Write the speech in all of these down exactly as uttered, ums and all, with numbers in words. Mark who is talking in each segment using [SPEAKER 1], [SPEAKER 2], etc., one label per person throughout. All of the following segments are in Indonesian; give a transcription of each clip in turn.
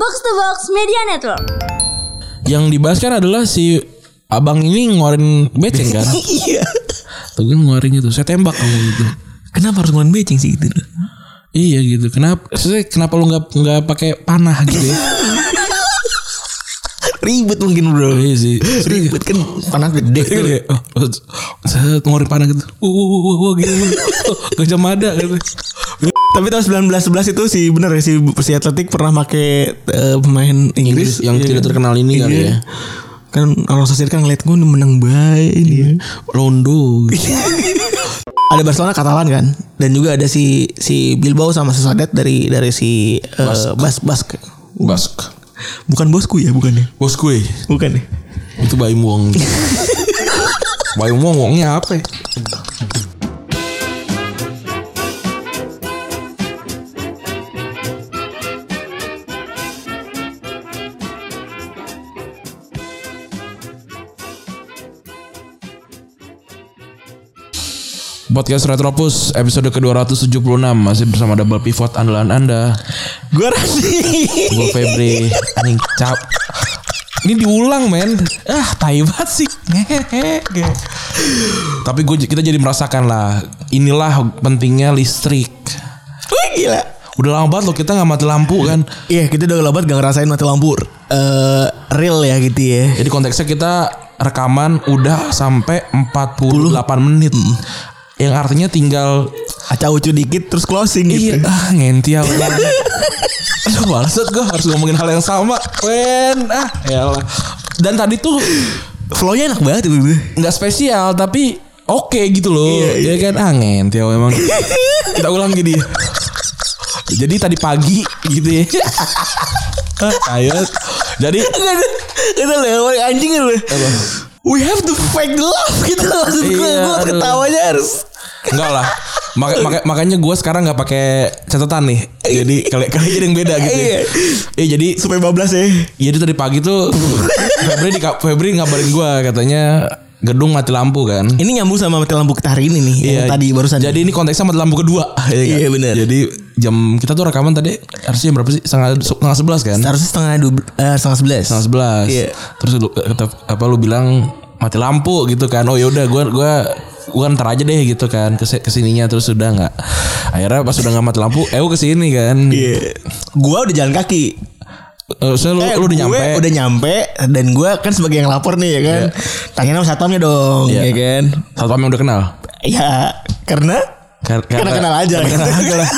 [SPEAKER 1] Box to Box Media Network.
[SPEAKER 2] Yang dibahas kan adalah si abang ini ngeluarin beceng kan?
[SPEAKER 3] Iya.
[SPEAKER 2] Tuh kan ngeluarin itu. Saya tembak kamu gitu.
[SPEAKER 3] Kenapa harus ngeluarin beceng sih gitu?
[SPEAKER 2] Iya gitu. Kenapa? Maksudnya kenapa lu nggak nggak pakai panah gitu ya?
[SPEAKER 3] Ribet mungkin bro.
[SPEAKER 2] Iya sih.
[SPEAKER 3] Ribet kan panah gede gitu.
[SPEAKER 2] Oh, saya ngeluarin panah gitu. Wah wah wah wah gitu. Gajah Mada gitu.
[SPEAKER 3] Tapi tahun sembilan belas sebelas itu sih bener ya si, si Atletik pernah pakai uh, pemain Inggris,
[SPEAKER 2] Inggris yang
[SPEAKER 3] iya.
[SPEAKER 2] tidak terkenal ini
[SPEAKER 3] Iya.
[SPEAKER 2] kali ya.
[SPEAKER 3] Kan orang sosial kan ngeliat gue menang baik ini ya.
[SPEAKER 2] Rondo gitu.
[SPEAKER 3] Ada Barcelona Katalan kan, dan juga ada si si Bilbao sama Sociedad dari dari si uh, Bas Bask.
[SPEAKER 2] Bask.
[SPEAKER 3] Bukan bosku ya, bukan ya?
[SPEAKER 2] Bos gue.
[SPEAKER 3] Bukan ya?
[SPEAKER 2] Itu Bayi Muang. Bayi Muang uangnya apa ya? Podcast Retropus episode ke dua ratus tujuh puluh enam masih bersama double pivot andalan Anda.
[SPEAKER 3] Gue Rani.
[SPEAKER 2] Gue Febri. Anjing cap. Ini diulang men. Ah tai banget sih. Tapi gue kita jadi merasakan lah. Inilah pentingnya listrik.
[SPEAKER 3] Wih gila.
[SPEAKER 2] Udah lama banget loh kita gak mati lampu kan.
[SPEAKER 3] Iya kita udah lama banget gak ngerasain mati lampu. Uh, real ya gitu ya.
[SPEAKER 2] Jadi konteksnya kita rekaman udah sampai empat puluh delapan menit. Hmm. Yang artinya tinggal
[SPEAKER 3] acau-ucu dikit terus closing gitu.
[SPEAKER 2] Iya, ah ngentiau banget. Aduh, maksud gue harus ngomongin hal yang sama. Wen, ah, yalah. Dan tadi tuh
[SPEAKER 3] flow-nya enak banget itu.
[SPEAKER 2] Enggak spesial tapi oke okay gitu loh.
[SPEAKER 3] Iya, iya.
[SPEAKER 2] Ya kan, ah ngentiau emang. Kita ulang gini. Jadi tadi pagi gitu ya. Ayo. Jadi
[SPEAKER 3] kita lewat anjing lu. We have to fake love gitu maksud gue.
[SPEAKER 2] Iya,
[SPEAKER 3] gue ketawanya harus.
[SPEAKER 2] Enggak lah. Maka, maka, makanya gue sekarang nggak pakai catatan nih. Jadi kali kali jadi yang beda gitu. Ya. Eh jadi
[SPEAKER 3] supaya bablas ya.
[SPEAKER 2] Jadi tadi pagi tuh Febri di Febri ngabarin gue katanya gedung mati lampu kan.
[SPEAKER 3] Ini nyambung sama mati lampu kita hari ini nih. Iya, yang tadi barusan.
[SPEAKER 2] Jadi ini konteksnya mati lampu kedua. Ya kan?
[SPEAKER 3] Iya benar.
[SPEAKER 2] Jadi jam kita tuh rekaman tadi harusnya berapa sih? Setengah setengah sebelas kan?
[SPEAKER 3] Harusnya setengah dua uh, setengah sebelas.
[SPEAKER 2] Setengah sebelas. Iya. Terus lu, kata, apa lu bilang mati lampu gitu kan? Oh yaudah gue gue gue ntar aja deh gitu kan kes kesininya terus sudah nggak. Akhirnya pas sudah nggak mati lampu, eh gue kesini kan. Iya.
[SPEAKER 3] Gue udah jalan kaki.
[SPEAKER 2] Uh, so, lu,
[SPEAKER 3] eh,
[SPEAKER 2] lu udah nyampe.
[SPEAKER 3] Udah nyampe dan gue kan sebagai yang lapor nih ya kan. Yeah. Tanya sama satpamnya dong, yeah. Ya kan.
[SPEAKER 2] Satpam yang udah kenal.
[SPEAKER 3] Ya karena Kar karena, karena kenal aja.
[SPEAKER 2] Karena kenal aja lah.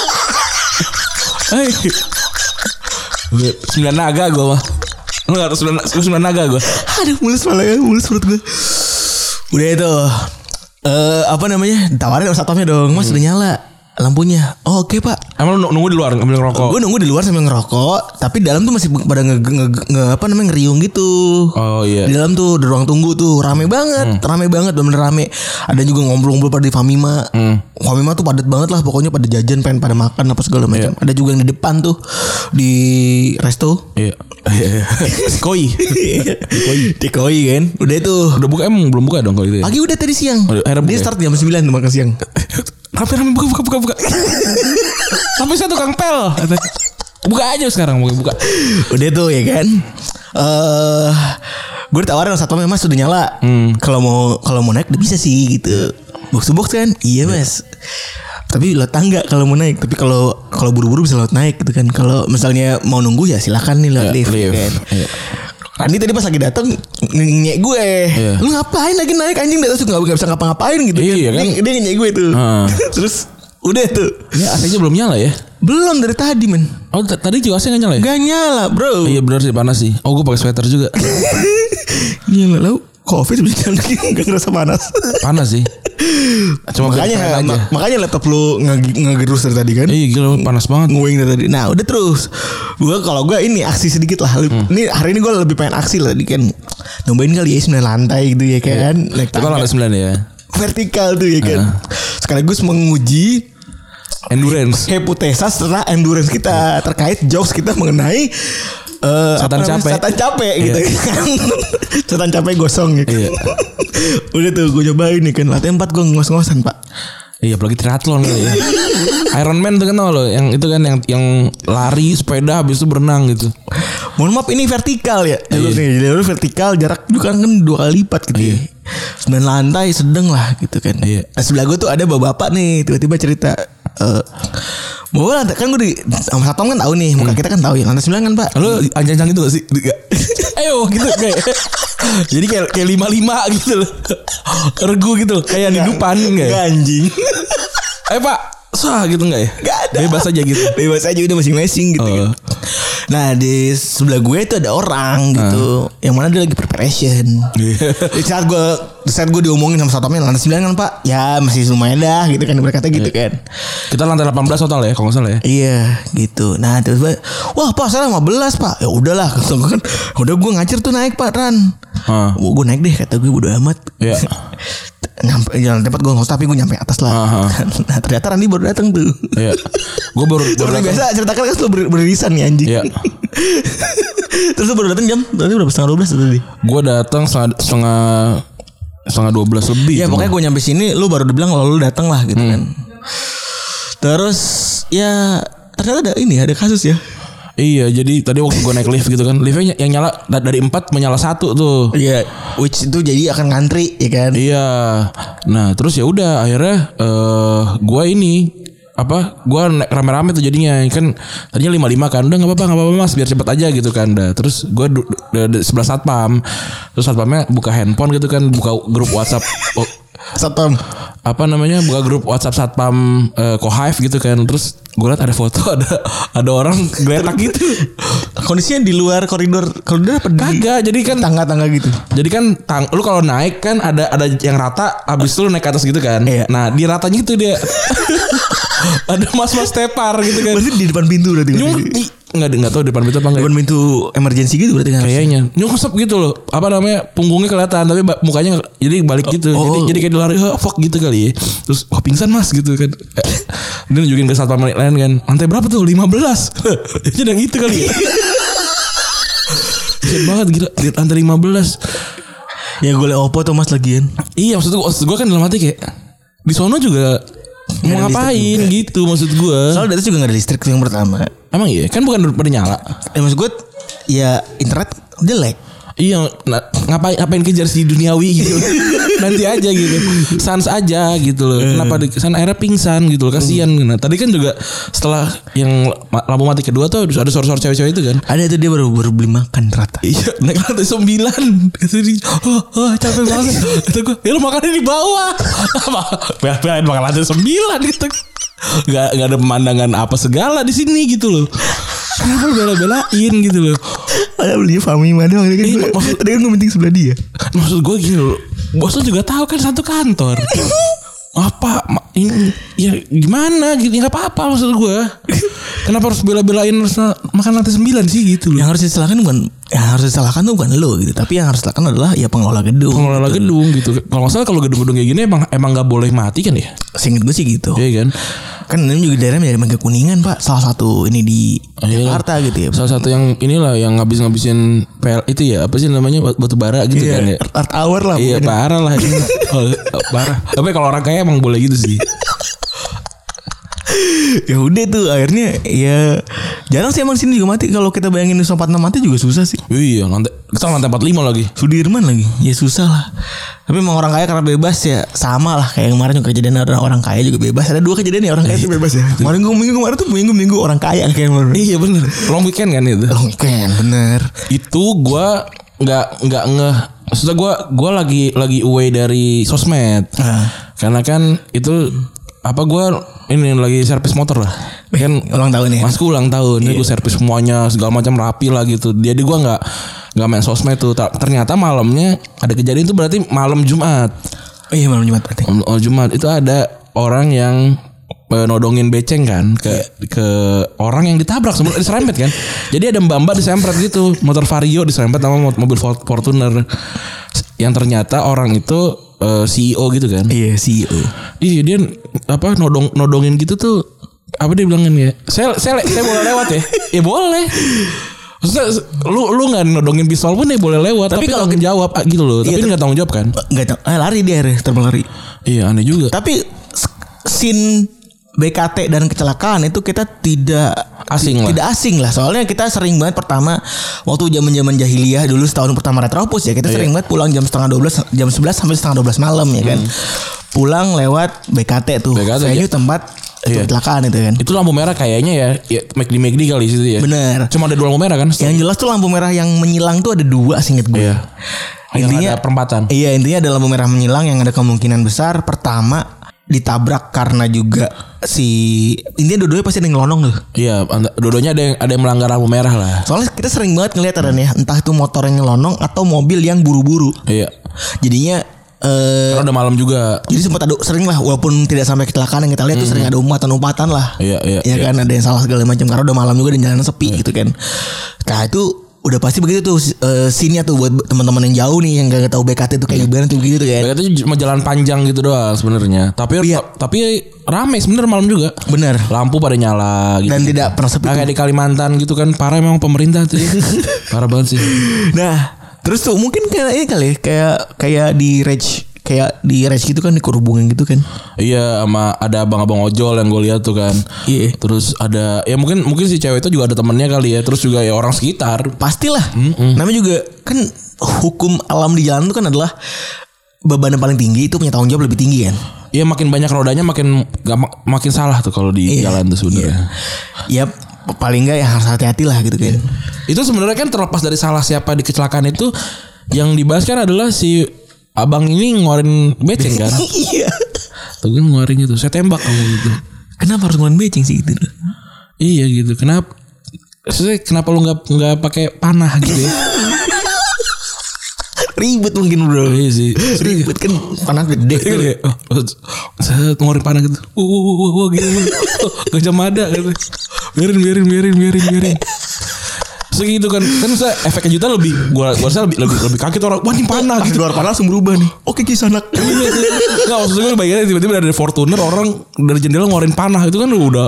[SPEAKER 2] Hey. Sembilan naga gue mah. Lu gak tau sembilan, sembilan naga gue.
[SPEAKER 3] Aduh mulus malah ya, mulus perut gue. Udah itu uh, apa namanya, tawarin sama satpamnya dong. Mas hmm. udah nyala lampunya. Oh oke okay, pak.
[SPEAKER 2] Emang lu nunggu di luar sambil ngerokok?
[SPEAKER 3] Gue nunggu di luar sambil ngerokok. Tapi dalam tuh masih pada nge, nge, nge apa namanya ngeriung gitu.
[SPEAKER 2] Oh iya.
[SPEAKER 3] Di dalam tuh di ruang tunggu tuh rame banget, hmm. rame banget, bener-bener rame. Ada juga ngobrol-ngobrol pada di Famima. Hmm. Famima tuh padat banget lah. Pokoknya pada jajan, pengen pada makan apa segala macam. Yeah. Ada juga yang di depan tuh di resto.
[SPEAKER 2] Iya. Koi.
[SPEAKER 3] Di Koi kan. Udah itu.
[SPEAKER 2] Udah buka emang belum buka dong kalau itu ya?
[SPEAKER 3] Pagi udah tadi siang.
[SPEAKER 2] Oh,
[SPEAKER 3] dia start jam sembilan tuh makan siang.
[SPEAKER 2] Rame-rame buka buka buka buka. Sampai saya tukang pel. Buka aja sekarang buka buka. Udah
[SPEAKER 3] tuh ya kan. Eh uh, gue ditawarin sama satpam, Mas sudah nyala. Kalau hmm. mau kalau mau naik udah bisa sih gitu. Box to box kan? Iya Mas. Tapi lewat tangga kalau mau naik. Tapi kalau kalau buru-buru bisa lewat naik gitu kan. Kalau misalnya mau nunggu ya silakan nih lewat lift ya, kan. Iya. Randi tadi pas lagi datang ngenyek gue, iya. Lu ngapain lagi naik anjing di atas tuh nggak bisa ngapa-ngapain gitu
[SPEAKER 2] iya, kan?
[SPEAKER 3] Dia, dia ngenyek gue tuh. Hmm. Terus udah tuh.
[SPEAKER 2] Ya A C-nya belum nyala ya?
[SPEAKER 3] Belum dari tadi men.
[SPEAKER 2] Oh tadi juga A C nggak nyala ya?
[SPEAKER 3] Gak nyala bro.
[SPEAKER 2] Iya benar sih panas sih. Oh gue pakai sweater juga.
[SPEAKER 3] Gila lu Covid bisa nggak ngerasa panas.
[SPEAKER 2] Panas sih. Cuma
[SPEAKER 3] makanya ma makanya laptop lu ngegerus dari tadi kan.
[SPEAKER 2] Iya gila panas banget.
[SPEAKER 3] Nguing dari tadi. Nah udah terus. Gue kalau gue ini aksi sedikit lah. Hmm. Ini hari ini gue lebih pengen aksi lah tadi kan. Nyobain kali ya sembilan lantai gitu ya kan.
[SPEAKER 2] Naik tangga. Itu lantai sembilan ya.
[SPEAKER 3] Vertikal tuh ya kan. Uh. Sekaligus menguji
[SPEAKER 2] endurance.
[SPEAKER 3] Hipotesa setelah endurance kita terkait jokes kita mengenai Uh,
[SPEAKER 2] setan capek,
[SPEAKER 3] setan capek gitu kan. Setan capek gosong gitu.
[SPEAKER 2] Iya.
[SPEAKER 3] Udah tuh gue cobain nih kan. Latihan empat gue ngos-ngosan pak.
[SPEAKER 2] Iya, apalagi triathlon gitu ya. Iron Man tuh kan tau lo, yang itu kan yang yang lari sepeda habis itu berenang gitu.
[SPEAKER 3] Mohon maaf ini vertikal ya. Jalur
[SPEAKER 2] Iya.
[SPEAKER 3] nih, jalur vertikal jarak juga kan dua kali lipat gitu.
[SPEAKER 2] Iya.
[SPEAKER 3] Ya. Sembilan lantai sedang lah gitu kan.
[SPEAKER 2] Iya.
[SPEAKER 3] Nah, sebelah gue tuh ada bapak-bapak nih tiba-tiba cerita eh bahwa lantai kan gue di sama Satom kan tahu nih muka kita kan tahu ya lantai sembilan kan Pak.
[SPEAKER 2] Lo anjang-anjang itu gak sih? Gak. Ayo gitu kayak. Jadi kayak kayak lima lima gitu loh. Regu gitu kayak di depan enggak ya?
[SPEAKER 3] Anjing.
[SPEAKER 2] Ayo Pak, sah gitu enggak ya?
[SPEAKER 3] Gak ada.
[SPEAKER 2] Bebas aja gitu.
[SPEAKER 3] Bebas aja udah masing-masing gitu.
[SPEAKER 2] Oh.
[SPEAKER 3] Kan. Nah di sebelah gue itu ada orang gitu, yang mana dia lagi preparation. Di saat gue, di saat gue diomongin sama satpamnya lantai sembilan kan Pak, ya masih lumayan dah gitu kan berkata gitu kan.
[SPEAKER 2] Kita lantai delapan belas total ya, kalau nggak salah ya.
[SPEAKER 3] Iya gitu. Nah terus wah Pak saya lima belas Pak. Ya udahlah, kan udah gue ngacir tuh naik Pak Ran.
[SPEAKER 2] Uh.
[SPEAKER 3] Gue naik deh kata gue bodo amat.
[SPEAKER 2] Iya.
[SPEAKER 3] Nyampe jalan tempat gue nggak usah tapi gue nyampe atas lah.
[SPEAKER 2] Uh-huh.
[SPEAKER 3] Nah ternyata Randi baru datang tuh.
[SPEAKER 2] Iya. Gue baru baru
[SPEAKER 3] Seperti
[SPEAKER 2] datang.
[SPEAKER 3] biasa ceritakan kan selalu ber- beririsan nih anjing.
[SPEAKER 2] Iya.
[SPEAKER 3] Terus lu baru datang jam berarti berapa setengah dua belas tadi?
[SPEAKER 2] Gue datang setengah setengah setengah dua belas lebih.
[SPEAKER 3] Ya
[SPEAKER 2] tuh.
[SPEAKER 3] pokoknya gue nyampe sini lu baru dibilang kalau lu datang lah gitu
[SPEAKER 2] Hmm.
[SPEAKER 3] kan. Terus ya ternyata ada ini ada kasus ya.
[SPEAKER 2] Iya, jadi tadi waktu gue naik lift gitu kan, liftnya yang nyala dari empat menyala satu tuh.
[SPEAKER 3] Iya, which itu jadi akan ngantri ya kan.
[SPEAKER 2] Iya. Nah, terus ya udah akhirnya eh gue ini apa? Gue naik rame-rame tuh jadinya kan tadinya lima lima kan, udah nggak apa-apa nggak apa-apa Mas, biar cepet aja gitu kan. Dah. Terus gue du- du- du- sebelah satpam, terus satpamnya buka handphone gitu kan, buka grup WhatsApp. Oh,
[SPEAKER 3] Satom.
[SPEAKER 2] apa namanya buka grup WhatsApp satpam uh, Kohive gitu kan, terus gue liat ada foto ada ada orang geletak gitu.
[SPEAKER 3] Kondisinya di luar koridor koridor apa di
[SPEAKER 2] Kagak, jadi kan
[SPEAKER 3] tangga-tangga gitu.
[SPEAKER 2] jadi kan tang, lu kalau naik kan ada ada yang rata, abis itu lu naik ke atas gitu kan.
[SPEAKER 3] Iya.
[SPEAKER 2] Nah di ratanya itu dia ada mas-mas tepar gitu kan.
[SPEAKER 3] Berarti di depan pintu berarti kan?
[SPEAKER 2] Nyung, i- nggak nggak tahu depan pintu apa enggak.
[SPEAKER 3] Depan pintu emergency gitu berarti kan?
[SPEAKER 2] Kayaknya nyungsep gitu loh. Apa namanya punggungnya kelihatan tapi ba- mukanya nggak- jadi balik gitu.
[SPEAKER 3] Oh.
[SPEAKER 2] Jadi jadi kayak dilari oh, fuck gitu kali ya. Terus wah pingsan mas gitu kan. Eh, dia nunjukin ke satpam lain kan. Lantai berapa tuh? lima belas. Jadi yang itu kali ya. Kasian banget gila di lantai lima belas.
[SPEAKER 3] Ya gue liat Oppo tuh mas lagian.
[SPEAKER 2] Iya maksud gue, maksud gue kan dalam hati kayak di sono juga mau
[SPEAKER 3] ada
[SPEAKER 2] ngapain gitu maksud gue.
[SPEAKER 3] Soalnya di atas juga gak ada listrik tuh yang pertama.
[SPEAKER 2] Emang iya kan bukan pada nyala.
[SPEAKER 3] Ya maksud gue ya internet jelek.
[SPEAKER 2] Iya, nah, ngapain ngapain kejar si duniawi gitu. Nanti aja gitu. Sans aja gitu loh. Kenapa di sana akhirnya pingsan gitu loh. Kasihan. Nah, tadi kan juga setelah yang lampu mati kedua tuh ada suara-suara cewek-cewek itu kan.
[SPEAKER 3] Ada itu dia baru baru beli makan ternyata.
[SPEAKER 2] Iya, naik lantai sembilan. Kata dia, oh, oh capek banget. Kata gue, ya lu makannya di bawah. Apa? Pengen makan lantai sembilan gitu. Gak, gak ada pemandangan apa segala di sini gitu loh. Kenapa lu bela-belain gitu loh.
[SPEAKER 3] Ada beli Fami mana kan?
[SPEAKER 2] Iya, maksud-
[SPEAKER 3] Tadi kan gue penting sebelah dia.
[SPEAKER 2] Maksud gue gini loh, bos lu juga tahu kan satu kantor. Apa ma- ini ya gimana gitu, nggak apa-apa maksud gue. Kenapa harus bela-belain harus na- makan lantai sembilan sih gitu loh.
[SPEAKER 3] Yang harus disalahkan bukan yang harus disalahkan tuh bukan lo gitu, tapi yang harus disalahkan adalah ya pengelola gedung.
[SPEAKER 2] Pengelola gedung gitu. Kalau nggak salah kalau gedung-gedung kayak gini emang emang nggak boleh mati kan ya?
[SPEAKER 3] Seinget gue sih gitu.
[SPEAKER 2] Iya kan?
[SPEAKER 3] Kan ini juga daerahnya dari Mangga Kuningan pak, salah satu ini di
[SPEAKER 2] Iya.
[SPEAKER 3] Jakarta gitu ya.
[SPEAKER 2] Salah satu yang inilah yang ngabis-ngabisin P L itu ya apa sih namanya bat- batu bara gitu kan ya.
[SPEAKER 3] Art hour lah.
[SPEAKER 2] Iya
[SPEAKER 3] pokoknya.
[SPEAKER 2] parah lah ini. Oh, parah. Tapi kalau orang kaya emang boleh gitu sih.
[SPEAKER 3] Ya udah tuh akhirnya ya jarang sih emang sini juga mati. Kalau kita bayangin Nusa empat puluh enam mati juga susah sih.
[SPEAKER 2] Iya lantai kita lantai empat puluh lima lagi.
[SPEAKER 3] Sudirman lagi ya susah lah. Tapi emang orang kaya karena bebas ya sama lah kayak kemarin juga kejadian orang orang kaya juga bebas. Ada dua kejadian ya orang kaya itu bebas ya. Kemarin gue minggu kemarin tuh minggu minggu orang kaya kayak kemarin.
[SPEAKER 2] Iya bener. Long weekend kan itu.
[SPEAKER 3] Long weekend bener.
[SPEAKER 2] Itu gue nggak nggak ngeh. Maksudnya gue gue lagi lagi away dari sosmed.
[SPEAKER 3] Ah.
[SPEAKER 2] Karena kan itu apa gue ini lagi servis motor lah. Kan
[SPEAKER 3] Ulang tahun ya.
[SPEAKER 2] masku ulang tahun, ini gue servis semuanya segala macam rapi lah gitu. Jadi gue nggak nggak main sosmed tuh. Ta- Ternyata malamnya ada kejadian itu berarti malam Jumat.
[SPEAKER 3] Oh iya malam Jumat berarti.
[SPEAKER 2] Oh Jumat itu ada orang yang eh, nodongin beceng kan ke ke orang yang ditabrak sebelum diserempet kan. Jadi ada mbak-mbak disempret gitu, motor Vario disempet sama mo- mobil Ford- Fortuner. Yang ternyata orang itu eh, C E O gitu kan.
[SPEAKER 3] Iya C E O.
[SPEAKER 2] Iya dia apa nodong nodongin gitu tuh apa dia bilangin ya? Saya saya saya boleh lewat ya? Ya boleh. Maksudnya lu lu nggak nodongin pistol pun ya boleh lewat. Tapi,
[SPEAKER 3] Tapi kalau
[SPEAKER 2] kalau jawab gitu loh.
[SPEAKER 3] Iya,
[SPEAKER 2] tapi
[SPEAKER 3] tapi-
[SPEAKER 2] nggak tanggung jawab kan?
[SPEAKER 3] Enggak tahu. Eh, lari dia akhirnya terbang lari.
[SPEAKER 2] Iya aneh juga.
[SPEAKER 3] Tapi si scene B K T dan kecelakaan itu kita tidak
[SPEAKER 2] Asing lah.
[SPEAKER 3] tidak asing lah. Soalnya kita sering banget pertama waktu zaman-zaman jahiliyah dulu setahun pertama Retropus ya, kita sering banget pulang jam setengah dua belas, jam sebelas sampai setengah dua belas malam ya kan. Pulang lewat B K T tuh,
[SPEAKER 2] B K T,
[SPEAKER 3] venue
[SPEAKER 2] ya.
[SPEAKER 3] tempat
[SPEAKER 2] Iya.
[SPEAKER 3] kecelakaan itu kan.
[SPEAKER 2] Itu lampu merah kayaknya ya, ya McD McD kali situ ya.
[SPEAKER 3] Bener.
[SPEAKER 2] Cuma ada dua lampu merah kan?
[SPEAKER 3] Yang jelas tuh lampu merah yang menyilang tuh ada dua seinget gue.
[SPEAKER 2] Iya. Intinya ada perempatan.
[SPEAKER 3] Iya, intinya ada lampu merah menyilang yang ada kemungkinan besar pertama ditabrak karena juga si intinya dua-duanya pasti ada yang ngelonong tuh.
[SPEAKER 2] Iya, dua-duanya ada yang ada yang melanggar lampu merah lah.
[SPEAKER 3] Soalnya kita sering banget ngeliat ada ya, entah itu motor yang ngelonong atau mobil yang buru-buru.
[SPEAKER 2] Iya.
[SPEAKER 3] Jadinya eh
[SPEAKER 2] Karena udah malam juga.
[SPEAKER 3] jadi sempat ada sering lah walaupun tidak sampai kecelakaan yang kita lihat tuh sering ada umpatan-umpatan lah.
[SPEAKER 2] Iya, iya,
[SPEAKER 3] Ya kan ada yang salah segala macam karena udah malam juga dan jalanan sepi gitu kan. Nah itu udah pasti begitu tuh uh, scene-nya tuh buat teman-teman yang jauh nih yang gak tahu B K T tuh kayak gimana tuh begitu kan.
[SPEAKER 2] B K T cuma jalan panjang gitu doang sebenarnya. Tapi
[SPEAKER 3] Iya.
[SPEAKER 2] tapi rame sebenarnya malam juga.
[SPEAKER 3] Bener.
[SPEAKER 2] Lampu pada nyala gitu.
[SPEAKER 3] Dan tidak pernah sepi.
[SPEAKER 2] Nah,
[SPEAKER 3] tuh.
[SPEAKER 2] kayak di Kalimantan gitu kan, parah emang pemerintah tuh. Parah banget sih.
[SPEAKER 3] Nah, terus tuh mungkin kayak ini kali ya, kayak kayak di Rage kayak di Rage gitu kan dikerubungin gitu kan.
[SPEAKER 2] Iya, sama ada abang-abang ojol yang gue lihat tuh kan.
[SPEAKER 3] Iya.
[SPEAKER 2] Terus ada ya mungkin mungkin si cewek itu juga ada temennya kali ya. Terus juga ya orang sekitar.
[SPEAKER 3] Pastilah. Namanya juga kan hukum alam di jalan itu kan adalah beban yang paling tinggi itu punya tanggung jawab lebih tinggi kan.
[SPEAKER 2] Iya, makin banyak rodanya makin gak, makin salah tuh kalau di
[SPEAKER 3] Iya.
[SPEAKER 2] jalan tuh sebenarnya.
[SPEAKER 3] Ya paling enggak ya harus hati-hati lah gitu kan.
[SPEAKER 2] Itu sebenarnya kan terlepas dari salah siapa di kecelakaan itu, yang dibahas kan adalah si abang ini ngeluarin beceng kan.
[SPEAKER 3] Iya.
[SPEAKER 2] Tuh kan ngeluarin gitu. Saya tembak kamu gitu.
[SPEAKER 3] Kenapa harus ngeluarin beceng sih gitu?
[SPEAKER 2] Iya gitu. Kenapa? Maksudnya kenapa lu nggak nggak pakai panah gitu ya?
[SPEAKER 3] Ribet mungkin bro.
[SPEAKER 2] Iya sih.
[SPEAKER 3] Ribet kan panah gede.
[SPEAKER 2] Iya kan ya. Oh, saya ngeluarin panah gitu. Wah wah wah wah gitu. Gajah Mada gitu. Biarin biarin biarin biarin biarin. Segitu kan kan saya efek kejutan lebih gua gua rasa lebih lebih lebih kaget orang. Wah, ini panah gitu.
[SPEAKER 3] Keluar panah langsung berubah nih. Oke Kisanak.
[SPEAKER 2] Enggak, maksudnya gue bayangin tiba-tiba dari Fortuner orang dari jendela ngeluarin panah itu kan udah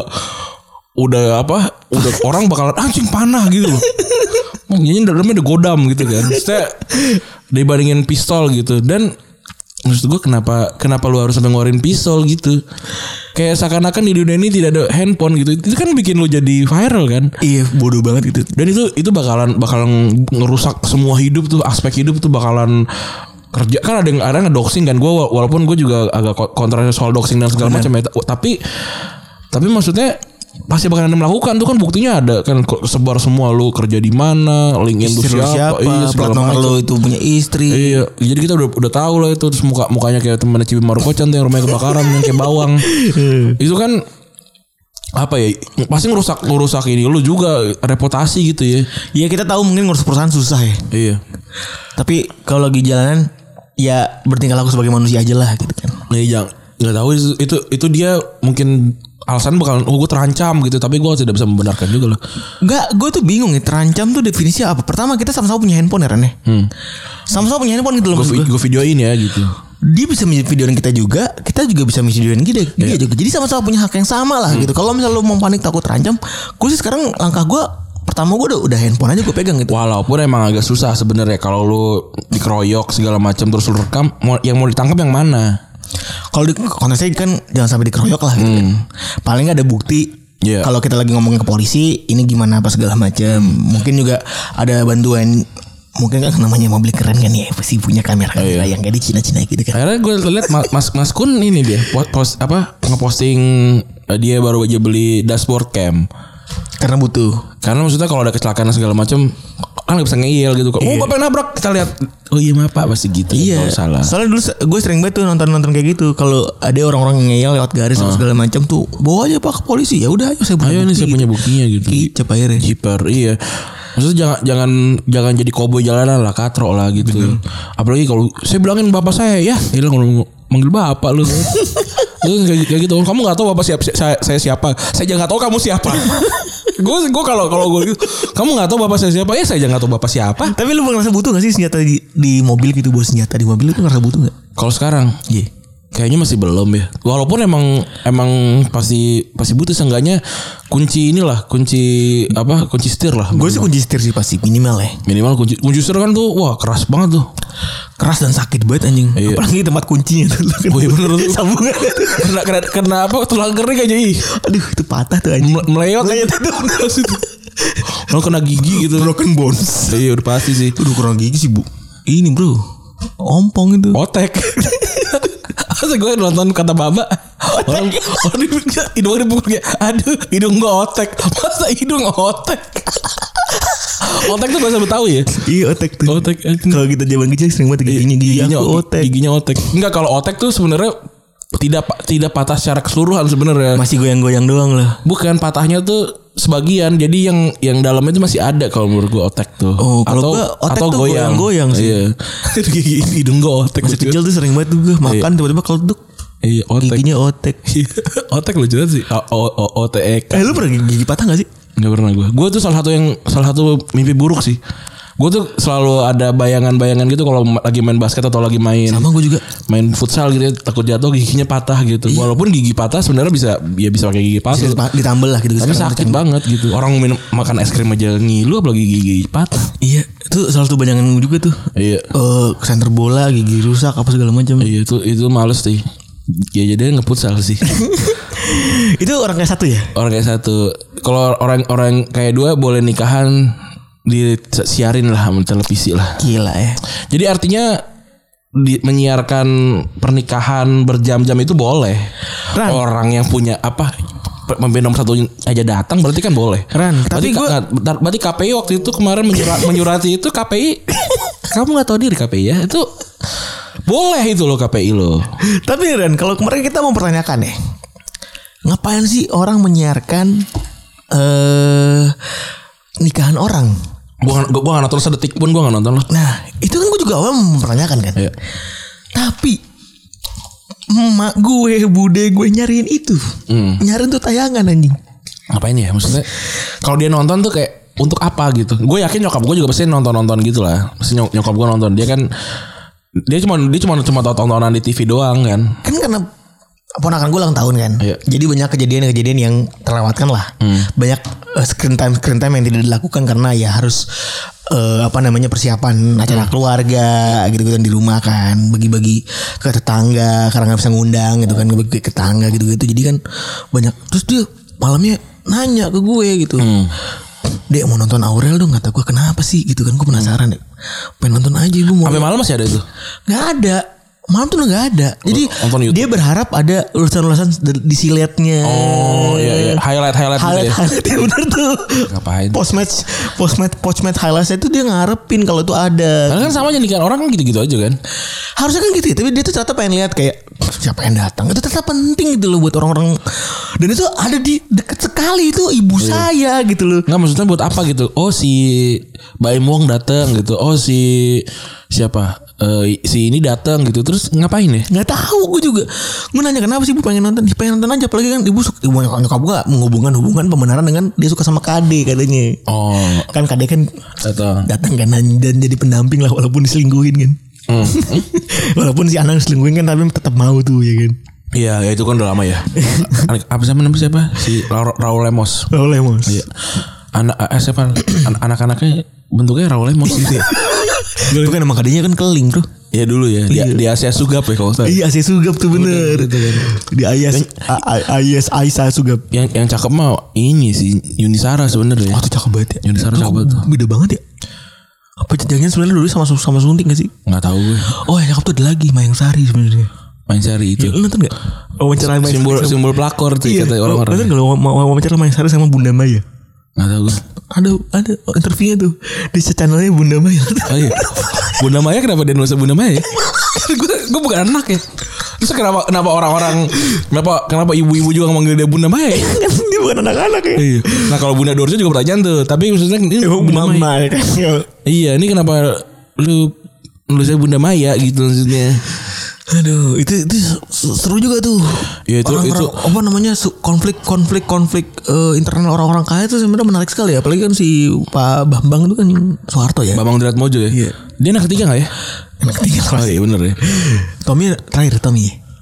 [SPEAKER 2] udah apa? Udah orang bakalan anjing panah gitu loh. Oh, ini dalamnya ada godam gitu kan. Saya dibandingin pistol gitu. Dan maksud gue kenapa kenapa lu harus sampai ngeluarin pistol gitu? Kayak seakan-akan di dunia ini tidak ada handphone gitu. Itu kan bikin lu jadi viral kan?
[SPEAKER 3] Iya, bodoh banget gitu.
[SPEAKER 2] Dan itu itu bakalan bakalan ngerusak semua hidup tuh, aspek hidup tuh bakalan kerja kan ada yang ada yang ngedoxing kan. Gue walaupun gue juga agak kontra soal doxing dan segala macam ya, tapi tapi maksudnya pasti bakalan ada melakukan tuh kan, buktinya ada kan, sebar semua lu kerja di mana, LinkedIn tuh
[SPEAKER 3] Istri lu
[SPEAKER 2] siapa,
[SPEAKER 3] siapa,
[SPEAKER 2] iya,
[SPEAKER 3] plat nomor lu itu punya istri.
[SPEAKER 2] Iya, jadi kita udah udah tahu lah itu. Terus muka mukanya kayak temen Cibi Marukocan tuh yang rumahnya kebakaran yang kayak bawang. Itu kan apa ya? Pasti ngerusak ngerusak ini lu juga reputasi gitu ya.
[SPEAKER 3] Iya, kita tahu mungkin ngurus perusahaan susah ya.
[SPEAKER 2] Iya.
[SPEAKER 3] Tapi kalau lagi jalanan ya bertingkah laku sebagai manusia aja lah gitu kan.
[SPEAKER 2] Nih jangan nggak tahu itu, itu itu dia mungkin alasan bakal oh gue terancam gitu, tapi gue tidak bisa membenarkan juga lah.
[SPEAKER 3] Enggak, gue tuh bingung ya terancam tuh definisinya apa. Pertama kita sama-sama punya handphone ya Ren ya.
[SPEAKER 2] Hmm.
[SPEAKER 3] Sama-sama punya handphone gitu loh maksud gue.
[SPEAKER 2] Gue videoin ya gitu.
[SPEAKER 3] Dia bisa videoin kita juga, kita juga bisa videoin dia, dia
[SPEAKER 2] Iya.
[SPEAKER 3] juga. Jadi sama-sama punya hak yang sama lah gitu. Kalau misalnya lu mau panik takut terancam, gue sih sekarang langkah gue pertama gue udah udah handphone aja gue pegang gitu.
[SPEAKER 2] Walaupun emang agak susah sebenarnya kalau lu dikeroyok segala macam terus lu rekam, mau, yang mau ditangkap yang mana?
[SPEAKER 3] Kalau di konteksnya kan jangan sampai dikeroyok lah gitu kan. Paling nggak ada bukti.
[SPEAKER 2] Iya.
[SPEAKER 3] Kalau kita lagi ngomongin ke polisi, ini gimana apa segala macam. Mungkin juga ada bantuan. Mungkin kan namanya mobil keren kan ya, pasti punya kamera-kamera yang kayak di Cina-Cina gitu kan.
[SPEAKER 2] Akhirnya gue lihat Mas Mas Kun ini dia post, post apa ngeposting eh, dia baru aja beli dashboard cam.
[SPEAKER 3] Karena butuh.
[SPEAKER 2] Karena maksudnya kalau ada kecelakaan segala macam kan nggak bisa ngeyel gitu kok. Oh bapak nabrak, kita lihat. Oh iya maaf pak, pasti gitu.
[SPEAKER 3] Iya.
[SPEAKER 2] Kalau salah.
[SPEAKER 3] Soalnya dulu gue sering banget tuh nonton-nonton kayak gitu. Kalau ada orang-orang yang ngeyel lewat garis atau segala macam tuh, bawa aja pak ke polisi. Ya udah, ayo saya punya
[SPEAKER 2] Ayo
[SPEAKER 3] bukti.
[SPEAKER 2] nih saya punya buktinya gitu.
[SPEAKER 3] Kicap akhirnya.
[SPEAKER 2] Jiper iya. Maksudnya jangan jangan jangan jadi koboi jalanan lah, katro lah gitu. Bener. Apalagi kalau saya bilangin bapak saya ya, hilang kalau manggil bapak lu. Lu kayak, kayak gitu. Kamu nggak tahu bapak siapa saya, saya siapa. Saya juga nggak tahu kamu siapa. Gue gue kalau kalau gue gitu, kamu nggak tahu bapak saya siapa ya, saya juga nggak tahu bapak siapa.
[SPEAKER 3] Tapi lu ngerasa butuh gak sih senjata di, di mobil gitu, bawa senjata di mobil itu ngerasa butuh gak?
[SPEAKER 2] Kalau sekarang, iya. Kayaknya masih belum ya. Walaupun emang emang pasti pasti butuh, seenggaknya kunci inilah, kunci apa? Kunci setir lah.
[SPEAKER 3] Gue sih kunci setir sih pasti minimal ya.
[SPEAKER 2] Minimal kunci kunci setir kan tuh wah keras banget tuh.
[SPEAKER 3] keras dan sakit banget anjing. Iya. Apalagi tempat kuncinya tuh.
[SPEAKER 2] Oh iya bener tuh.
[SPEAKER 3] Sambungan.
[SPEAKER 2] Kena, kena, kena apa tulang kering aja ih.
[SPEAKER 3] Aduh itu patah tuh anjing.
[SPEAKER 2] Meleyot
[SPEAKER 3] Meleyot itu.
[SPEAKER 2] Kalau kena gigi gitu.
[SPEAKER 3] Broken bones.
[SPEAKER 2] Iya udah pasti sih.
[SPEAKER 3] Udah kurang gigi sih bu. Ini bro, ompong itu.
[SPEAKER 2] Otek. Masa gue nonton Kata Baba orang orang hidungnya dipukul kayak aduh hidung gue otek. Masa hidung otek. Otek tuh bahasa Betawi ya?
[SPEAKER 3] Iya otek tuh.
[SPEAKER 2] Otek.
[SPEAKER 3] Kalau kita zaman kecil sering banget giginya gigi
[SPEAKER 2] giginya
[SPEAKER 3] aku otek.
[SPEAKER 2] Giginya otek. Enggak, kalau otek tuh sebenarnya tidak tidak patah secara keseluruhan sebenarnya.
[SPEAKER 3] Masih goyang-goyang doang lah.
[SPEAKER 2] Bukan, patahnya tuh sebagian. Jadi yang yang dalamnya itu masih ada kalau menurut gue otek tuh.
[SPEAKER 3] Oh, kalau
[SPEAKER 2] atau
[SPEAKER 3] gua otek
[SPEAKER 2] atau
[SPEAKER 3] tuh
[SPEAKER 2] goyang.
[SPEAKER 3] goyang-goyang sih.
[SPEAKER 2] Iya. Gigi hidung gue otek.
[SPEAKER 3] Masih kecil tuh sering banget tuh gue makan tiba-tiba keleduk.
[SPEAKER 2] Iya, otek.
[SPEAKER 3] Giginya otek.
[SPEAKER 2] Otek lucu banget sih. O T E K.
[SPEAKER 3] Eh lu pernah gigi patah gak sih?
[SPEAKER 2] Gak pernah gue. Gue tuh salah satu yang salah satu mimpi buruk sih. Gue tuh selalu ada bayangan-bayangan gitu kalau lagi main basket atau lagi main.
[SPEAKER 3] Sama gue juga.
[SPEAKER 2] Main futsal gitu ya, takut jatuh giginya patah gitu. Iya. Walaupun gigi patah sebenarnya bisa ya bisa pakai gigi palsu.
[SPEAKER 3] Ditambal lah gitu.
[SPEAKER 2] Tapi sakit banget gitu. Orang minum makan es krim aja ngilu apalagi gigi patah.
[SPEAKER 3] Iya, itu salah satu bayangan gue juga tuh.
[SPEAKER 2] Iya.
[SPEAKER 3] Uh, center bola gigi rusak apa segala macam.
[SPEAKER 2] Iya, itu itu males sih. Ya jadi ngefutsal sih.
[SPEAKER 3] Itu orang kayak satu ya?
[SPEAKER 2] Orang kayak satu. Kalau orang-orang kayak dua boleh nikahan disiarin lah sama televisi lah.
[SPEAKER 3] Gila ya.
[SPEAKER 2] Jadi artinya di, menyiarkan pernikahan berjam-jam itu boleh.
[SPEAKER 3] Ran.
[SPEAKER 2] Orang yang punya apa pemimpin nomor satu aja datang berarti kan boleh.
[SPEAKER 3] Ran, tapi
[SPEAKER 2] berarti,
[SPEAKER 3] gua...
[SPEAKER 2] ka, berarti K P I waktu itu kemarin menyurat, menyurati itu K P I. Kamu nggak tahu diri K P I ya? Itu boleh itu loh K P I loh. Tapi
[SPEAKER 3] Ran, kalau kemarin kita mempertanyakan ya, ngapain sih orang menyiarkan eh uh, nikahan orang?
[SPEAKER 2] Gua gua gak nonton sedetik pun gua gak nonton loh.
[SPEAKER 3] Nah itu kan gue juga awal mempertanyakan kan. Iya. Tapi emak gue, bude gue nyariin itu, hmm. nyariin tuh tayangan anjing.
[SPEAKER 2] Ngapain ya maksudnya? Kalau dia nonton tuh kayak untuk apa gitu? Gue yakin nyokap gue juga pasti nonton-nonton gitu lah. Pasti nyokap gue nonton. Dia kan dia cuma dia cuma cuma tontonan di T V doang kan. Kan
[SPEAKER 3] karena ponakan gue ulang tahun kan. Iya. Jadi banyak kejadian-kejadian yang terlewatkan lah. Hmm. Banyak uh, screen time screen time yang tidak dilakukan karena ya harus uh, apa namanya persiapan acara hmm. keluarga gitu-gitu di rumah kan. Bagi-bagi ke tetangga karena nggak bisa ngundang gitu kan, bagi ke tetangga gitu-gitu. Jadi kan banyak. Terus dia malamnya nanya ke gue gitu. Hmm. Dek mau nonton Aurel dong, kata gue. Kenapa sih gitu kan, gue penasaran deh. Pengen nonton aja gue mau.
[SPEAKER 2] Sampai malam masih ada itu?
[SPEAKER 3] Gak ada. Malam tuh gak ada. Jadi dia berharap ada ulasan-ulasan di siletnya.
[SPEAKER 2] Oh iya iya. Highlight-highlight
[SPEAKER 3] Highlight, gitu ya. Highlight ya bener tuh.
[SPEAKER 2] Ngapain?
[SPEAKER 3] Post match Post match Post match highlightnya itu dia ngarepin kalau itu ada.
[SPEAKER 2] Karena kan sama aja nikahan orang kan gitu-gitu aja kan.
[SPEAKER 3] Harusnya kan gitu ya. Tapi dia tuh ternyata pengen lihat kayak siapa yang datang. Itu ternyata penting gitu loh buat orang-orang. Dan itu ada di dekat sekali itu ibu oh, saya iya. gitu loh.
[SPEAKER 2] Nggak maksudnya buat apa gitu. Oh si Baim Wong datang gitu. Oh si siapa Uh, si ini datang gitu. Terus ngapain ya?
[SPEAKER 3] Nggak tahu gue juga. Gue nanya kenapa sih ibu pengen nonton? Pengen nonton aja. Apalagi kan ibu suka, ibu nyokap gue menghubungkan hubungan pembenaran dengan dia suka sama Kade katanya. Oh. Kan Kade kan datang datang kan dan jadi pendamping lah walaupun diselingkuhin kan. Hmm. Walaupun si anak diselingkuhin kan tapi tetap mau tuh ya kan.
[SPEAKER 2] Iya, ya itu kan udah lama ya. Apa sih namanya siapa? Si Raul Lemos.
[SPEAKER 3] Raul Lemos. Iya.
[SPEAKER 2] Anak eh, siapa? Anak-anaknya bentuknya Raul Lemos gitu ya.
[SPEAKER 3] Itu kan emang kadenya kan keling bro.
[SPEAKER 2] Ya dulu ya. Di, iya. di Asia Sugap ya kalau salah.
[SPEAKER 3] Iya Asia Sugap tuh bener. bener, bener. Di Ayas Ayas Aisyah Sugap.
[SPEAKER 2] Yang yang cakep mah ini sih Yunisara sebenarnya.
[SPEAKER 3] Oh tuh cakep banget ya.
[SPEAKER 2] Yunisara cakep banget tuh.
[SPEAKER 3] Beda banget ya. Apa jangan sebenarnya dulu sama sama Suntik gak sih?
[SPEAKER 2] Nggak tahu gue.
[SPEAKER 3] Oh yang cakep tuh ada lagi Mayang Sari sebenarnya.
[SPEAKER 2] Mayang Sari itu.
[SPEAKER 3] Lu nonton gak? Wawancara Mayang
[SPEAKER 2] simbol sama, simbol pelakor tuh iya, kata orang-orang.
[SPEAKER 3] Nonton gak wawancara Mayang Sari sama Bunda Maya?
[SPEAKER 2] Nggak tahu gue.
[SPEAKER 3] Ada ada interviewnya tuh di channelnya Bunda Maya.
[SPEAKER 2] Oh iya. Bunda Maya kenapa dia nulis Bunda Maya? gue gue bukan anak ya. Terus kenapa kenapa orang-orang kenapa kenapa ibu-ibu juga manggil dia Bunda Maya?
[SPEAKER 3] Kan dia bukan anak-anak ya.
[SPEAKER 2] Iya. Nah kalau Bunda Dorce juga pertanyaan tuh, tapi maksudnya ini
[SPEAKER 3] ya, Bunda Maya. Kan.
[SPEAKER 2] Iya, ini kenapa lu nulisnya Bunda Maya gitu maksudnya.
[SPEAKER 3] Aduh, itu itu seru juga tuh.
[SPEAKER 2] Ya itu orang, itu
[SPEAKER 3] apa namanya konflik-konflik konflik uh, internal orang-orang kaya itu sebenarnya menarik sekali ya. Apalagi kan si Pak Bambang itu kan Soeharto ya.
[SPEAKER 2] Bambang Dratmojo ya. Iya. Dia anak ketiga enggak ya?
[SPEAKER 3] Anak ketiga.
[SPEAKER 2] Oh iya benar ya.
[SPEAKER 3] Tommy terakhir Tommy.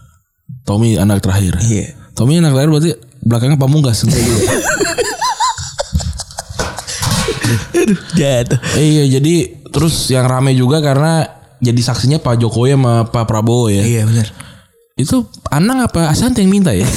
[SPEAKER 2] Tommy anak terakhir.
[SPEAKER 3] Iya.
[SPEAKER 2] Tommy anak terakhir berarti belakangnya Pamungkas gitu.
[SPEAKER 3] Aduh, jatuh.
[SPEAKER 2] Iya, jadi terus yang rame juga karena jadi saksinya Pak Jokowi sama Pak Prabowo ya.
[SPEAKER 3] Iya benar.
[SPEAKER 2] Itu Anang apa Ashanti yang minta ya?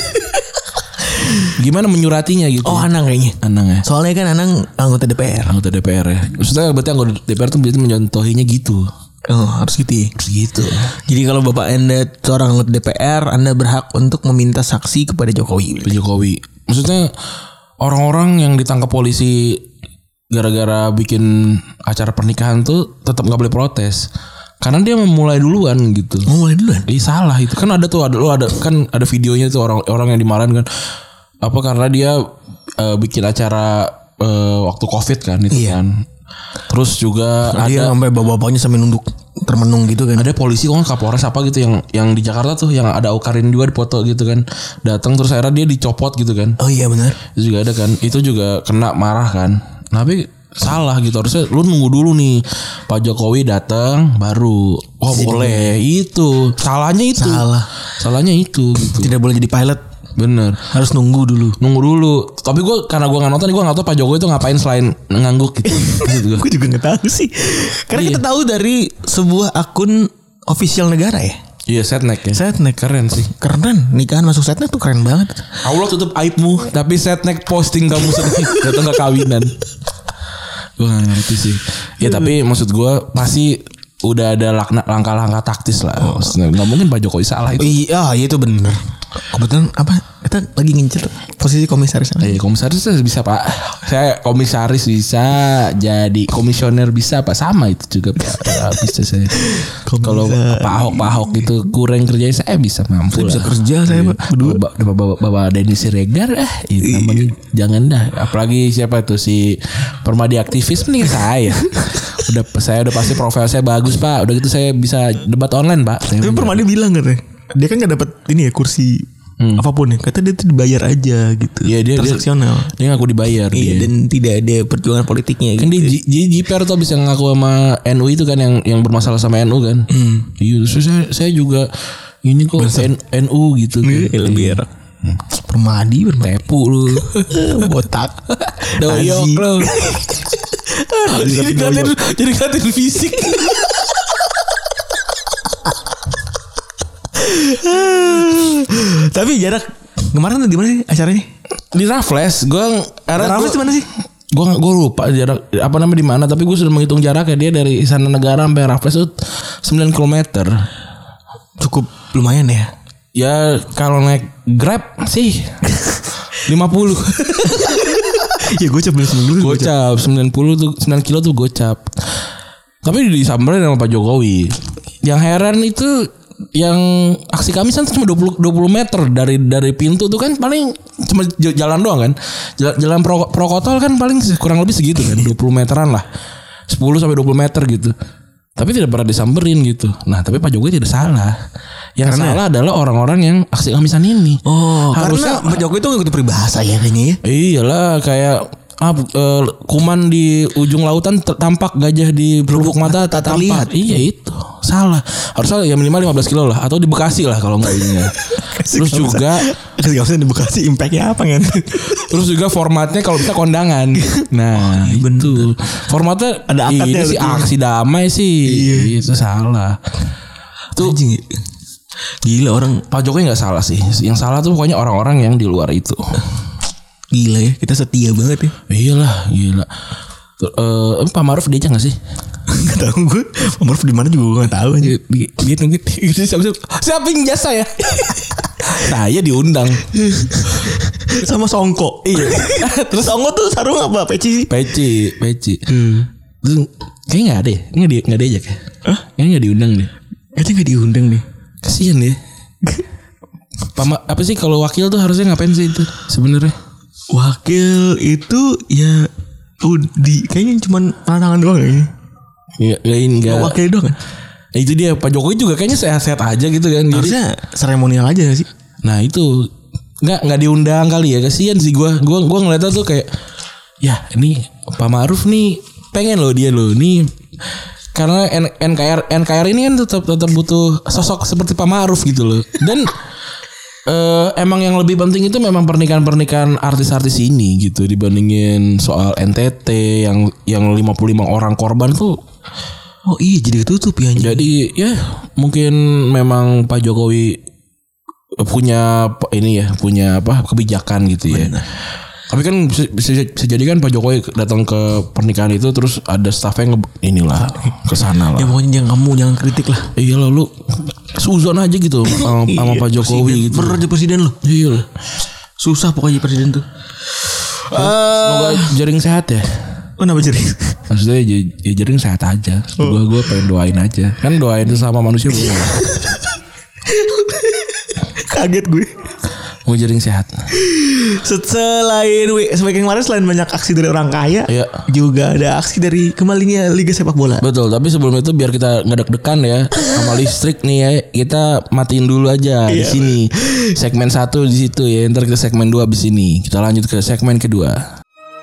[SPEAKER 2] Gimana menyuratinya gitu?
[SPEAKER 3] Oh Anang kayaknya.
[SPEAKER 2] Anang ya.
[SPEAKER 3] Soalnya kan Anang anggota D P R.
[SPEAKER 2] Anggota D P R ya. Maksudnya berarti anggota D P R tuh berarti menyontohinya gitu.
[SPEAKER 3] Oh harus gitu ya.
[SPEAKER 2] Harus gitu.
[SPEAKER 3] Jadi kalau Bapak Anda seorang anggota D P R, Anda berhak untuk meminta saksi kepada Jokowi.
[SPEAKER 2] Pak Jokowi. Maksudnya orang-orang yang ditangkap polisi gara-gara bikin acara pernikahan tuh tetap nggak boleh protes. Karena dia memulai duluan gitu.
[SPEAKER 3] Oh, mulai duluan.
[SPEAKER 2] Ih salah itu kan ada tuh ada lo ada kan ada videonya tuh orang-orang yang dimarahin kan apa karena dia uh, bikin acara uh, waktu Covid kan itu
[SPEAKER 3] Iya.
[SPEAKER 2] kan. Terus juga
[SPEAKER 3] Nah, dia
[SPEAKER 2] ada
[SPEAKER 3] sampai bapak-bapaknya sampai nunduk termenung gitu kan.
[SPEAKER 2] ada polisi kok Kapolres apa gitu yang yang di Jakarta tuh yang ada Aukarin juga di foto gitu kan. Datang terus akhirnya dia dicopot gitu kan.
[SPEAKER 3] Oh iya benar.
[SPEAKER 2] Itu juga ada kan. Itu juga kena marah kan. Nah, tapi salah gitu harusnya lu nunggu dulu nih Pak Jokowi datang baru oh boleh itu salahnya itu
[SPEAKER 3] Salah.
[SPEAKER 2] salahnya itu gitu.
[SPEAKER 3] Tidak boleh jadi pilot.
[SPEAKER 2] Bener
[SPEAKER 3] Harus nunggu dulu.
[SPEAKER 2] nunggu dulu tapi gue karena gue nggak nonton gue nggak tahu Pak Jokowi itu ngapain selain ngangguk gitu. Gitu
[SPEAKER 3] Gue juga nggak tahu sih. Karena
[SPEAKER 2] Iya.
[SPEAKER 3] kita tahu dari sebuah akun official negara ya.
[SPEAKER 2] iya setnek ya
[SPEAKER 3] Setnek.
[SPEAKER 2] keren sih.
[SPEAKER 3] Keren. Nikahan masuk setnek tuh keren banget.
[SPEAKER 2] Allah tutup aibmu tapi setnek posting kamu sedih datang ke kawinan. Gue gak ngerti sih. Ya tapi maksud gue pasti udah ada lakna, langkah-langkah taktis lah. Maksudnya gak mungkin Pak Jokowi salah itu.
[SPEAKER 3] Iya, iya itu benar. Kebetulan apa? Kita lagi ngincer posisi komisaris.
[SPEAKER 2] Eh komisaris bisa Pak. Saya komisaris bisa. Jadi komisioner bisa Pak. Sama itu juga Pak. Ya, bisa saya. Kalau Pak Ahok Pak Ahok itu kurang kerjanya saya bisa mampu
[SPEAKER 3] Saya bisa
[SPEAKER 2] lah.
[SPEAKER 3] kerja saya Pak. Berdua.
[SPEAKER 2] Bapak Bapak Bapak Denny Siregar eh itu namanya jangan dah. Apalagi siapa tuh si Permadi aktivis mending saya. Udah saya udah pasti profil saya bagus Pak. Udah gitu saya bisa debat online Pak. Saya
[SPEAKER 3] Tapi Permadi bilang katanya dia kan gak dapat ini ya kursi hmm. apapun ya. Kata dia tuh dibayar aja gitu.
[SPEAKER 2] Iya dia
[SPEAKER 3] transaksional.
[SPEAKER 2] Dia, dia ngaku dibayar
[SPEAKER 3] Iya
[SPEAKER 2] dia.
[SPEAKER 3] dan tidak ada perjuangan politiknya
[SPEAKER 2] Kan
[SPEAKER 3] gitu.
[SPEAKER 2] dia jadi Jiper tuh bisa ngaku sama N U itu kan yang yang bermasalah sama N U kan.
[SPEAKER 3] Hmm.
[SPEAKER 2] Iya, terus saya saya juga ini kok N, NU gitu kan.
[SPEAKER 3] Iya, lebih enak. Permadi Permadi
[SPEAKER 2] Tepu lu.
[SPEAKER 3] botak.
[SPEAKER 2] Doyok
[SPEAKER 3] Azi.
[SPEAKER 2] lu. Jadi katin jadi katin fisik.
[SPEAKER 3] Tapi jarak kemarin tuh di mana sih acaranya?
[SPEAKER 2] Di Raffles, gue
[SPEAKER 3] Raffles di mana sih?
[SPEAKER 2] Gue gue lupa jarak apa namanya di mana, tapi gue sudah menghitung jaraknya dia dari Istana Negara sampai Raffles itu sembilan kilometer.
[SPEAKER 3] Cukup lumayan ya.
[SPEAKER 2] Ya kalau naik Grab sih lima puluh.
[SPEAKER 3] Ya gocap dulu sembilan puluh.
[SPEAKER 2] Gocap sembilan puluh tuh sembilan kilo tuh gocap. Tapi disamperin sama Pak Jokowi. Yang heran itu yang aksi Kamis kan cuma dua puluh dua puluh meter dari dari pintu tuh kan paling cuma j- jalan doang kan. Jalan, jalan pro, protokol kan paling kurang lebih segitu kan, dua puluh meteran lah. sepuluh sampai dua puluh meter gitu. Tapi tidak pernah disamperin gitu. Nah, tapi Pak Jokowi tidak salah. Yang
[SPEAKER 3] Karena
[SPEAKER 2] salah adalah orang-orang yang aksi Kamisan ini.
[SPEAKER 3] Oh,
[SPEAKER 2] harusnya
[SPEAKER 3] karena Pak Jokowi itu ngikutin peribahasa ya kayaknya ya.
[SPEAKER 2] iyalah kayak ah, eh, kuman di ujung lautan ter- tampak, gajah di pelupuk mata tak tampak. Iya itu salah. Harusnya ya minimal lima belas kilo lah, atau di Bekasi lah kalau enggak ini. Terus juga
[SPEAKER 3] Kasih usah di Bekasi impactnya apa kan?
[SPEAKER 2] terus juga formatnya kalau bisa kondangan. Nah itu formatnya
[SPEAKER 3] Ada akadnya
[SPEAKER 2] ini sih
[SPEAKER 3] betul.
[SPEAKER 2] aksi damai sih. Itu salah. Tuh
[SPEAKER 3] Anjing ya. Gila orang
[SPEAKER 2] Pak Jokowi nggak salah sih. Yang salah tuh pokoknya orang-orang yang di luar itu.
[SPEAKER 3] gila ya, kita setia banget ya.
[SPEAKER 2] Iyalah, gila. Tuh, eh, Pak Maruf diajak nggak sih?
[SPEAKER 3] Gak tau gue Pak Maruf di mana juga gue gak tahu aja.
[SPEAKER 2] Dia dia nunggu siapa siapa yang jasa ya? Saya diundang.
[SPEAKER 3] Sama Songko.
[SPEAKER 2] Iya.
[SPEAKER 3] Terus Songko tuh sarung apa? Peci sih.
[SPEAKER 2] Peci, peci.
[SPEAKER 3] Hmm.
[SPEAKER 2] Terus kayaknya nggak ada ya? Nggak di nggak diajak ya?
[SPEAKER 3] Hah?
[SPEAKER 2] Kayaknya nggak diundang deh.
[SPEAKER 3] Kayaknya gak diundang nih.
[SPEAKER 2] Kasian ya. Pama, apa sih kalau wakil tuh harusnya ngapain sih itu sebenarnya?
[SPEAKER 3] Wakil itu ya oh, di kayaknya cuma tangan doang ya.
[SPEAKER 2] Enggak, enggak ini enggak.
[SPEAKER 3] Wakil doang kan.
[SPEAKER 2] Nah, itu dia Pak Jokowi juga kayaknya sehat-sehat aja gitu kan. Jadi,
[SPEAKER 3] Harusnya seremonial aja gak sih?
[SPEAKER 2] nah itu enggak enggak diundang kali ya. Kasian sih gua. Gua gua ngeliatnya tuh kayak ya ini Pak Ma'ruf nih pengen loh dia loh. Nih karena N K R N K R ini kan tetap tetap butuh sosok seperti Pak Ma'ruf gitu loh. Dan Uh, emang yang lebih penting itu memang pernikahan-pernikahan artis-artis ini gitu dibandingin soal N T T yang yang lima puluh lima orang korban tuh
[SPEAKER 3] Oh iya jadi ketutup ya.
[SPEAKER 2] Jadi ya mungkin memang Pak Jokowi punya ini ya, punya apa kebijakan gitu ya. Benar. Tapi kan bisa, bisa, bisa jadi kan Pak Jokowi datang ke pernikahan itu terus ada staffnya nge, inilah ke sana lah.
[SPEAKER 3] Ya pokoknya jangan kamu jangan kritik lah.
[SPEAKER 2] Iya lah lu suzon aja gitu sama, sama Pak Jokowi gitu.
[SPEAKER 3] Bener aja presiden lu.
[SPEAKER 2] Iya lah.
[SPEAKER 3] Susah pokoknya presiden tuh.
[SPEAKER 2] Semoga uh, jaring sehat ya.
[SPEAKER 3] Kenapa jaring?
[SPEAKER 2] Maksudnya ya, ya jaring sehat aja. Oh. Gue gue pengen doain aja. Kan doain sama manusia boleh.
[SPEAKER 3] Kaget gue.
[SPEAKER 2] Mau jaring sehat.
[SPEAKER 3] Selain sebagai kemarin selain banyak aksi dari orang kaya,
[SPEAKER 2] ya.
[SPEAKER 3] juga ada aksi dari kembalinya Liga Sepak Bola.
[SPEAKER 2] Betul. Tapi sebelum itu biar kita nggak deg-degan ya sama listrik nih ya, kita matiin dulu aja di sini. Segmen satu di situ ya. Ntar ke segmen dua abis ini. Kita lanjut ke segmen kedua.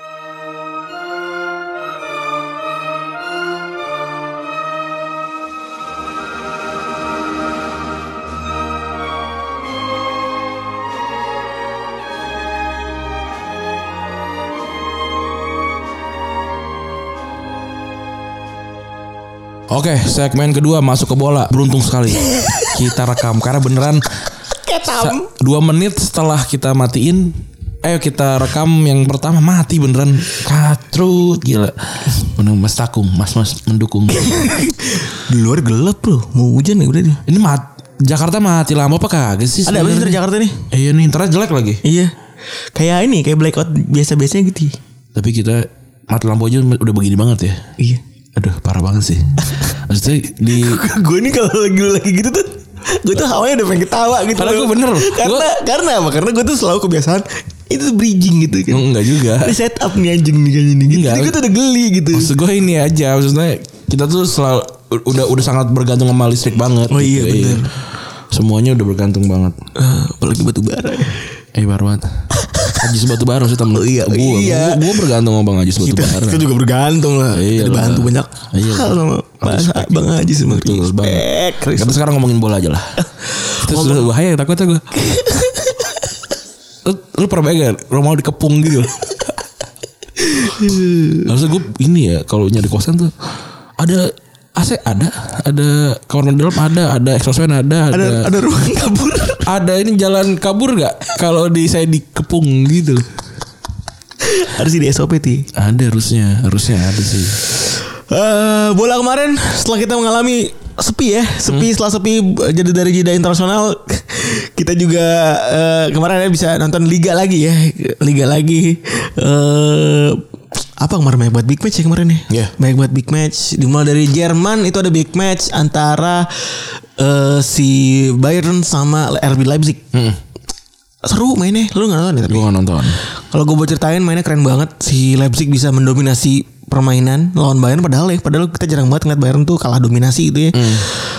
[SPEAKER 2] Oke, segmen kedua masuk ke bola. Beruntung sekali kita rekam karena beneran
[SPEAKER 3] Ketam.
[SPEAKER 2] Dua menit setelah kita matiin, eh kita rekam yang pertama mati beneran katrut gila. Bener Mas Takung, Mas Mas mendukung.
[SPEAKER 3] Di luar gelap bro, mau hujan ya udah deh.
[SPEAKER 2] Ini mat Jakarta mati lampu apa kagak sih?
[SPEAKER 3] Ada apa sih dari Jakarta nih?
[SPEAKER 2] Eh, iya nih internet jelek lagi.
[SPEAKER 3] Iya, kayak ini kayak blackout biasa-biasanya gitu.
[SPEAKER 2] Tapi kita mati lampu aja udah begini banget ya.
[SPEAKER 3] Iya.
[SPEAKER 2] Aduh parah banget sih. Maksudnya di
[SPEAKER 3] gue nih kalau lagi lagi gitu tuh gue tuh hawanya udah pengen ketawa gitu.
[SPEAKER 2] Karena gue bener
[SPEAKER 3] Karena gua... karena apa? Karena gue tuh selalu kebiasaan itu bridging gitu kan.
[SPEAKER 2] Enggak juga.
[SPEAKER 3] Ini set up nih anjing nih kayak gini. Jadi gue tuh udah geli gitu.
[SPEAKER 2] Maksud gue ini aja. Maksudnya kita tuh selalu udah udah sangat bergantung sama listrik banget.
[SPEAKER 3] Oh iya
[SPEAKER 2] gitu.
[SPEAKER 3] benar.
[SPEAKER 2] Semuanya udah bergantung banget.
[SPEAKER 3] Uh, apalagi batu bara ya.
[SPEAKER 2] Eh baru banget. Ajis batu bara sih temen.
[SPEAKER 3] Oh, iya,
[SPEAKER 2] gue,
[SPEAKER 3] iya.
[SPEAKER 2] Gue, gue bergantung sama Bang Ajis batu
[SPEAKER 3] kita,
[SPEAKER 2] bara.
[SPEAKER 3] Kita juga bergantung lah.
[SPEAKER 2] Iya,
[SPEAKER 3] kita bantu
[SPEAKER 2] lah.
[SPEAKER 3] banyak
[SPEAKER 2] iya,
[SPEAKER 3] hal sama Bang, Bang Ajis sama
[SPEAKER 2] Betul banget. Kita sekarang ngomongin bola aja lah. Itu sudah bahaya takutnya gue. Lu, lu pernah bayangin rumah dikepung gitu. Harusnya gue ini ya kalau nyari kosan tuh ada A C ada, ada kamar mandi dalam ada, ada exhaust fan ada, ada,
[SPEAKER 3] ada, ada ruang kabur,
[SPEAKER 2] ada ini jalan kabur nggak? Kalau di saya dikepung gitu,
[SPEAKER 3] harus di S O P ti.
[SPEAKER 2] Ada harusnya, harusnya ada sih.
[SPEAKER 3] Uh, bola kemarin setelah kita mengalami sepi ya, sepi hmm. setelah sepi jadi dari jeda internasional, kita juga uh, kemarin ya bisa nonton liga lagi ya, liga lagi. Uh, apa kemarin banyak buat big match ya kemarin ya?
[SPEAKER 2] Yeah.
[SPEAKER 3] Banyak buat big match. Dimulai dari Jerman itu ada big match antara uh, si Bayern sama R B Leipzig. Hmm. Seru mainnya, lu nggak nonton ya? Tapi
[SPEAKER 2] gue nggak nonton. Kalau
[SPEAKER 3] gue mau ceritain mainnya keren banget. Si Leipzig bisa mendominasi permainan lawan Bayern, padahal ya, padahal kita jarang banget ngeliat Bayern tuh kalah dominasi gitu ya. Hmm.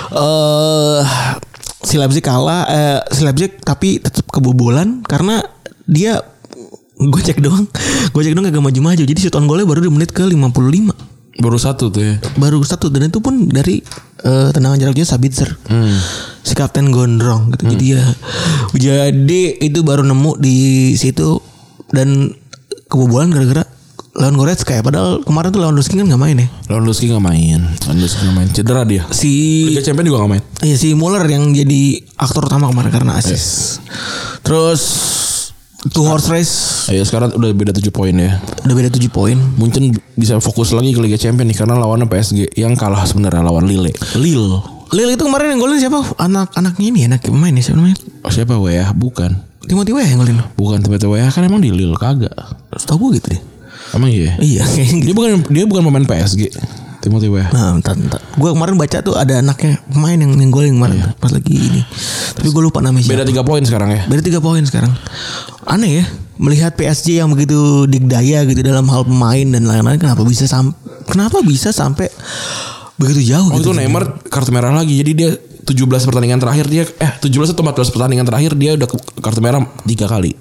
[SPEAKER 3] Uh, si Leipzig kalah, uh, si Leipzig tapi tetap kebobolan karena dia gue cek doang, gue cek doang gak maju-maju. Jadi shoot on goalnya baru di menit ke lima puluh lima.
[SPEAKER 2] Baru satu tuh ya.
[SPEAKER 3] Baru satu dan itu pun dari uh, tendangan jarak jauh Sabitzer. Hmm. Si kapten gondrong gitu. Hmm. Jadi ya jadi itu baru nemu di situ dan kebobolan gara-gara lawan Goretzka ya. Padahal kemarin tuh lawan Lewandowski kan gak main ya.
[SPEAKER 2] Lewandowski gak main. Lewandowski gak main. Cedera dia.
[SPEAKER 3] Si
[SPEAKER 2] Liga Champions juga gak main.
[SPEAKER 3] Iya si Muller yang jadi aktor utama kemarin karena asis. Yeah. Terus two horse race.
[SPEAKER 2] Ayo sekarang udah beda tujuh poin ya.
[SPEAKER 3] Udah beda tujuh poin.
[SPEAKER 2] Mungkin bisa fokus lagi ke Liga Champions nih karena lawannya P S G yang kalah sebenarnya lawan Lille. Lille.
[SPEAKER 3] Lille itu kemarin yang golin siapa? Anak-anaknya ini anak pemain ya siapa namanya?
[SPEAKER 2] Oh, siapa W A? Bukan.
[SPEAKER 3] Timothy W A yang golin.
[SPEAKER 2] Bukan Timothy W A kan emang di Lille kagak.
[SPEAKER 3] Setahu gue gitu deh.
[SPEAKER 2] Emang iya?
[SPEAKER 3] Iya kayaknya gitu.
[SPEAKER 2] Dia bukan dia bukan pemain P S G. Timothy W A.
[SPEAKER 3] Nah, entar, entar. Gue kemarin baca tuh ada anaknya pemain yang yang golin kemarin iya. Pas lagi ini. Tapi gue lupa namanya siapa.
[SPEAKER 2] Beda tiga poin sekarang ya.
[SPEAKER 3] Beda tiga poin sekarang. Aneh ya melihat P S G yang begitu digdaya gitu dalam hal pemain dan lain-lain, kenapa bisa sam kenapa bisa sampai begitu jauh
[SPEAKER 2] oh,
[SPEAKER 3] gitu.
[SPEAKER 2] Itu Neymar kartu merah lagi. Jadi dia tujuh belas pertandingan terakhir dia eh tujuh belas atau empat belas pertandingan terakhir dia udah kartu merah tiga kali.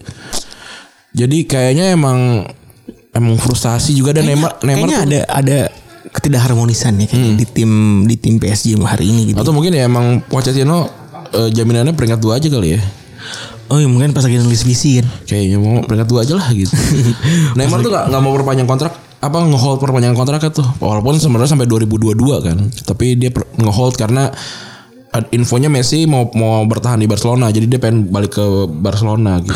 [SPEAKER 2] Jadi kayaknya emang emang frustasi juga dan Neymar Neymar
[SPEAKER 3] kayaknya
[SPEAKER 2] tuh,
[SPEAKER 3] ada ada ketidakharmonisan ya hmm. di tim di tim P S G hari ini gitu.
[SPEAKER 2] Atau mungkin ya emang Pochettino uh, jaminannya peringkat dua aja kali ya.
[SPEAKER 3] Oh iya mungkin pas lagi nulis visi kan.
[SPEAKER 2] Kayaknya mau peringkat dua aja lah gitu. Neymar tuh gak, gak mau perpanjang kontrak apa nge-hold perpanjangan kontraknya tuh. Walaupun sebenarnya sampai dua ribu dua puluh dua kan. Tapi dia per, nge-hold karena infonya Messi mau mau bertahan di Barcelona. Jadi dia pengen balik ke Barcelona gitu.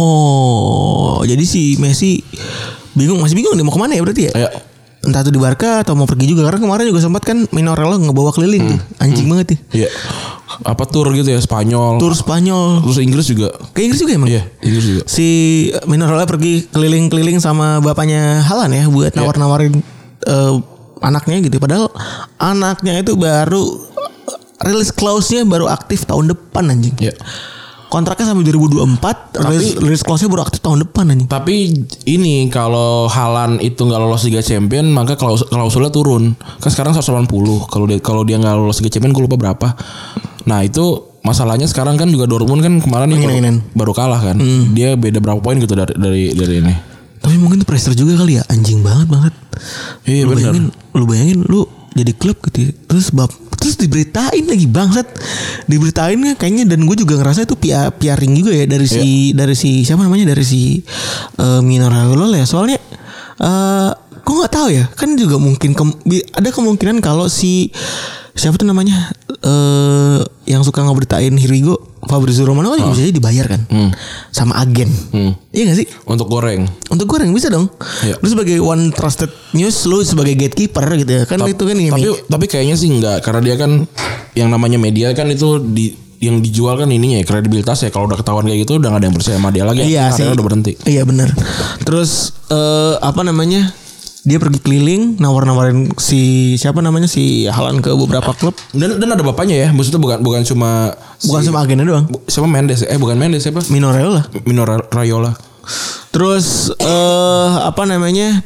[SPEAKER 3] Oh, jadi si Messi bingung, masih bingung dia mau kemana ya berarti ya?
[SPEAKER 2] Ya.
[SPEAKER 3] Entah itu di Barca atau mau pergi juga. Karena kemarin juga sempat kan Minorella ngebawa keliling tuh. Anjing
[SPEAKER 2] Hmm.
[SPEAKER 3] banget ya.
[SPEAKER 2] Iya. Apa tur gitu ya, Spanyol.
[SPEAKER 3] Tur Spanyol.
[SPEAKER 2] Terus Inggris juga.
[SPEAKER 3] Ke Inggris juga emang?
[SPEAKER 2] Iya, Inggris juga.
[SPEAKER 3] Si Minorella pergi keliling-keliling sama bapaknya Haaland ya buat nawar-nawarin uh, anaknya gitu. Padahal anaknya itu baru release clause-nya baru aktif tahun depan anjing.
[SPEAKER 2] Iya.
[SPEAKER 3] Kontraknya sampai dua ribu dua puluh empat, release, release clause-nya baru aktif tahun depan anjing.
[SPEAKER 2] Tapi ini kalau Haaland itu nggak lolos Liga Champion maka klaus klausulnya turun. Kan sekarang seratus delapan puluh. Kalau dia kalau dia nggak lolos Liga Champion gue lupa berapa. Nah itu masalahnya sekarang kan juga Dortmund kan kemarin nih baru, baru kalah kan. Hmm. Dia beda berapa poin gitu dari dari dari ini.
[SPEAKER 3] Tapi mungkin itu pressure juga kali ya, anjing banget banget.
[SPEAKER 2] Iya benar.
[SPEAKER 3] Lu bayangin lu jadi klub gitu ya. Terus bab terus diberitain lagi bangsat. Diberitain kayaknya, dan gue juga ngerasa itu P R juga ya dari si yeah. dari si siapa namanya dari si uh, Minorella ya. Soalnya uh, kok nggak tahu ya. Kan juga mungkin ke- ada kemungkinan kalau si siapa tuh namanya uh, yang suka ngeberitain Here we go, Fabrizio Romano kan oh. bisa dibayar kan hmm. sama agen. Hmm. Iya gak sih?
[SPEAKER 2] Untuk goreng.
[SPEAKER 3] Untuk goreng bisa dong. Ya. Lu sebagai one trusted news, lu sebagai gatekeeper gitu ya. Kan Ta- itu kan ini.
[SPEAKER 2] Tapi tapi kayaknya sih enggak, karena dia kan yang namanya media kan itu di yang dijual kan ininya ya, kredibilitas ya. Kalau udah ketahuan kayak gitu udah gak ada yang percaya sama dia lagi.
[SPEAKER 3] Iya sih.
[SPEAKER 2] Udah berhenti.
[SPEAKER 3] Iya benar. Terus uh, apa namanya? Dia pergi keliling nawar-nawarin si siapa namanya si Haaland ke beberapa klub.
[SPEAKER 2] Dan dan ada bapaknya ya. Maksudnya bukan bukan cuma
[SPEAKER 3] bukan
[SPEAKER 2] si,
[SPEAKER 3] cuma agennya doang.
[SPEAKER 2] Bu, siapa Mendes? Eh bukan Mendes siapa?
[SPEAKER 3] Minorella.
[SPEAKER 2] Minorella.
[SPEAKER 3] Terus eh uh, apa namanya?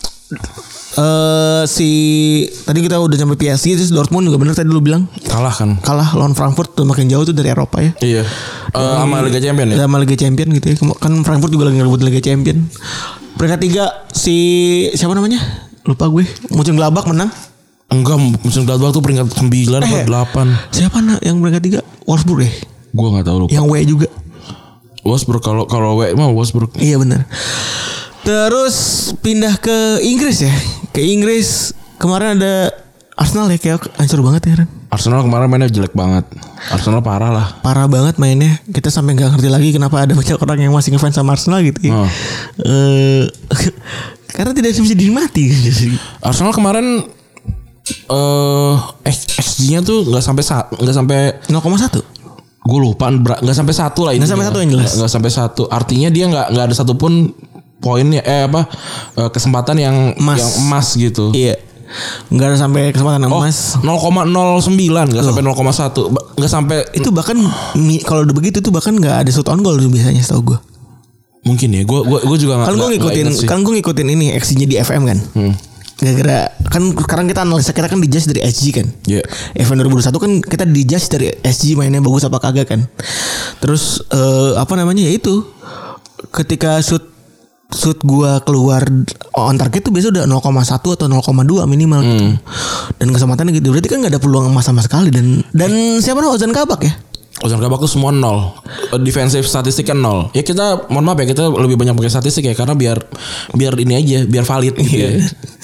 [SPEAKER 3] Eh uh, si tadi kita udah sampai P S G, terus Dortmund juga bener tadi lu bilang
[SPEAKER 2] kalah kan.
[SPEAKER 3] Kalah lawan Frankfurt tuh, makin jauh tuh dari Eropa ya.
[SPEAKER 2] Iya. Uh, sama Liga Champion ya.
[SPEAKER 3] Sama Liga Champion gitu ya. Kan Frankfurt juga lagi ngerebut Liga Champion. Peringkat tiga si siapa namanya? Lupa gue. Mönchengladbach menang.
[SPEAKER 2] Enggak, Mönchengladbach tuh peringkat sembilan atau
[SPEAKER 3] eh,
[SPEAKER 2] delapan.
[SPEAKER 3] Siapa nak yang peringkat tiga? Wolfsburg deh.
[SPEAKER 2] Gue enggak tahu lupa.
[SPEAKER 3] Yang W juga.
[SPEAKER 2] Wolfsburg kalau kalau W mah Wolfsburg.
[SPEAKER 3] Iya benar. Terus pindah ke Inggris ya. Ke Inggris kemarin ada Arsenal ya, kayak hancur banget ya Ren.
[SPEAKER 2] Arsenal kemarin mainnya jelek banget. Arsenal parah lah.
[SPEAKER 3] Parah banget mainnya. Kita sampai nggak ngerti lagi kenapa ada banyak orang yang masih ngefans sama Arsenal gitu ya. Oh. Uh, karena tidak bisa dinikmati.
[SPEAKER 2] Arsenal kemarin uh, X G-nya tuh nggak sampai nggak sampai
[SPEAKER 3] nol koma satu.
[SPEAKER 2] Gue lupa nggak sampai satu lah ini.
[SPEAKER 3] Nggak sampai satu yang jelas.
[SPEAKER 2] Nggak sampai satu. Artinya dia nggak nggak ada satupun poinnya eh apa kesempatan yang emas, yang emas gitu.
[SPEAKER 3] Iya. Enggak ada sampai kesempatan
[SPEAKER 2] oh,
[SPEAKER 3] emas.
[SPEAKER 2] nol koma nol sembilan enggak sampai nol koma satu. Enggak sampai
[SPEAKER 3] itu bahkan kalau udah begitu tuh bahkan enggak ada shot on goal biasanya setahu gue.
[SPEAKER 2] Mungkin ya. Gue gue gue juga
[SPEAKER 3] kan gue ngikutin kan gue ngikutin ini X G-nya di F M kan. Hmm. Gara-gara kan sekarang kita analisa kita kan dijudge dari S G kan. Iya. Yeah. F M dua ribu dua puluh satu kan kita dijudge dari S G mainnya bagus apa kagak kan. Terus uh, apa namanya ya itu ketika shoot shoot gua keluar on target tuh biasa udah nol koma satu atau nol koma dua minimal hmm. gitu. Dan kesempatannya gitu. Berarti kan enggak ada peluang emas sama sekali dan dan siapa namanya Ozan Kabak ya?
[SPEAKER 2] Ozan Kabak tuh semua nol. Defensive statistiknya nol. Ya kita mohon maaf ya, kita lebih banyak pakai statistik ya karena biar biar ini aja, biar valid gitu ya.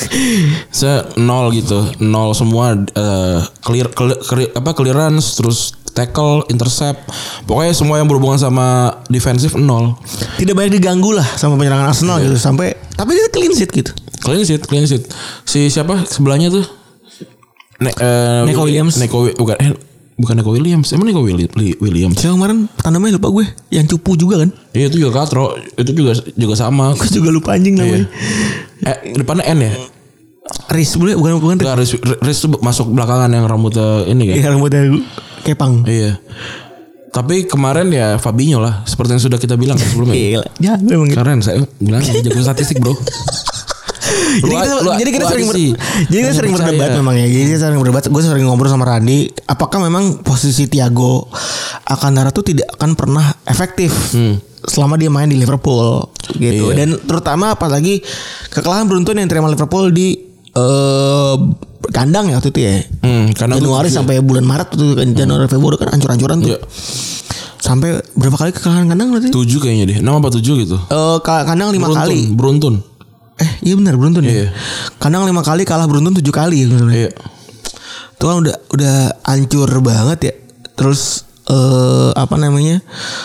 [SPEAKER 2] Se nol gitu. Nol semua uh, clear, clear, clear apa clearance, terus tackle, intercept, pokoknya semua yang berhubungan sama defensif nol.
[SPEAKER 3] Tidak banyak diganggu lah sama penyerangan Arsenal yeah. gitu sampai, tapi dia clean sheet gitu.
[SPEAKER 2] Clean sheet, clean sheet. Si siapa sebelahnya tuh? Ne, uh,
[SPEAKER 3] Neko Williams.
[SPEAKER 2] Neko bukan eh bukan Neko Williams. Emang Neko Williams.
[SPEAKER 3] Siapa kemarin tandemnya lupa gue, yang cupu juga kan?
[SPEAKER 2] Iya itu juga Katro, itu juga juga sama.
[SPEAKER 3] Gue juga lupa anjing namanya.
[SPEAKER 2] Iya. Eh depannya N ya?
[SPEAKER 3] Riz boleh bukan bukan
[SPEAKER 2] Riz. Riz tuh masuk belakangan yang rambutnya ini kan?
[SPEAKER 3] Iya rambutnya kepang.
[SPEAKER 2] Iya. Tapi kemarin ya Fabinho lah, seperti yang sudah kita bilang kan sebelumnya.
[SPEAKER 3] Gila. Ya, memang gitu.
[SPEAKER 2] Keren saya bilang jago statistik, Bro.
[SPEAKER 3] Jadi kita, lu, jadi kita sering ber, jadi kita sering berdebat memang ya. Jadi kita sering berdebat. Gue sering ngobrol sama Randy. Apakah memang posisi Thiago Alcantara tuh tidak akan pernah efektif hmm. selama dia main di Liverpool gitu. Iya. Dan terutama apalagi kekalahan beruntun yang terima Liverpool di uh, kandang ya waktu itu ya. Hmm, Januari sampai ya. bulan Maret tuh kan Januari Februari kan ancur-ancuran tuh. Iya. Sampai berapa kali kekalahan kandang berarti?
[SPEAKER 2] tujuh kayaknya deh. enam apa tujuh gitu.
[SPEAKER 3] Eh uh, kandang lima
[SPEAKER 2] beruntun,
[SPEAKER 3] kali.
[SPEAKER 2] Beruntun.
[SPEAKER 3] Eh iya benar beruntun
[SPEAKER 2] Iya.
[SPEAKER 3] ya. Kandang lima kali kalah beruntun tujuh kali ya.
[SPEAKER 2] Iya.
[SPEAKER 3] Itu kan udah udah hancur banget ya. Terus eh apa namanya?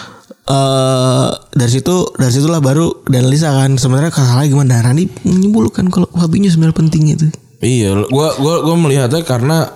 [SPEAKER 3] Eh dari situ dari situlah baru dan Lisa kan sebenarnya kalah gimana Rani menyimpulkan kalau Fabinho sebenarnya penting itu.
[SPEAKER 2] Iya, gua gua gua melihatnya karena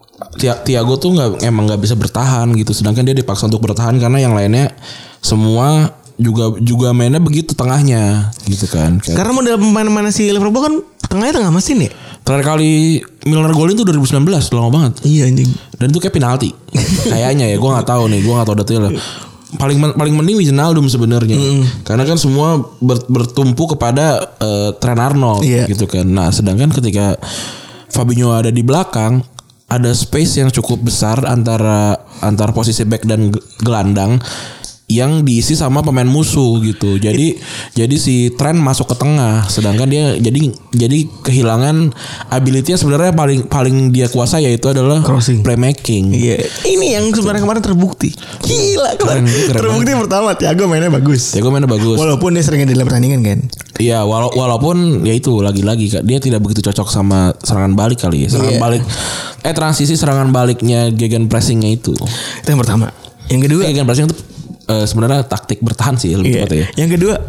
[SPEAKER 2] Thiago tuh nggak emang nggak bisa bertahan gitu, sedangkan dia dipaksa untuk bertahan karena yang lainnya semua juga juga mainnya begitu tengahnya gitu kan. Kayak
[SPEAKER 3] Karena model pemain-pemain si Liverpool kan tengahnya tengah mesin ya.
[SPEAKER 2] terakhir kali Milner golin tuh dua ribu sembilan belas, lama banget.
[SPEAKER 3] Iya anjing.
[SPEAKER 2] Dan itu kayak penalti. Kayaknya ya, gue nggak tahu nih, gue nggak tahu detailnya. Paling paling mending Wijnaldum sebenarnya, mm. karena kan semua ber, bertumpu kepada uh, Trent Arnold,
[SPEAKER 3] yeah.
[SPEAKER 2] gitu kan. Nah, sedangkan ketika Fabinho ada di belakang, ada space yang cukup besar antara antara posisi back dan gelandang yang diisi sama pemain musuh gitu. Jadi It, jadi si Trent masuk ke tengah, sedangkan dia jadi jadi kehilangan ability-nya sebenarnya paling paling dia kuasa yaitu adalah
[SPEAKER 3] crossing,
[SPEAKER 2] playmaking.
[SPEAKER 3] Iya. Ini yang sebenarnya kemarin terbukti. Gila keren. keren terbukti banget. Pertama Thiago mainnya bagus.
[SPEAKER 2] Thiago mainnya bagus.
[SPEAKER 3] Walaupun dia sering di dalam pertandingan kan.
[SPEAKER 2] Iya, wala- walaupun ya itu lagi-lagi dia tidak begitu cocok sama serangan balik kali ya. Serangan yeah. balik eh transisi serangan baliknya gegen pressing-nya itu.
[SPEAKER 3] Itu yang pertama. Yang kedua,
[SPEAKER 2] gegen pressing itu Uh, sebenarnya taktik bertahan sih lebih tepatnya ya.
[SPEAKER 3] Yang kedua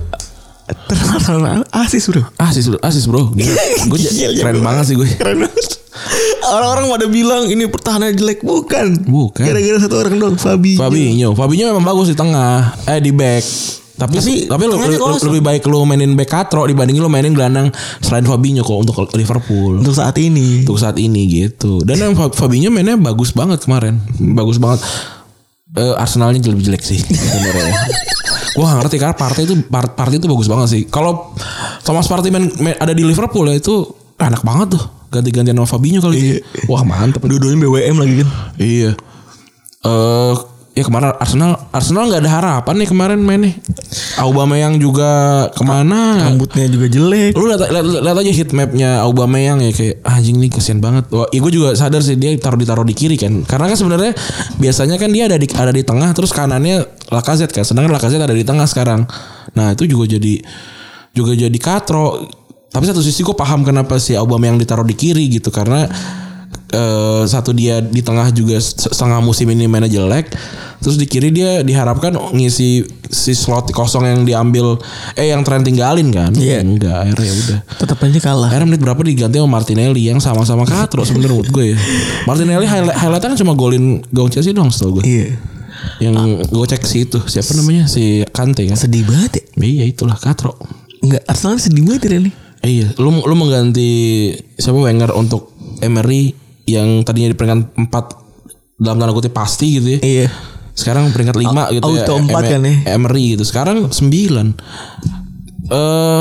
[SPEAKER 3] terkenal asis bro.
[SPEAKER 2] Asis bro, asis bro. Gue keren banget sih gue.
[SPEAKER 3] Keren banget. Orang-orang pada bilang ini pertahanan jelek, bukan.
[SPEAKER 2] Bukan.
[SPEAKER 3] Gara-gara satu orang dong, Fabinho.
[SPEAKER 2] Fabinho, Fabinho memang bagus di tengah, eh di back. Tapi tapi, tapi lu, lu, lebih baik lu mainin back katro dibandingin lu mainin gelandang selain Fabinho kok untuk Liverpool.
[SPEAKER 3] Untuk saat ini.
[SPEAKER 2] Untuk saat ini gitu. Dan yang Fabinho mainnya bagus banget kemarin. Bagus banget. Uh, Arsenalnya lebih jelek sih sebenarnya. Gue gak ngerti karena Partey itu Partey itu bagus banget sih. Kalau Thomas Partey main, main ada di Liverpool ya itu enak banget tuh ganti-gantian sama Fabinho kali. Iya. Wah mantep.
[SPEAKER 3] Dua-duanya B W M lagi kan.
[SPEAKER 2] Iya. Eh uh, ya kemarin Arsenal Arsenal nggak ada harapan nih kemarin mainnya. Aubameyang juga kemana?
[SPEAKER 3] Rambutnya juga jelek.
[SPEAKER 2] Lu lihat lihat aja heat mapnya Aubameyang ya kayak ah, anjing nih kesian banget. Wah, ya gue juga sadar sih dia taruh ditaruh di kiri kan. Karena kan sebenarnya biasanya kan dia ada di ada di tengah terus kanannya Lacazette kan. Sedangkan Lacazette ada di tengah sekarang. Nah itu juga jadi juga jadi katro. Tapi satu sisi gue paham kenapa si Aubameyang ditaruh di kiri gitu karena Uh, satu dia di tengah juga setengah musim ini mainnya jelek, terus di kiri dia diharapkan ngisi si slot kosong yang diambil eh yang Trent tinggalin kan.
[SPEAKER 3] Yeah.
[SPEAKER 2] Enggak, akhirnya udah
[SPEAKER 3] tetap aja kalah.
[SPEAKER 2] Akhirnya menit berapa diganti sama Martinelli yang sama-sama katro sebenarnya menurut gue ya. Martinelli highlight highlightnya kan cuma golin gawang Chelsea doang setahu gue.
[SPEAKER 3] Iya.
[SPEAKER 2] Yang ah. gue cek si itu siapa namanya si Kante kan.
[SPEAKER 3] Sedih banget ya.
[SPEAKER 2] Iya itulah katro.
[SPEAKER 3] Enggak, Arsenal sedih banget ya nih.
[SPEAKER 2] Iya, lu lu mengganti siapa Wenger untuk Emery yang tadinya di peringkat empat dalam tanda kutip pasti gitu ya.
[SPEAKER 3] Iya.
[SPEAKER 2] Sekarang peringkat lima gitu
[SPEAKER 3] auto
[SPEAKER 2] ya.
[SPEAKER 3] Auto empat kan ya.
[SPEAKER 2] Emery gitu. Sekarang sembilan. Eh uh,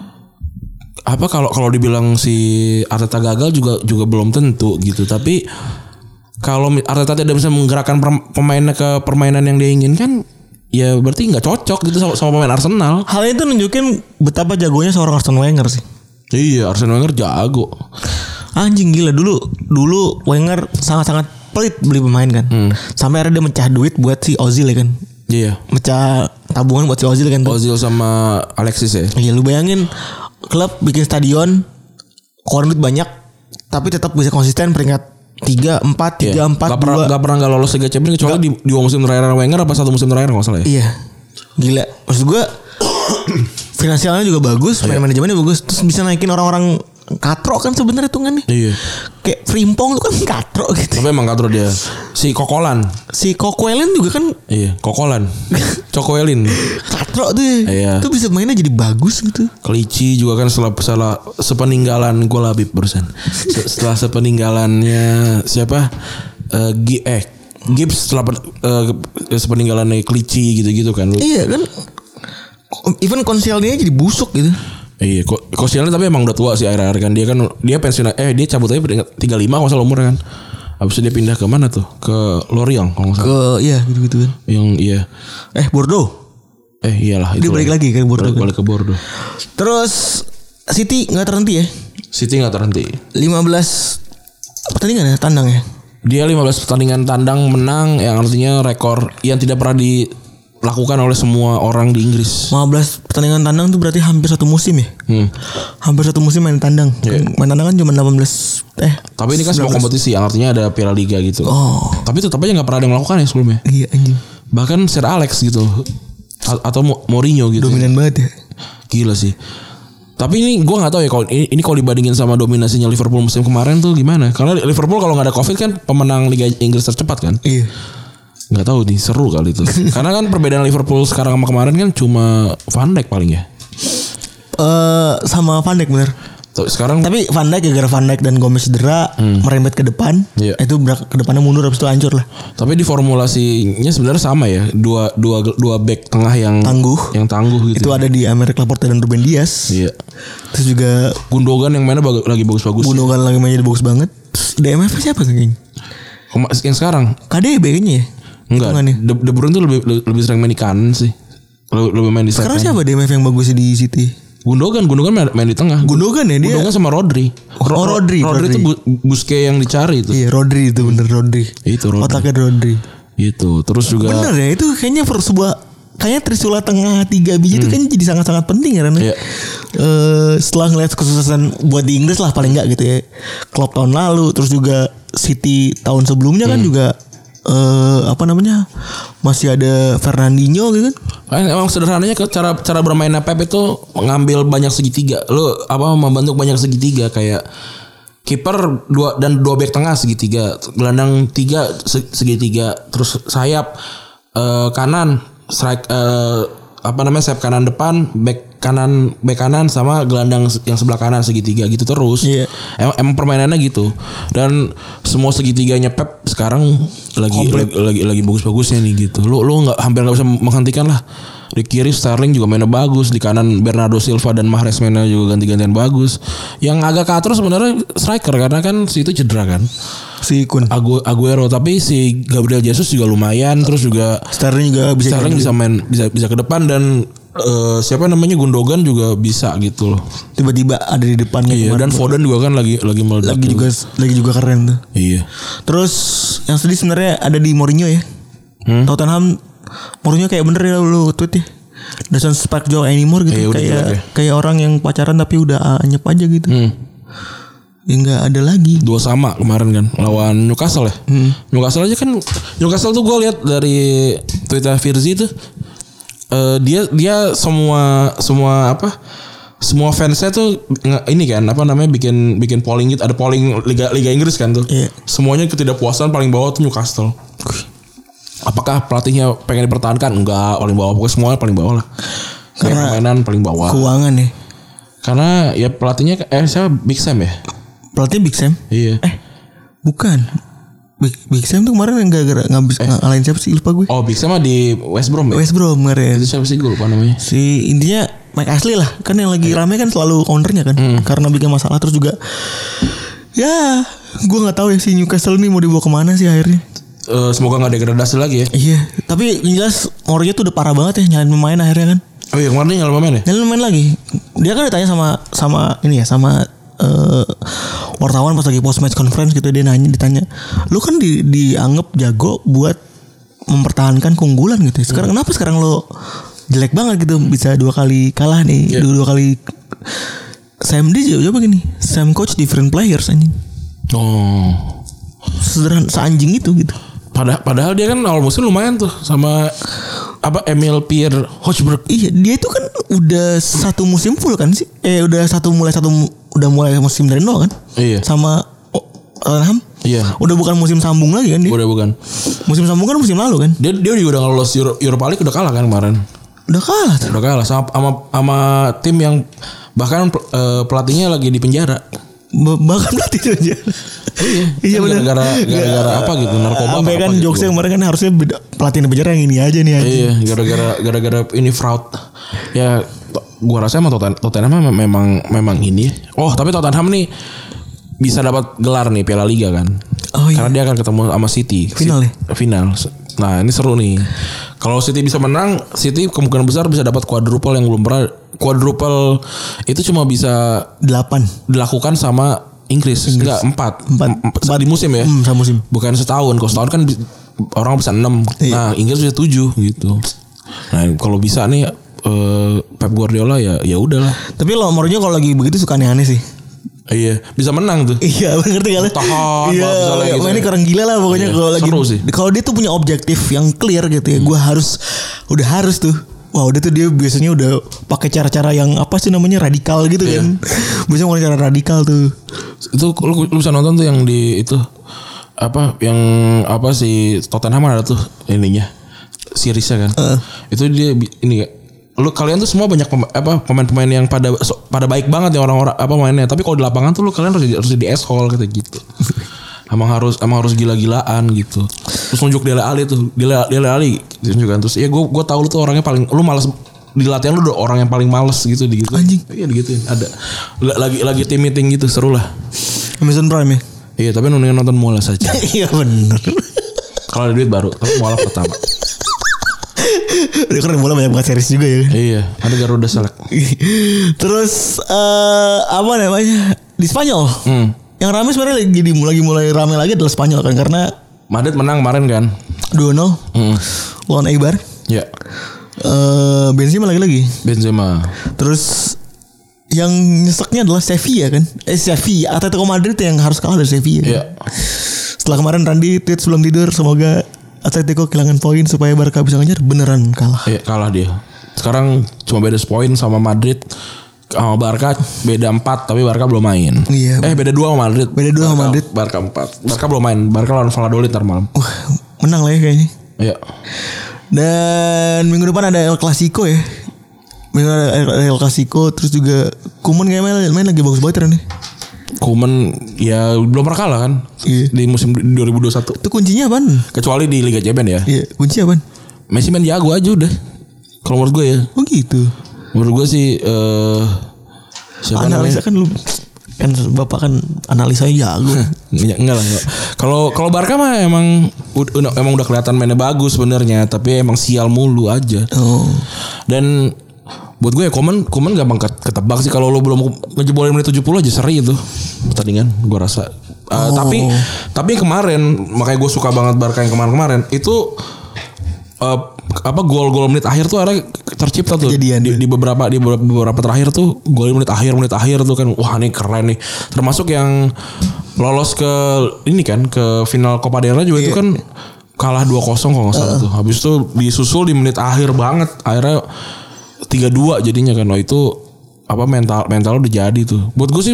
[SPEAKER 2] apa kalau kalau dibilang si Arteta gagal juga juga belum tentu gitu. Tapi kalau Arteta tidak bisa menggerakkan pemainnya ke permainan yang dia inginkan, ya berarti nggak cocok gitu sama, sama pemain Arsenal.
[SPEAKER 3] Hal itu nunjukin betapa jagonya seorang Arsene Wenger sih.
[SPEAKER 2] Iya, Arsene Wenger jago.
[SPEAKER 3] Anjing gila dulu dulu Wenger sangat-sangat pelit beli pemain kan. Hmm. Sampai akhirnya dia mecah duit buat si Ozil ya kan.
[SPEAKER 2] Iya.
[SPEAKER 3] Mecah tabungan buat si Ozil kan.
[SPEAKER 2] Ozil sama Alexis ya.
[SPEAKER 3] Iya lu bayangin klub bikin stadion keluarin duit banyak tapi tetap bisa konsisten peringkat tiga, empat, tiga, empat,
[SPEAKER 2] gak pernah, gak pernah gak lolos Liga Champions kecuali di dua musim terakhir Wenger apa satu musim terakhir enggak salah ya.
[SPEAKER 3] Iya. Gila. Maksud gue finansialnya juga bagus, main manajemennya bagus, terus bisa naikin orang-orang katro kan sebenarnya hitungannya.
[SPEAKER 2] Iya.
[SPEAKER 3] Kayak Frimpong tuh kan katro gitu.
[SPEAKER 2] Tapi emang katro dia. Si Kokolan.
[SPEAKER 3] Si Kokoelin juga kan.
[SPEAKER 2] Iya, Kokolan. Cokoelin.
[SPEAKER 3] Katro tuh.
[SPEAKER 2] Iya.
[SPEAKER 3] Tuh bisa mainnya jadi bagus gitu.
[SPEAKER 2] Kelici juga kan setelah salah sepeninggalan gue Labib barusan. Setelah sepeninggalannya siapa? Uh, G, eh Gibbs setelah uh, sepeninggalannya Kelici gitu-gitu kan.
[SPEAKER 3] Iya kan. Even Konsialnya jadi busuk gitu.
[SPEAKER 2] Iya, Koscielny tapi emang udah tua sih akhir-akhir kan. Dia kan dia pensiun eh dia cabut aja tiga puluh lima kalau salah umur kan. Habis itu dia pindah ke mana tuh? Ke Lorient kalau enggak salah.
[SPEAKER 3] Ke iya gitu-gitu kan.
[SPEAKER 2] Yang iya.
[SPEAKER 3] Eh Bordeaux.
[SPEAKER 2] Eh iyalah
[SPEAKER 3] itu. Dia balik lagi ke Bordeaux.
[SPEAKER 2] Balik, balik ke Bordeaux.
[SPEAKER 3] Terus City enggak terhenti ya?
[SPEAKER 2] City enggak terhenti.
[SPEAKER 3] lima belas pertandingan ya tandang ya.
[SPEAKER 2] Dia lima belas pertandingan tandang menang yang artinya rekor yang tidak pernah di dilakukan oleh semua orang di Inggris.
[SPEAKER 3] lima belas pertandingan tandang tuh berarti hampir satu musim ya.
[SPEAKER 2] Hmm.
[SPEAKER 3] Hampir satu musim main tandang.
[SPEAKER 2] Yeah.
[SPEAKER 3] Main tandang kan cuma delapan belas eh.
[SPEAKER 2] Tapi ini kan sebuah kompetisi yang artinya ada Piala Liga gitu.
[SPEAKER 3] Oh.
[SPEAKER 2] Tapi tetap aja nggak pernah ada yang melakukan ya sebelumnya.
[SPEAKER 3] Iya anjing.
[SPEAKER 2] Bahkan Sir Alex gitu A- atau Mourinho gitu.
[SPEAKER 3] Dominan banget ya.
[SPEAKER 2] Gila sih. Tapi ini gue nggak tahu ya kalau ini, ini kalau dibandingin sama dominasinya Liverpool musim kemarin tuh gimana? Karena Liverpool kalau nggak ada Covid kan pemenang Liga Inggris tercepat kan?
[SPEAKER 3] Iya.
[SPEAKER 2] Nggak tahu nih, seru kali itu. Karena kan perbedaan Liverpool sekarang sama kemarin kan cuma Van Dijk paling ya.
[SPEAKER 3] Eh uh, sama Van Dijk bener.
[SPEAKER 2] Tuh, sekarang
[SPEAKER 3] tapi Van Dijk gara-gara Van Dijk dan Gomez cedera hmm. merembet ke depan.
[SPEAKER 2] Iya.
[SPEAKER 3] Itu ke depannya mundur habis itu hancur lah.
[SPEAKER 2] Tapi di formulasinya sebenarnya sama ya. Dua dua dua back tengah yang
[SPEAKER 3] tangguh.
[SPEAKER 2] Yang tangguh gitu.
[SPEAKER 3] Itu ada di Aymeric Laporte dan Ruben Dias.
[SPEAKER 2] Iya.
[SPEAKER 3] Terus juga
[SPEAKER 2] Gundogan yang mainnya bag- lagi bagus-bagus.
[SPEAKER 3] Gundogan ya. lagi mainnya bagus banget. D M F siapa kayaknya?
[SPEAKER 2] Yang sekarang
[SPEAKER 3] K D B kayaknya ya?
[SPEAKER 2] Enggak. De, De Bruyne tuh lebih lebih sering main di kanan sih. Lebih, lebih main di
[SPEAKER 3] sekarang siapa D M F yang bagus di City?
[SPEAKER 2] Gundogan, Gundogan main, main di tengah.
[SPEAKER 3] Gundogan ya dia.
[SPEAKER 2] Gundogan sama Rodri.
[SPEAKER 3] Oh,
[SPEAKER 2] Ro-
[SPEAKER 3] Rodri.
[SPEAKER 2] Rodri itu bu- Busquets yang dicari itu.
[SPEAKER 3] Iya, Rodri itu bener Rodri.
[SPEAKER 2] Itu Rodri.
[SPEAKER 3] Otaknya Rodri.
[SPEAKER 2] Itu. Terus juga
[SPEAKER 3] bener ya itu kayaknya per sebuah kayaknya trisula tengah tiga biji itu hmm. kan jadi sangat-sangat penting ya karena
[SPEAKER 2] yeah.
[SPEAKER 3] uh, setelah ngeliat kesuksesan buat di Inggris lah paling enggak gitu ya. Klopp tahun lalu terus juga City tahun sebelumnya hmm. kan juga Uh, apa namanya masih ada Fernandinho gitu kan.
[SPEAKER 2] Emang sederhananya cara cara bermainnya Pep itu mengambil banyak segitiga. Lu apa membentuk banyak segitiga kayak kiper dua dan dua back tengah segitiga, gelandang tiga segitiga, terus sayap uh, kanan strike uh, apa namanya sayap kanan depan, back kanan back kanan sama gelandang yang sebelah kanan segitiga gitu terus.
[SPEAKER 3] Yeah.
[SPEAKER 2] Emang, emang permainannya gitu. Dan semua segitiganya Pep sekarang lagi lagi, lagi lagi bagus-bagusnya nih gitu. Lu lu enggak hampir enggak bisa menghentikan lah. Di kiri Sterling juga mainnya bagus, di kanan Bernardo Silva dan Mahrez mainnya juga ganti-gantian bagus. Yang agak katur sebenarnya striker karena kan si itu cedera kan.
[SPEAKER 3] Si Kun
[SPEAKER 2] Agu, Aguero tapi si Gabriel Jesus juga lumayan terus juga
[SPEAKER 3] Sterling juga bisa
[SPEAKER 2] Sterling bisa main bisa bisa ke depan dan uh, siapa namanya Gundogan juga bisa gitu loh.
[SPEAKER 3] Tiba-tiba ada di depannya.
[SPEAKER 2] Iya dan Foden juga kan lagi lagi meledak.
[SPEAKER 3] Lagi juga lagi juga keren tuh.
[SPEAKER 2] Iya.
[SPEAKER 3] Terus yang sedih sebenarnya ada di Mourinho ya. Hmm? Tottenham Mourinho kayak bener ya lu tweet ya. Doesn't spark joy anymore gitu. Eh, kayak ya. Kayak orang yang pacaran tapi udah anyep aja gitu. Hmm. Ya nggak ada lagi.
[SPEAKER 2] Dua sama kemarin kan lawan Newcastle ya. Hmm. Newcastle aja kan Newcastle tuh gue lihat dari Twitter Virzi tuh uh, dia dia semua semua apa semua fansnya tuh ini kan apa namanya bikin bikin polling gitu, ada polling liga liga Inggris kan tuh. Yeah. Semuanya ketidakpuasan paling bawah tuh Newcastle. Apakah pelatihnya pengen dipertahankan? Enggak, paling bawah pokoknya semuanya paling bawah lah. Karena permainan paling bawah.
[SPEAKER 3] Keuangan ya.
[SPEAKER 2] Karena ya pelatihnya eh siapa Big Sam ya?
[SPEAKER 3] Pelatih Big Sam?
[SPEAKER 2] Iya.
[SPEAKER 3] Eh, bukan. Big, Big Sam tuh kemarin yang gara-gara ngabis eh. ngalahin siapa sih lupa gue.
[SPEAKER 2] Oh, Big Sam mah di West Brom ya?
[SPEAKER 3] West Brom kemarin.
[SPEAKER 2] Itu siapa sih gue lupa namanya.
[SPEAKER 3] Si intinya Mike Ashley lah, kan yang lagi rame kan selalu counternya kan. Hmm. Karena bikin masalah terus juga ya, gue enggak tahu ya si Newcastle nih mau dibawa kemana sih akhirnya.
[SPEAKER 2] Uh, semoga enggak degradasi lagi ya.
[SPEAKER 3] Iya, tapi jelas Mourinho tuh udah parah banget ya nyalain pemain akhirnya kan.
[SPEAKER 2] Oh iya, kemarin nyalain pemain ya?
[SPEAKER 3] Nyalain pemain lagi. Dia kan ditanya sama sama ini ya, sama Uh, wartawan pas lagi post match conference gitu, dia nanya ditanya, lu kan di, dianggap jago buat mempertahankan keunggulan gitu. Sekarang hmm. kenapa sekarang lo jelek banget gitu, bisa dua kali kalah nih, yeah. dua, dua kali. Sam D jawab gini, Sam coach different players anjing.
[SPEAKER 2] Oh,
[SPEAKER 3] sederhana seanjing itu gitu.
[SPEAKER 2] Padahal, padahal dia kan awal musim lumayan tuh sama apa Emil Pierre Hochberg.
[SPEAKER 3] Iya, dia itu kan udah satu musim full kan sih. Eh udah satu mulai satu udah mulai musim dari nol kan?
[SPEAKER 2] Iya.
[SPEAKER 3] Sama Tottenham.
[SPEAKER 2] Iya.
[SPEAKER 3] Udah bukan musim sambung lagi kan dia?
[SPEAKER 2] Udah bukan.
[SPEAKER 3] Musim sambung kan musim lalu kan?
[SPEAKER 2] Dia dia juga udah lolos Euro, Europa League udah kalah kan kemarin.
[SPEAKER 3] Udah kalah tuh.
[SPEAKER 2] Udah kalah sama sama, sama tim yang bahkan uh, pelatihnya lagi di penjara.
[SPEAKER 3] Bahkan pelatih di penjara.
[SPEAKER 2] Iya, iya
[SPEAKER 3] benar.
[SPEAKER 2] Gara-gara gara-gara apa gitu, narkoba.
[SPEAKER 3] Sampai kan
[SPEAKER 2] gitu.
[SPEAKER 3] jokesnya kemarin kan harusnya pelatih di penjara yang ini aja nih aja.
[SPEAKER 2] Iya, gara-gara gara-gara ini fraud. Ya, gua rasa emang Tottenham, Tottenham memang memang ini. Oh, tapi Tottenham nih bisa dapat gelar nih Piala Liga kan. Oh, iya. Karena dia akan ketemu sama City.
[SPEAKER 3] Final ya?
[SPEAKER 2] Final. Nah, ini seru nih. Kalau City bisa menang, City kemungkinan besar bisa dapat quadruple yang belum pernah. Quadruple itu cuma bisa
[SPEAKER 3] delapan
[SPEAKER 2] dilakukan sama Inggris, Inggris. Enggak empat.
[SPEAKER 3] Empat.
[SPEAKER 2] Empat di musim ya.
[SPEAKER 3] Hmm, satu musim.
[SPEAKER 2] Bukan setahun. Kalau setahun kan orang bisa enam. Iya. Nah, Inggris bisa tujuh gitu. Nah kalau bisa nih uh, Pep Guardiola ya ya udahlah.
[SPEAKER 3] Tapi lo Mourinho kalau lagi begitu suka aneh-aneh sih.
[SPEAKER 2] Iya, bisa menang tuh.
[SPEAKER 3] Iya, ngerti gak?
[SPEAKER 2] Tahan,
[SPEAKER 3] iya, iya
[SPEAKER 2] gitu.
[SPEAKER 3] ini orang gila lah pokoknya. Iya, kalau lagi. Seru sih. Kalau dia tuh punya objektif yang clear gitu ya, hmm. gue harus, udah harus tuh. Wah, udah tuh dia biasanya udah pakai cara-cara yang apa sih namanya radikal gitu iya. kan. Biasanya pakai cara radikal tuh.
[SPEAKER 2] Itu lu, lu bisa nonton tuh yang di itu apa yang apa sih Tottenham ada tuh ininya seriesnya kan. Uh. Itu dia ini lu kalian tuh semua banyak pem, apa pemain-pemain yang pada so, pada baik banget ya orang-orang apa mainnya, tapi kalau di lapangan tuh lu kalian harus harus di eshol gitu gitu. emang harus emang harus gila-gilaan gitu. Terus nunjuk Dele Alli tuh, Dele Dele Alli tunjukkan terus. Ya gue gue tahu lu tuh orangnya paling lu malas di latihan, lu udah orang yang paling males gitu di gitu.
[SPEAKER 3] Anjing.
[SPEAKER 2] Iya digituin. Ada lagi lagi tim meeting gitu seru lah.
[SPEAKER 3] Amazon Prime ya?
[SPEAKER 2] Iya, tapi nonton nonton Mola saja.
[SPEAKER 3] Iya benar.
[SPEAKER 2] Kalau ada duit baru, tapi Mola pertama.
[SPEAKER 3] Dia kan mulai banyak banget series juga ya.
[SPEAKER 2] Iya, ada Garuda Select.
[SPEAKER 3] Terus uh, apa namanya di Spanyol? Hmm. Yang ramai sebenarnya lagi di lagi mulai ramai lagi adalah Spanyol kan, karena
[SPEAKER 2] Madrid menang kemarin kan
[SPEAKER 3] dua nol hmm. lawan Eibar.
[SPEAKER 2] Ya.
[SPEAKER 3] Uh, Benzema lagi-lagi.
[SPEAKER 2] Benzema.
[SPEAKER 3] Terus yang nyeseknya adalah Sevilla kan? Eh Sevilla, Atletico Madrid yang harus kalah dari Sevilla. Iya. Kan? Setelah kemarin Randy tweet sebelum tidur, semoga Atletico kehilangan poin supaya Barca bisa ngejar, beneran kalah. Iya,
[SPEAKER 2] kalah dia. Sekarang cuma beda sepoin sama Madrid. Sama Barca beda empat, tapi Barca belum main.
[SPEAKER 3] Iya.
[SPEAKER 2] Eh beda dua sama Madrid.
[SPEAKER 3] Beda dua sama Madrid.
[SPEAKER 2] Barca empat. Barca belum main. Barca lawan Valladolid ntar malam.
[SPEAKER 3] Wah, menang lah ya kayaknya.
[SPEAKER 2] Iya.
[SPEAKER 3] Dan minggu depan ada El Clasico ya. Minggu depan ada El Clasico, terus juga Koeman kayak main, main lagi bagus banget nih.
[SPEAKER 2] Koeman ya belum pernah kalah kan iya. Di musim dua ribu dua puluh satu.
[SPEAKER 3] Itu kuncinya apaan?
[SPEAKER 2] Kecuali di Liga Champions ya.
[SPEAKER 3] Iya, kunci apaan?
[SPEAKER 2] Messi main jago aja udah. Kalau menurut gue ya.
[SPEAKER 3] Oh gitu.
[SPEAKER 2] Menurut gue sih uh, siapa
[SPEAKER 3] analisa namanya? Kan lu kan bapak kan analisanya jago.
[SPEAKER 2] Enggak enggak lah. Kalau kalau Barca mah emang udah, emang udah kelihatan mainnya bagus sebenarnya, tapi emang sial mulu aja. Oh. Dan buat gue ya Koeman Koeman gampang ketebak sih, kalau lo belum ngejebolin menit tujuh puluh aja seri itu pertandingan gue rasa. Uh, oh. Tapi tapi kemarin makanya gue suka banget Barca yang kemarin-kemarin itu uh, apa gol-gol menit akhir tuh ada tercipta tuh di, di beberapa di beberapa, beberapa terakhir tuh gol menit akhir menit akhir tuh kan, wah ini keren nih. Termasuk yang lolos ke ini kan ke final Copa del Rey juga yeah. Itu kan kalah dua kosong kalau nggak salah uh. tuh. Habis itu disusul di menit akhir banget, akhirnya tiga dua jadinya kan. Nah itu apa mental mental udah jadi tuh. Buat gue sih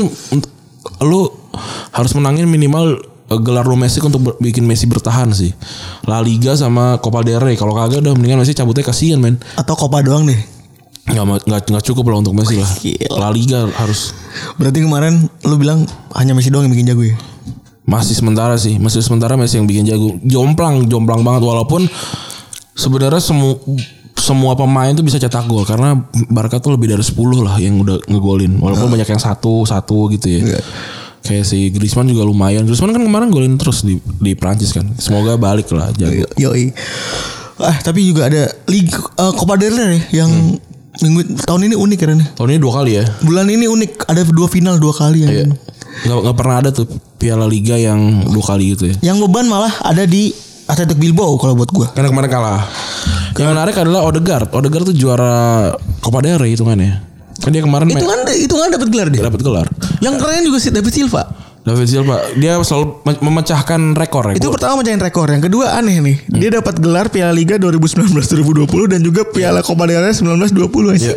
[SPEAKER 2] lu harus menangin minimal gelar domestik untuk bikin Messi bertahan sih. La Liga sama Copa del Rey. Kalau kagak udah mendingan Messi cabutnya kasihan men.
[SPEAKER 3] Atau Copa doang deh.
[SPEAKER 2] Nggak, nggak, nggak cukup lah untuk Messi lah. La Liga harus.
[SPEAKER 3] Berarti kemarin lu bilang hanya Messi doang yang bikin jago ya?
[SPEAKER 2] Masih sementara sih. Masih sementara Messi yang bikin jago. Jomplang, jomplang banget. Walaupun sebenarnya semua semua pemain tuh bisa cetak gol, karena Barca tuh lebih dari sepuluh lah yang udah ngegolin. Walaupun uh. banyak yang satu satu gitu ya. Yeah. Kayak si Griezmann juga lumayan. Griezmann kan kemarin golin terus di di Prancis kan. Semoga balik lah jago.
[SPEAKER 3] Yoi. Ah tapi juga ada Liga uh, Copa del Rey yang hmm. minggu tahun ini unik kan nih.
[SPEAKER 2] Tahun ini dua kali ya.
[SPEAKER 3] Bulan ini unik, ada dua final dua kali ya.
[SPEAKER 2] Iya. Gak, gak pernah ada tuh Piala Liga yang dua kali gitu ya.
[SPEAKER 3] Yang beban malah ada di Athletic Bilbao kalau buat gua.
[SPEAKER 2] Karena kemarin kalah. Yang menarik adalah Odegaard. Odegaard tuh juara Copa del Rey hitungannya. Kan dia kemarin
[SPEAKER 3] itu kan itu kan dapat gelar dia.
[SPEAKER 2] Dapat gelar.
[SPEAKER 3] Yang keren juga si David Silva.
[SPEAKER 2] David Silva dia selalu memecahkan rekor ya.
[SPEAKER 3] Itu pertama mecahin rekor. Yang kedua aneh nih. Hmm. Dia dapat gelar Piala Liga dua ribu sembilan belas dua ribu dua puluh dan juga Piala Copa del Rey sembilan belas dua puluh aja. Yeah.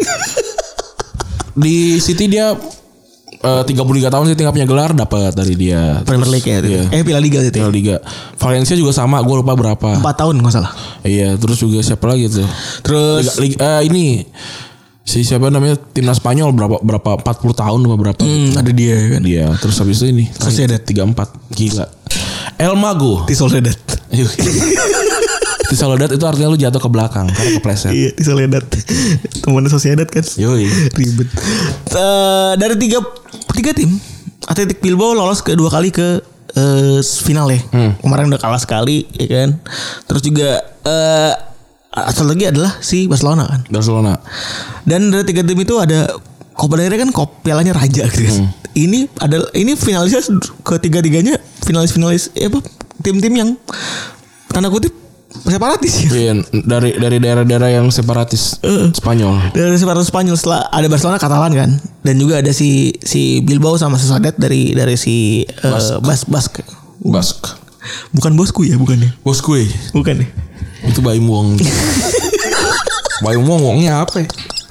[SPEAKER 3] Di City dia uh, tiga puluh tiga tahun sih tinggal punya gelar dapat dari dia. Premier League ya. Iya. Eh Piala Liga itu.
[SPEAKER 2] Piala Liga. Valencia juga sama, gue lupa berapa.
[SPEAKER 3] empat tahun enggak salah.
[SPEAKER 2] Iya, terus juga siapa lagi tuh?
[SPEAKER 3] Terus
[SPEAKER 2] Liga, Liga, uh, ini si siapa namanya timnas Spanyol berapa berapa empat puluh tahun atau berapa
[SPEAKER 3] hmm, ada dia kan.
[SPEAKER 2] Dia terus habis itu ini
[SPEAKER 3] Sociedad
[SPEAKER 2] tiga empat gila. El Mago
[SPEAKER 3] di Sociedad.
[SPEAKER 2] Di Sociedad itu artinya lu jatuh ke belakang karena kepleset.
[SPEAKER 3] Iya, di Sociedad. Temannya Sociedad kan.
[SPEAKER 2] Yoi.
[SPEAKER 3] Ribet. Uh, dari tiga tiga tim Athletic Bilbao lolos kedua kali ke uh, final ya. Hmm. Kemarin udah kalah sekali ya kan. Terus juga uh, asal lagi adalah si Barcelona kan.
[SPEAKER 2] Barcelona.
[SPEAKER 3] Dan dari tiga tim itu ada Copa del Rey kan pialanya raja gitu. Hmm. Ini adalah ini finalisnya ketiga-tiganya finalis-finalis eh apa tim-tim yang tanda kutip separatis ya.
[SPEAKER 2] Iya, dari dari daerah-daerah yang separatis
[SPEAKER 3] Uh.
[SPEAKER 2] Spanyol.
[SPEAKER 3] Dari separatis Spanyol, setelah ada Barcelona Katalan kan, dan juga ada si si Bilbao sama Sociedad dari dari si uh, Bas Bask.
[SPEAKER 2] Bask.
[SPEAKER 3] Bukan bosku ya, bukan ya?
[SPEAKER 2] Bosku ya?
[SPEAKER 3] Bukan ya?
[SPEAKER 2] Itu Baim Wong. Baim Wong wongnya apa ya?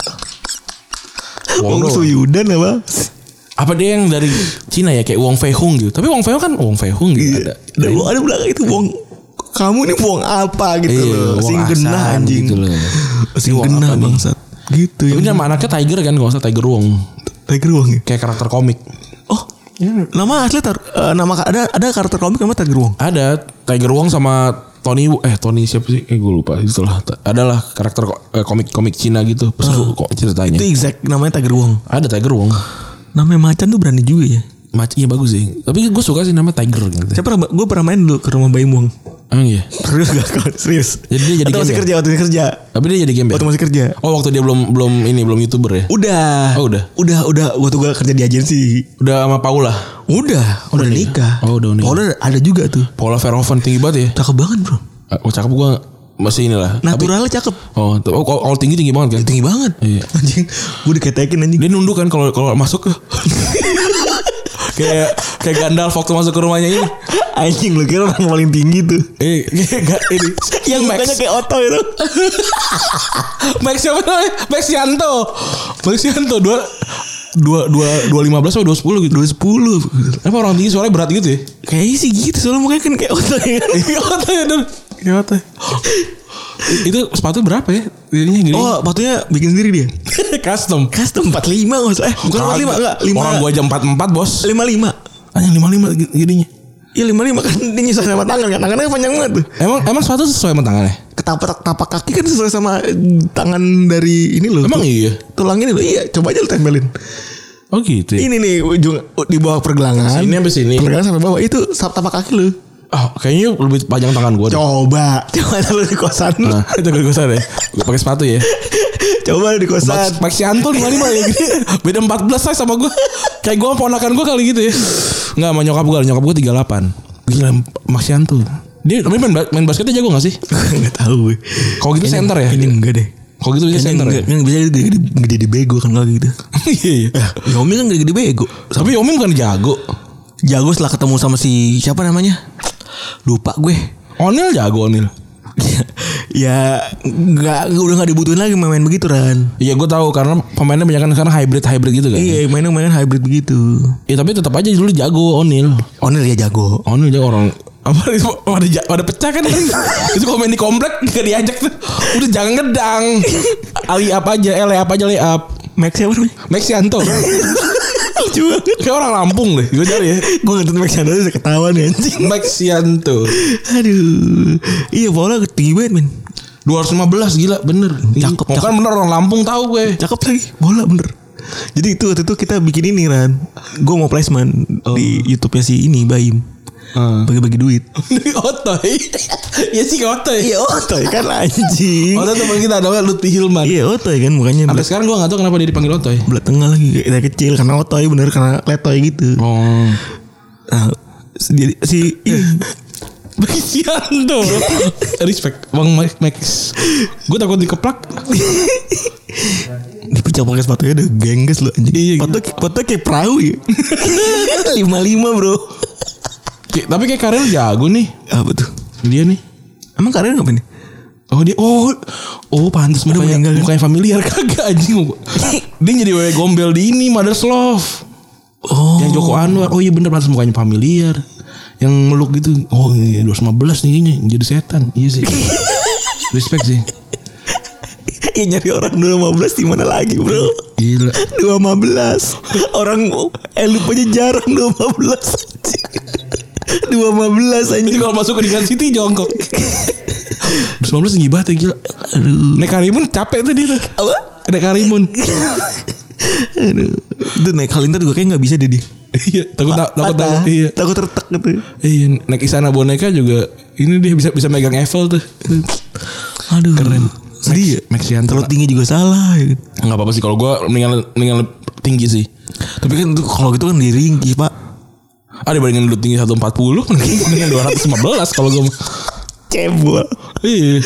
[SPEAKER 3] Wong Suyudan apa?
[SPEAKER 2] Apa dia yang dari Cina ya, kayak Wong Fei Hung gitu. Tapi Wong Fei Hung kan Wong Fei Hung gitu.
[SPEAKER 3] Iya. Ada ada, ada belakang itu Wong. Kamu nih Wong apa gitu
[SPEAKER 2] iya,
[SPEAKER 3] loh. Sing genah anjing
[SPEAKER 2] gitu loh.
[SPEAKER 3] Sing genah bangsat. Gitu
[SPEAKER 2] ya. Tapi
[SPEAKER 3] ya.
[SPEAKER 2] nama anaknya Tiger kan, kalau usah Tiger Wong.
[SPEAKER 3] Tiger Wong ya?
[SPEAKER 2] Kayak karakter komik.
[SPEAKER 3] Oh, ya. Nama asli tar, uh, nama ada ada karakter komik nama Tiger Wong.
[SPEAKER 2] Ada Tiger Wong sama Tony eh Tony siapa sih? Eh gue lupa. Itulah adalah karakter eh, komik-komik Cina gitu. Seru uh, kok ceritanya.
[SPEAKER 3] Itu exact namanya Tiger Wong.
[SPEAKER 2] Ada Tiger Wong.
[SPEAKER 3] Namanya macan tuh berani juga ya.
[SPEAKER 2] Macinya bagus sih. Tapi gue suka sih nama Tiger gitu.
[SPEAKER 3] Saya pernah gue pernah main dulu ke rumah Baim Wong.
[SPEAKER 2] Emang iya?
[SPEAKER 3] Serius gak kau? Serius.
[SPEAKER 2] Jadi dia jadi
[SPEAKER 3] atau masih
[SPEAKER 2] game
[SPEAKER 3] kerja waktu dia kerja.
[SPEAKER 2] Tapi dia jadi game
[SPEAKER 3] Waktu masih kerja.
[SPEAKER 2] Oh waktu dia belum belum ini belum YouTuber ya?
[SPEAKER 3] Udah.
[SPEAKER 2] Oh udah.
[SPEAKER 3] Udah udah waktu gue kerja di agensi.
[SPEAKER 2] Udah sama Paula.
[SPEAKER 3] Udah, udah nikah.
[SPEAKER 2] Oh udah nikah.
[SPEAKER 3] Paula ada juga tuh.
[SPEAKER 2] Paula Verhoeven tinggi banget ya?
[SPEAKER 3] Cakep banget bro.
[SPEAKER 2] Oh cakep gue masih inilah.
[SPEAKER 3] Naturalnya
[SPEAKER 2] tapi,
[SPEAKER 3] cakep.
[SPEAKER 2] Oh, oh kalau tinggi tinggi banget kan?
[SPEAKER 3] Tinggi banget.
[SPEAKER 2] Iya.
[SPEAKER 3] Anjing, gue diketekin anjing.
[SPEAKER 2] Dia nunduk kan kalau kalau masuk. kayak kayak Gandalf waktu masuk ke rumahnya ini.
[SPEAKER 3] Anjing lu kira orang paling tinggi tuh.
[SPEAKER 2] Eh, kayak ini.
[SPEAKER 3] Yang mukanya kayak Otto itu.
[SPEAKER 2] Max siapa namanya? Max Yanto. Max Yanto dua dua dua dua lima belas atau dua sepuluh gitu.
[SPEAKER 3] Dua sepuluh.
[SPEAKER 2] Apa orang tinggi suaranya berat gitu ya?
[SPEAKER 3] Kayaknya sih gitu. Soalnya mukanya kan kayak Otto ya.
[SPEAKER 2] Kayak Otto ya dong. Kayak Otto. Itu sepatu berapa ya? Ini gini.
[SPEAKER 3] Oh, sepatunya bikin sendiri dia.
[SPEAKER 2] Custom.
[SPEAKER 3] Custom empat puluh lima enggak usah. Eh, bukan empat puluh lima enggak, lima.
[SPEAKER 2] Orang gua aja empat puluh empat, Bos.
[SPEAKER 3] lima puluh lima.
[SPEAKER 2] Hanya lima puluh lima gininya.
[SPEAKER 3] Iya lima puluh lima kan dia nyesuai sama tangan kan. Tangannya panjang banget tuh.
[SPEAKER 2] Emang emang sepatu sesuai sama tangannya?
[SPEAKER 3] Ketapak tapak kaki kan sesuai sama tangan dari ini loh.
[SPEAKER 2] Emang
[SPEAKER 3] tuh,
[SPEAKER 2] iya?
[SPEAKER 3] Tulang ini loh. Iya, coba aja lu tempelin.
[SPEAKER 2] Oh gitu. Ya?
[SPEAKER 3] Ini nih ujung di bawah pergelangan.
[SPEAKER 2] Sini sampai sini.
[SPEAKER 3] Pergelangan sampai bawah itu tapak kaki lu.
[SPEAKER 2] Oh, kayaknya lebih panjang tangan gue.
[SPEAKER 3] Coba, coba lu di kosan lu.
[SPEAKER 2] Nah, itu di kosan ya. Gue pakai sepatu ya.
[SPEAKER 3] Coba di kosan.
[SPEAKER 2] Max Yanto lima puluh lima ya gini. Beda empat belas saya sama gue. Kayak gue ponakan gue kali gitu ya. Enggak sama nyokap gue, nyokap gue tiga puluh delapan. Gila Max Yanto. Dia tapi main, main basketnya jago gak sih?
[SPEAKER 3] Enggak tahu gue.
[SPEAKER 2] Kalau gitu
[SPEAKER 3] ini,
[SPEAKER 2] center ya?
[SPEAKER 3] Ini enggak deh.
[SPEAKER 2] Kalau gitu bisa center ya?
[SPEAKER 3] Yang bisa gede, gede di bego kan kalau gitu.
[SPEAKER 2] Iya iya.
[SPEAKER 3] Yomi kan gede-gede bego.
[SPEAKER 2] Tapi Yomi bukan jago.
[SPEAKER 3] Jago setelah ketemu sama si siapa namanya? Lupa gue.
[SPEAKER 2] Onil jago Onil.
[SPEAKER 3] Ya nggak udah nggak dibutuhin lagi main-main begitu Ran.
[SPEAKER 2] Iya gue tahu karena pemainnya banyak kan sekarang hybrid hybrid gitu kan.
[SPEAKER 3] Iya mainan-mainan hybrid begitu.
[SPEAKER 2] Iya tapi tetap aja dulu jago Onil.
[SPEAKER 3] Onil ya jago.
[SPEAKER 2] Onil jago orang apa itu pada pada pecah kan itu kalau main di komplek gak diajak tuh udah jangan ngedang ali apa aja eh lay apa aja lay up
[SPEAKER 3] Max siapa namanya?
[SPEAKER 2] Max Yanto. Lucu banget. Kayak orang Lampung deh. Gue cari ya.
[SPEAKER 3] Gue nonton Max Yanto udah ketahuan ya anjing.
[SPEAKER 2] Max Yanto.
[SPEAKER 3] Aduh. Iya bola tinggi banget men.
[SPEAKER 2] dua ratus lima belas gila bener.
[SPEAKER 3] Cakep.
[SPEAKER 2] Kan bener orang Lampung tahu gue.
[SPEAKER 3] Cakep lagi. Bola bener. Jadi itu waktu itu kita bikin ini Ran. Gue mau placement oh. di YouTube-nya si ini Baim. Uh. Bagi-bagi duit.
[SPEAKER 2] Otoy. Ya sih Otoy.
[SPEAKER 3] Iya Otoy kan anjing.
[SPEAKER 2] Otoy teman kita namanya Lutfi Hilman.
[SPEAKER 3] Iya Otoy kan mukanya.
[SPEAKER 2] Sampai sekarang gue gak tahu kenapa dia dipanggil Otoy.
[SPEAKER 3] Belah tengah lagi dari kecil karena Otoy bener karena letoy gitu.
[SPEAKER 2] Oh.
[SPEAKER 3] Nah, si si
[SPEAKER 2] Max Yanto. Respect Bang Max. Gue takut dikeplak.
[SPEAKER 3] Dipecah pakai sepatunya udah gengges loh anjing. Iya, foto foto kayak perahu ya. lima puluh lima bro.
[SPEAKER 2] Tapi kayak karir jago nih.
[SPEAKER 3] Apa tuh?
[SPEAKER 2] Dia nih.
[SPEAKER 3] Emang karir apa nih?
[SPEAKER 2] Oh dia oh oh pantas
[SPEAKER 3] udah
[SPEAKER 2] mukanya,
[SPEAKER 3] meninggal
[SPEAKER 2] mukanya familiar kagak anjing. Dia jadi wewe gombel di ini Mother's Love.
[SPEAKER 3] Oh.
[SPEAKER 2] Yang Joko Anwar. Oh iya bener pantas mukanya familiar. Yang meluk gitu. Oh iya dua ratus lima belas nih kayaknya jadi setan. Iya sih. Respect sih.
[SPEAKER 3] Ya nyari orang dua ratus lima belas di mana lagi bro?
[SPEAKER 2] Gila.
[SPEAKER 3] dua ratus lima belas orang elup aja jarang dua ratus lima belas. dua ratus lima belas aja.
[SPEAKER 2] Ini kalau masuk ke Digan City jongkok. dua ratus lima belas tinggi banget ya gila.
[SPEAKER 3] Aduh.
[SPEAKER 2] Naik Karimun capek tuh dia tuh.
[SPEAKER 3] Apa?
[SPEAKER 2] Naik Karimun.
[SPEAKER 3] Aduh. Itu naik Halintar juga kayak gak bisa deh dia.
[SPEAKER 2] Iya takut takut takut iya
[SPEAKER 3] takut retak gitu.
[SPEAKER 2] Iya naik Istana Boneka juga ini dia bisa bisa megang Eiffel tuh.
[SPEAKER 3] Aduh
[SPEAKER 2] keren.
[SPEAKER 3] Sedih ya
[SPEAKER 2] Max Yanto.
[SPEAKER 3] Terlalu tinggi juga salah ya.
[SPEAKER 2] Nggak apa-apa sih kalau gue mendingan mendingan tinggi sih.
[SPEAKER 3] Tapi kan kalau gitu kan diringkih pak.
[SPEAKER 2] Ah dibandingin lu tinggi seratus empat puluh mendingan dua ratus lima belas kalau gue.
[SPEAKER 3] Cebol.
[SPEAKER 2] Iya.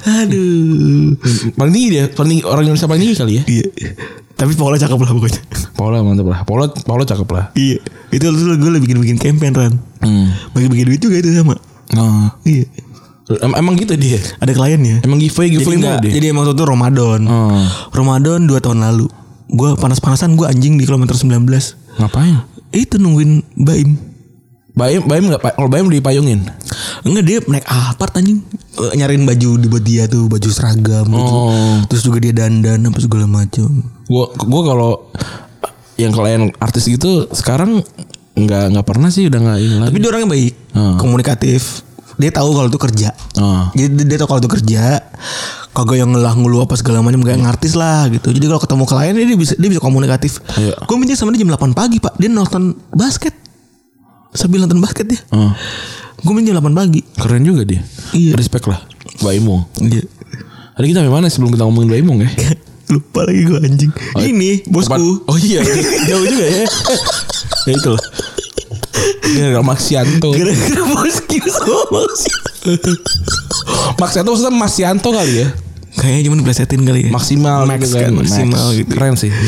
[SPEAKER 3] Aduh.
[SPEAKER 2] Paling tinggi dia, paling orang Indonesia paling tinggi kali ya.
[SPEAKER 3] Iya. Tapi Paula cakep lah pokoknya.
[SPEAKER 2] Paula mantap lah. Paula Paula cakep lah.
[SPEAKER 3] Iya. Itu dulu gue lagi bikin-bikin campaign Ran.
[SPEAKER 2] Hmm.
[SPEAKER 3] Bagi-bagi duit juga itu sama.
[SPEAKER 2] Oh.
[SPEAKER 3] Iya.
[SPEAKER 2] Em- emang gitu dia.
[SPEAKER 3] Ada kliennya.
[SPEAKER 2] Emang giveaway giveaway
[SPEAKER 3] Jadi,
[SPEAKER 2] mulu
[SPEAKER 3] enggak,
[SPEAKER 2] dia.
[SPEAKER 3] jadi emang waktu itu Ramadan.
[SPEAKER 2] Oh.
[SPEAKER 3] Ramadan dua tahun lalu. Gue panas-panasan gue anjing di kilometer sembilan belas.
[SPEAKER 2] Ngapain?
[SPEAKER 3] Itu nungguin Baim.
[SPEAKER 2] Baim Baim enggak kalau Baim dipayungin.
[SPEAKER 3] Enggak, dia naik Alphard anjing. Eh, nyariin baju buat dia tuh, baju seragam gitu.
[SPEAKER 2] Oh.
[SPEAKER 3] Terus juga dia dandan apa segala macam.
[SPEAKER 2] Gua gua kalau yang klien artis gitu sekarang nggak nggak pernah sih, udah nggak ini lagi.
[SPEAKER 3] Tapi dia orangnya baik,
[SPEAKER 2] Hmm.
[SPEAKER 3] komunikatif. Dia tahu kalau itu kerja.
[SPEAKER 2] Oh.
[SPEAKER 3] Jadi dia, dia tahu kalau itu kerja. Kagak yang ngelah ngeluh apa segala macam, kayak ngartis lah gitu. Jadi kalau ketemu klien dia bisa dia bisa komunikatif.
[SPEAKER 2] Iya.
[SPEAKER 3] Gue minta sama dia jam delapan pagi, Pak. Dia nonton basket. Sambil nonton basket dia.
[SPEAKER 2] Oh.
[SPEAKER 3] Gue minta jam delapan pagi.
[SPEAKER 2] Keren juga dia.
[SPEAKER 3] Iya.
[SPEAKER 2] Respect lah Baimung.
[SPEAKER 3] Iya.
[SPEAKER 2] Tadi kita sampai mana sebelum kita ngomongin Baimung ya?
[SPEAKER 3] Lupa lagi gue anjing.
[SPEAKER 2] Oh,
[SPEAKER 3] ini bosku.
[SPEAKER 2] Tempat- oh iya, jauh juga ya. Ya itu loh. Gara-gara Maxianto.
[SPEAKER 3] Gara-gara bosku sama Maxianto.
[SPEAKER 2] Maxianto maksudnya Maxianto kali ya.
[SPEAKER 3] Kayaknya cuma diplesetin kali ya.
[SPEAKER 2] Maksimal
[SPEAKER 3] Max
[SPEAKER 2] gitu
[SPEAKER 3] kan, maksimal
[SPEAKER 2] Max.
[SPEAKER 3] gitu.
[SPEAKER 2] Keren sih.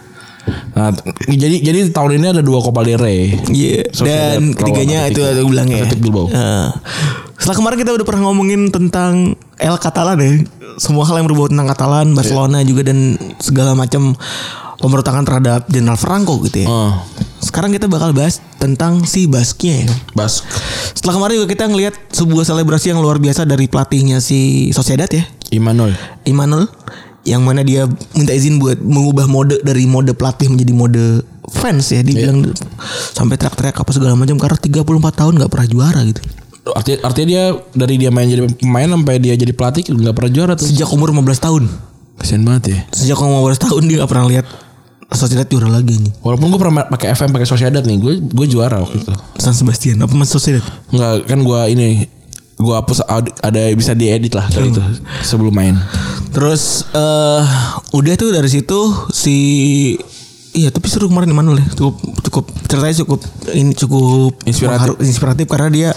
[SPEAKER 2] Nah, t- jadi jadi tahun ini ada dua Copa del Rey.
[SPEAKER 3] Iya.
[SPEAKER 2] Sociedad
[SPEAKER 3] Dan ketiganya
[SPEAKER 2] lawan
[SPEAKER 3] itu
[SPEAKER 2] Atletico.
[SPEAKER 3] aku bilang ya.
[SPEAKER 2] Athletic Bilbao.
[SPEAKER 3] Nah, setelah kemarin kita udah pernah ngomongin tentang El Catalan ya. Semua hal yang berbau tentang Catalan, Barcelona juga dan segala macam pemberontakan terhadap General Franco gitu ya.
[SPEAKER 2] Oh,
[SPEAKER 3] Sekarang kita bakal bahas tentang si Basque ya.
[SPEAKER 2] Bask.
[SPEAKER 3] Setelah kemarin juga kita ngelihat sebuah selebrasi yang luar biasa dari pelatihnya si Sociedad ya.
[SPEAKER 2] Imanol.
[SPEAKER 3] Immanuel, yang mana dia minta izin buat mengubah mode dari mode pelatih menjadi mode fans ya. Dia bilang sampai teriak-teriak apa segala macam karena tiga puluh empat tahun gak pernah juara gitu.
[SPEAKER 2] Artinya, artinya dia dari dia main jadi pemain sampai dia jadi pelatih nggak pernah juara tuh.
[SPEAKER 3] Sejak umur lima belas tahun.
[SPEAKER 2] Kasian banget ya.
[SPEAKER 3] Sejak umur lima belas tahun dia gak pernah lihat Sociedad juara lagi nih.
[SPEAKER 2] Walaupun gue pernah pakai F M pakai Sociedad nih, gue gue juara waktu itu.
[SPEAKER 3] San Sebastian apa Mas Sociedad?
[SPEAKER 2] Enggak, kan gue ini gue hapus ada bisa diedit lah kali itu sebelum main.
[SPEAKER 3] Terus eh udah tuh dari situ si iya tapi seru kemarin Immanuel ya. Cukup cukup ceritanya cukup ini cukup
[SPEAKER 2] Inspiratif.
[SPEAKER 3] mengharu- inspiratif karena dia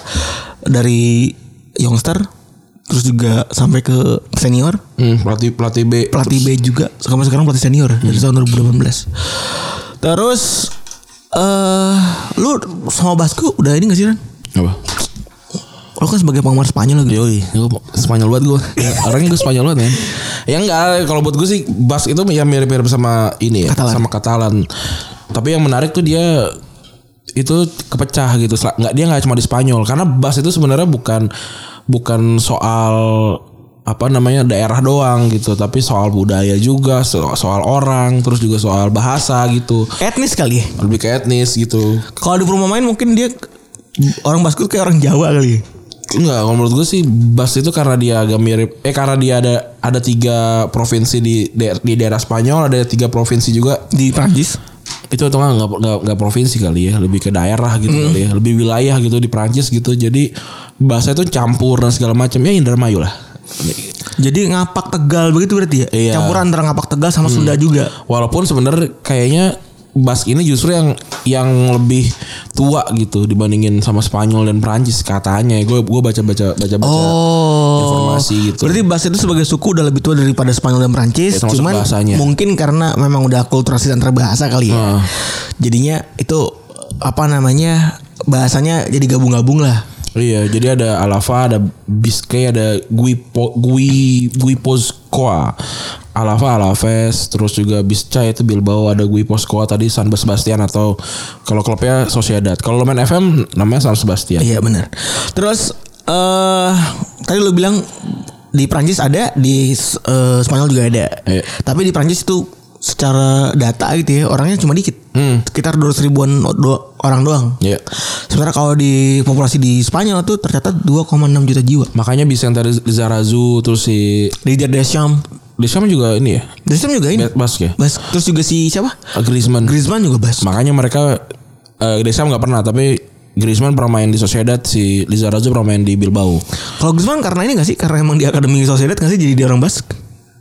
[SPEAKER 3] dari youngster terus juga sampai ke senior,
[SPEAKER 2] Hmm, pelatih pelatih B.
[SPEAKER 3] pelatih B juga sampai sekarang pelatih senior dari tahun dua ribu delapan belas. Terus eh lu sama Basco udah ini gak sih Ran?
[SPEAKER 2] Apa?
[SPEAKER 3] Lu kan sebagai penggemar Spanyol gitu.
[SPEAKER 2] Yoi, gue Spanyol banget gue. Orangnya gue Spanyol banget kan. Ya enggak, kalau buat gue sih Bas itu ya mirip-mirip sama ini ya,
[SPEAKER 3] Catalan.
[SPEAKER 2] sama Catalan. Tapi yang menarik tuh dia itu kepecah gitu. Sel- Nggak dia nggak cuma di Spanyol, karena Bas itu sebenarnya bukan bukan soal apa namanya daerah doang gitu, tapi soal budaya juga, so- soal orang, terus juga soal bahasa gitu.
[SPEAKER 3] Etnis kali ya.
[SPEAKER 2] Lebih ke etnis gitu.
[SPEAKER 3] Kalau di perumahan main mungkin dia orang Basco kayak orang Jawa kali ya.
[SPEAKER 2] Enggak, kalau menurut gue sih Bas itu karena dia agak mirip eh karena dia ada ada tiga provinsi di daer- di daerah Spanyol, ada tiga provinsi juga
[SPEAKER 3] Di Prancis.
[SPEAKER 2] itu atau enggak enggak enggak provinsi kali ya, lebih ke daerah gitu
[SPEAKER 3] Mm.
[SPEAKER 2] kali ya, lebih wilayah gitu di Prancis gitu. Jadi bahasa itu campur dan segala macam ya, Indramayu lah.
[SPEAKER 3] Jadi ngapak Tegal begitu berarti ya?
[SPEAKER 2] Iya.
[SPEAKER 3] Campuran antara ngapak Tegal sama Sunda juga.
[SPEAKER 2] Walaupun sebenarnya kayaknya Bas ini justru yang yang lebih tua gitu dibandingin sama Spanyol dan Prancis katanya. Gue gue baca baca baca baca informasi gitu.
[SPEAKER 3] Berarti Bas itu sebagai suku udah lebih tua daripada Spanyol dan Prancis.
[SPEAKER 2] Ya, termasuk
[SPEAKER 3] Cuman
[SPEAKER 2] bahasanya.
[SPEAKER 3] mungkin karena memang udah akulturasi antar bahasa kali ya.
[SPEAKER 2] Heeh.
[SPEAKER 3] Jadinya itu apa namanya bahasanya jadi gabung-gabung lah.
[SPEAKER 2] Iya, jadi ada Alava, ada Biscay, ada Guipo, Gui, Guipuzcoa, Alava, Alaves, terus juga Biscay itu Bilbao, ada Guipuzcoa tadi San Sebastian atau kalau klubnya Sociedad. Kalau lo main F M namanya San Sebastian.
[SPEAKER 3] Iya benar. Terus eh tadi lu bilang di Prancis ada, di eh, Spanyol juga ada.
[SPEAKER 2] Iya.
[SPEAKER 3] Tapi di Prancis itu secara data gitu ya orangnya cuma dikit.
[SPEAKER 2] Hmm.
[SPEAKER 3] Sekitar dua ratus ribuan do- orang doang.
[SPEAKER 2] Iya.
[SPEAKER 3] Sementara kalau di populasi di Spanyol tuh tercatat dua koma enam juta jiwa.
[SPEAKER 2] Makanya Vicente Lizarazu terus si
[SPEAKER 3] Didier Deschamps.
[SPEAKER 2] Deschamps juga ini ya.
[SPEAKER 3] Deschamps juga ini.
[SPEAKER 2] Bas ya.
[SPEAKER 3] Bas. Terus juga si siapa?
[SPEAKER 2] Griezmann.
[SPEAKER 3] Griezmann juga bas.
[SPEAKER 2] Makanya mereka eh, Deschamps nggak pernah, tapi Griezmann pernah main di Sociedad, si Lizarazu pernah main di Bilbao.
[SPEAKER 3] Kalau Griezmann karena ini gak sih? Karena emang di akademi Sociedad gak sih jadi dia orang Bask?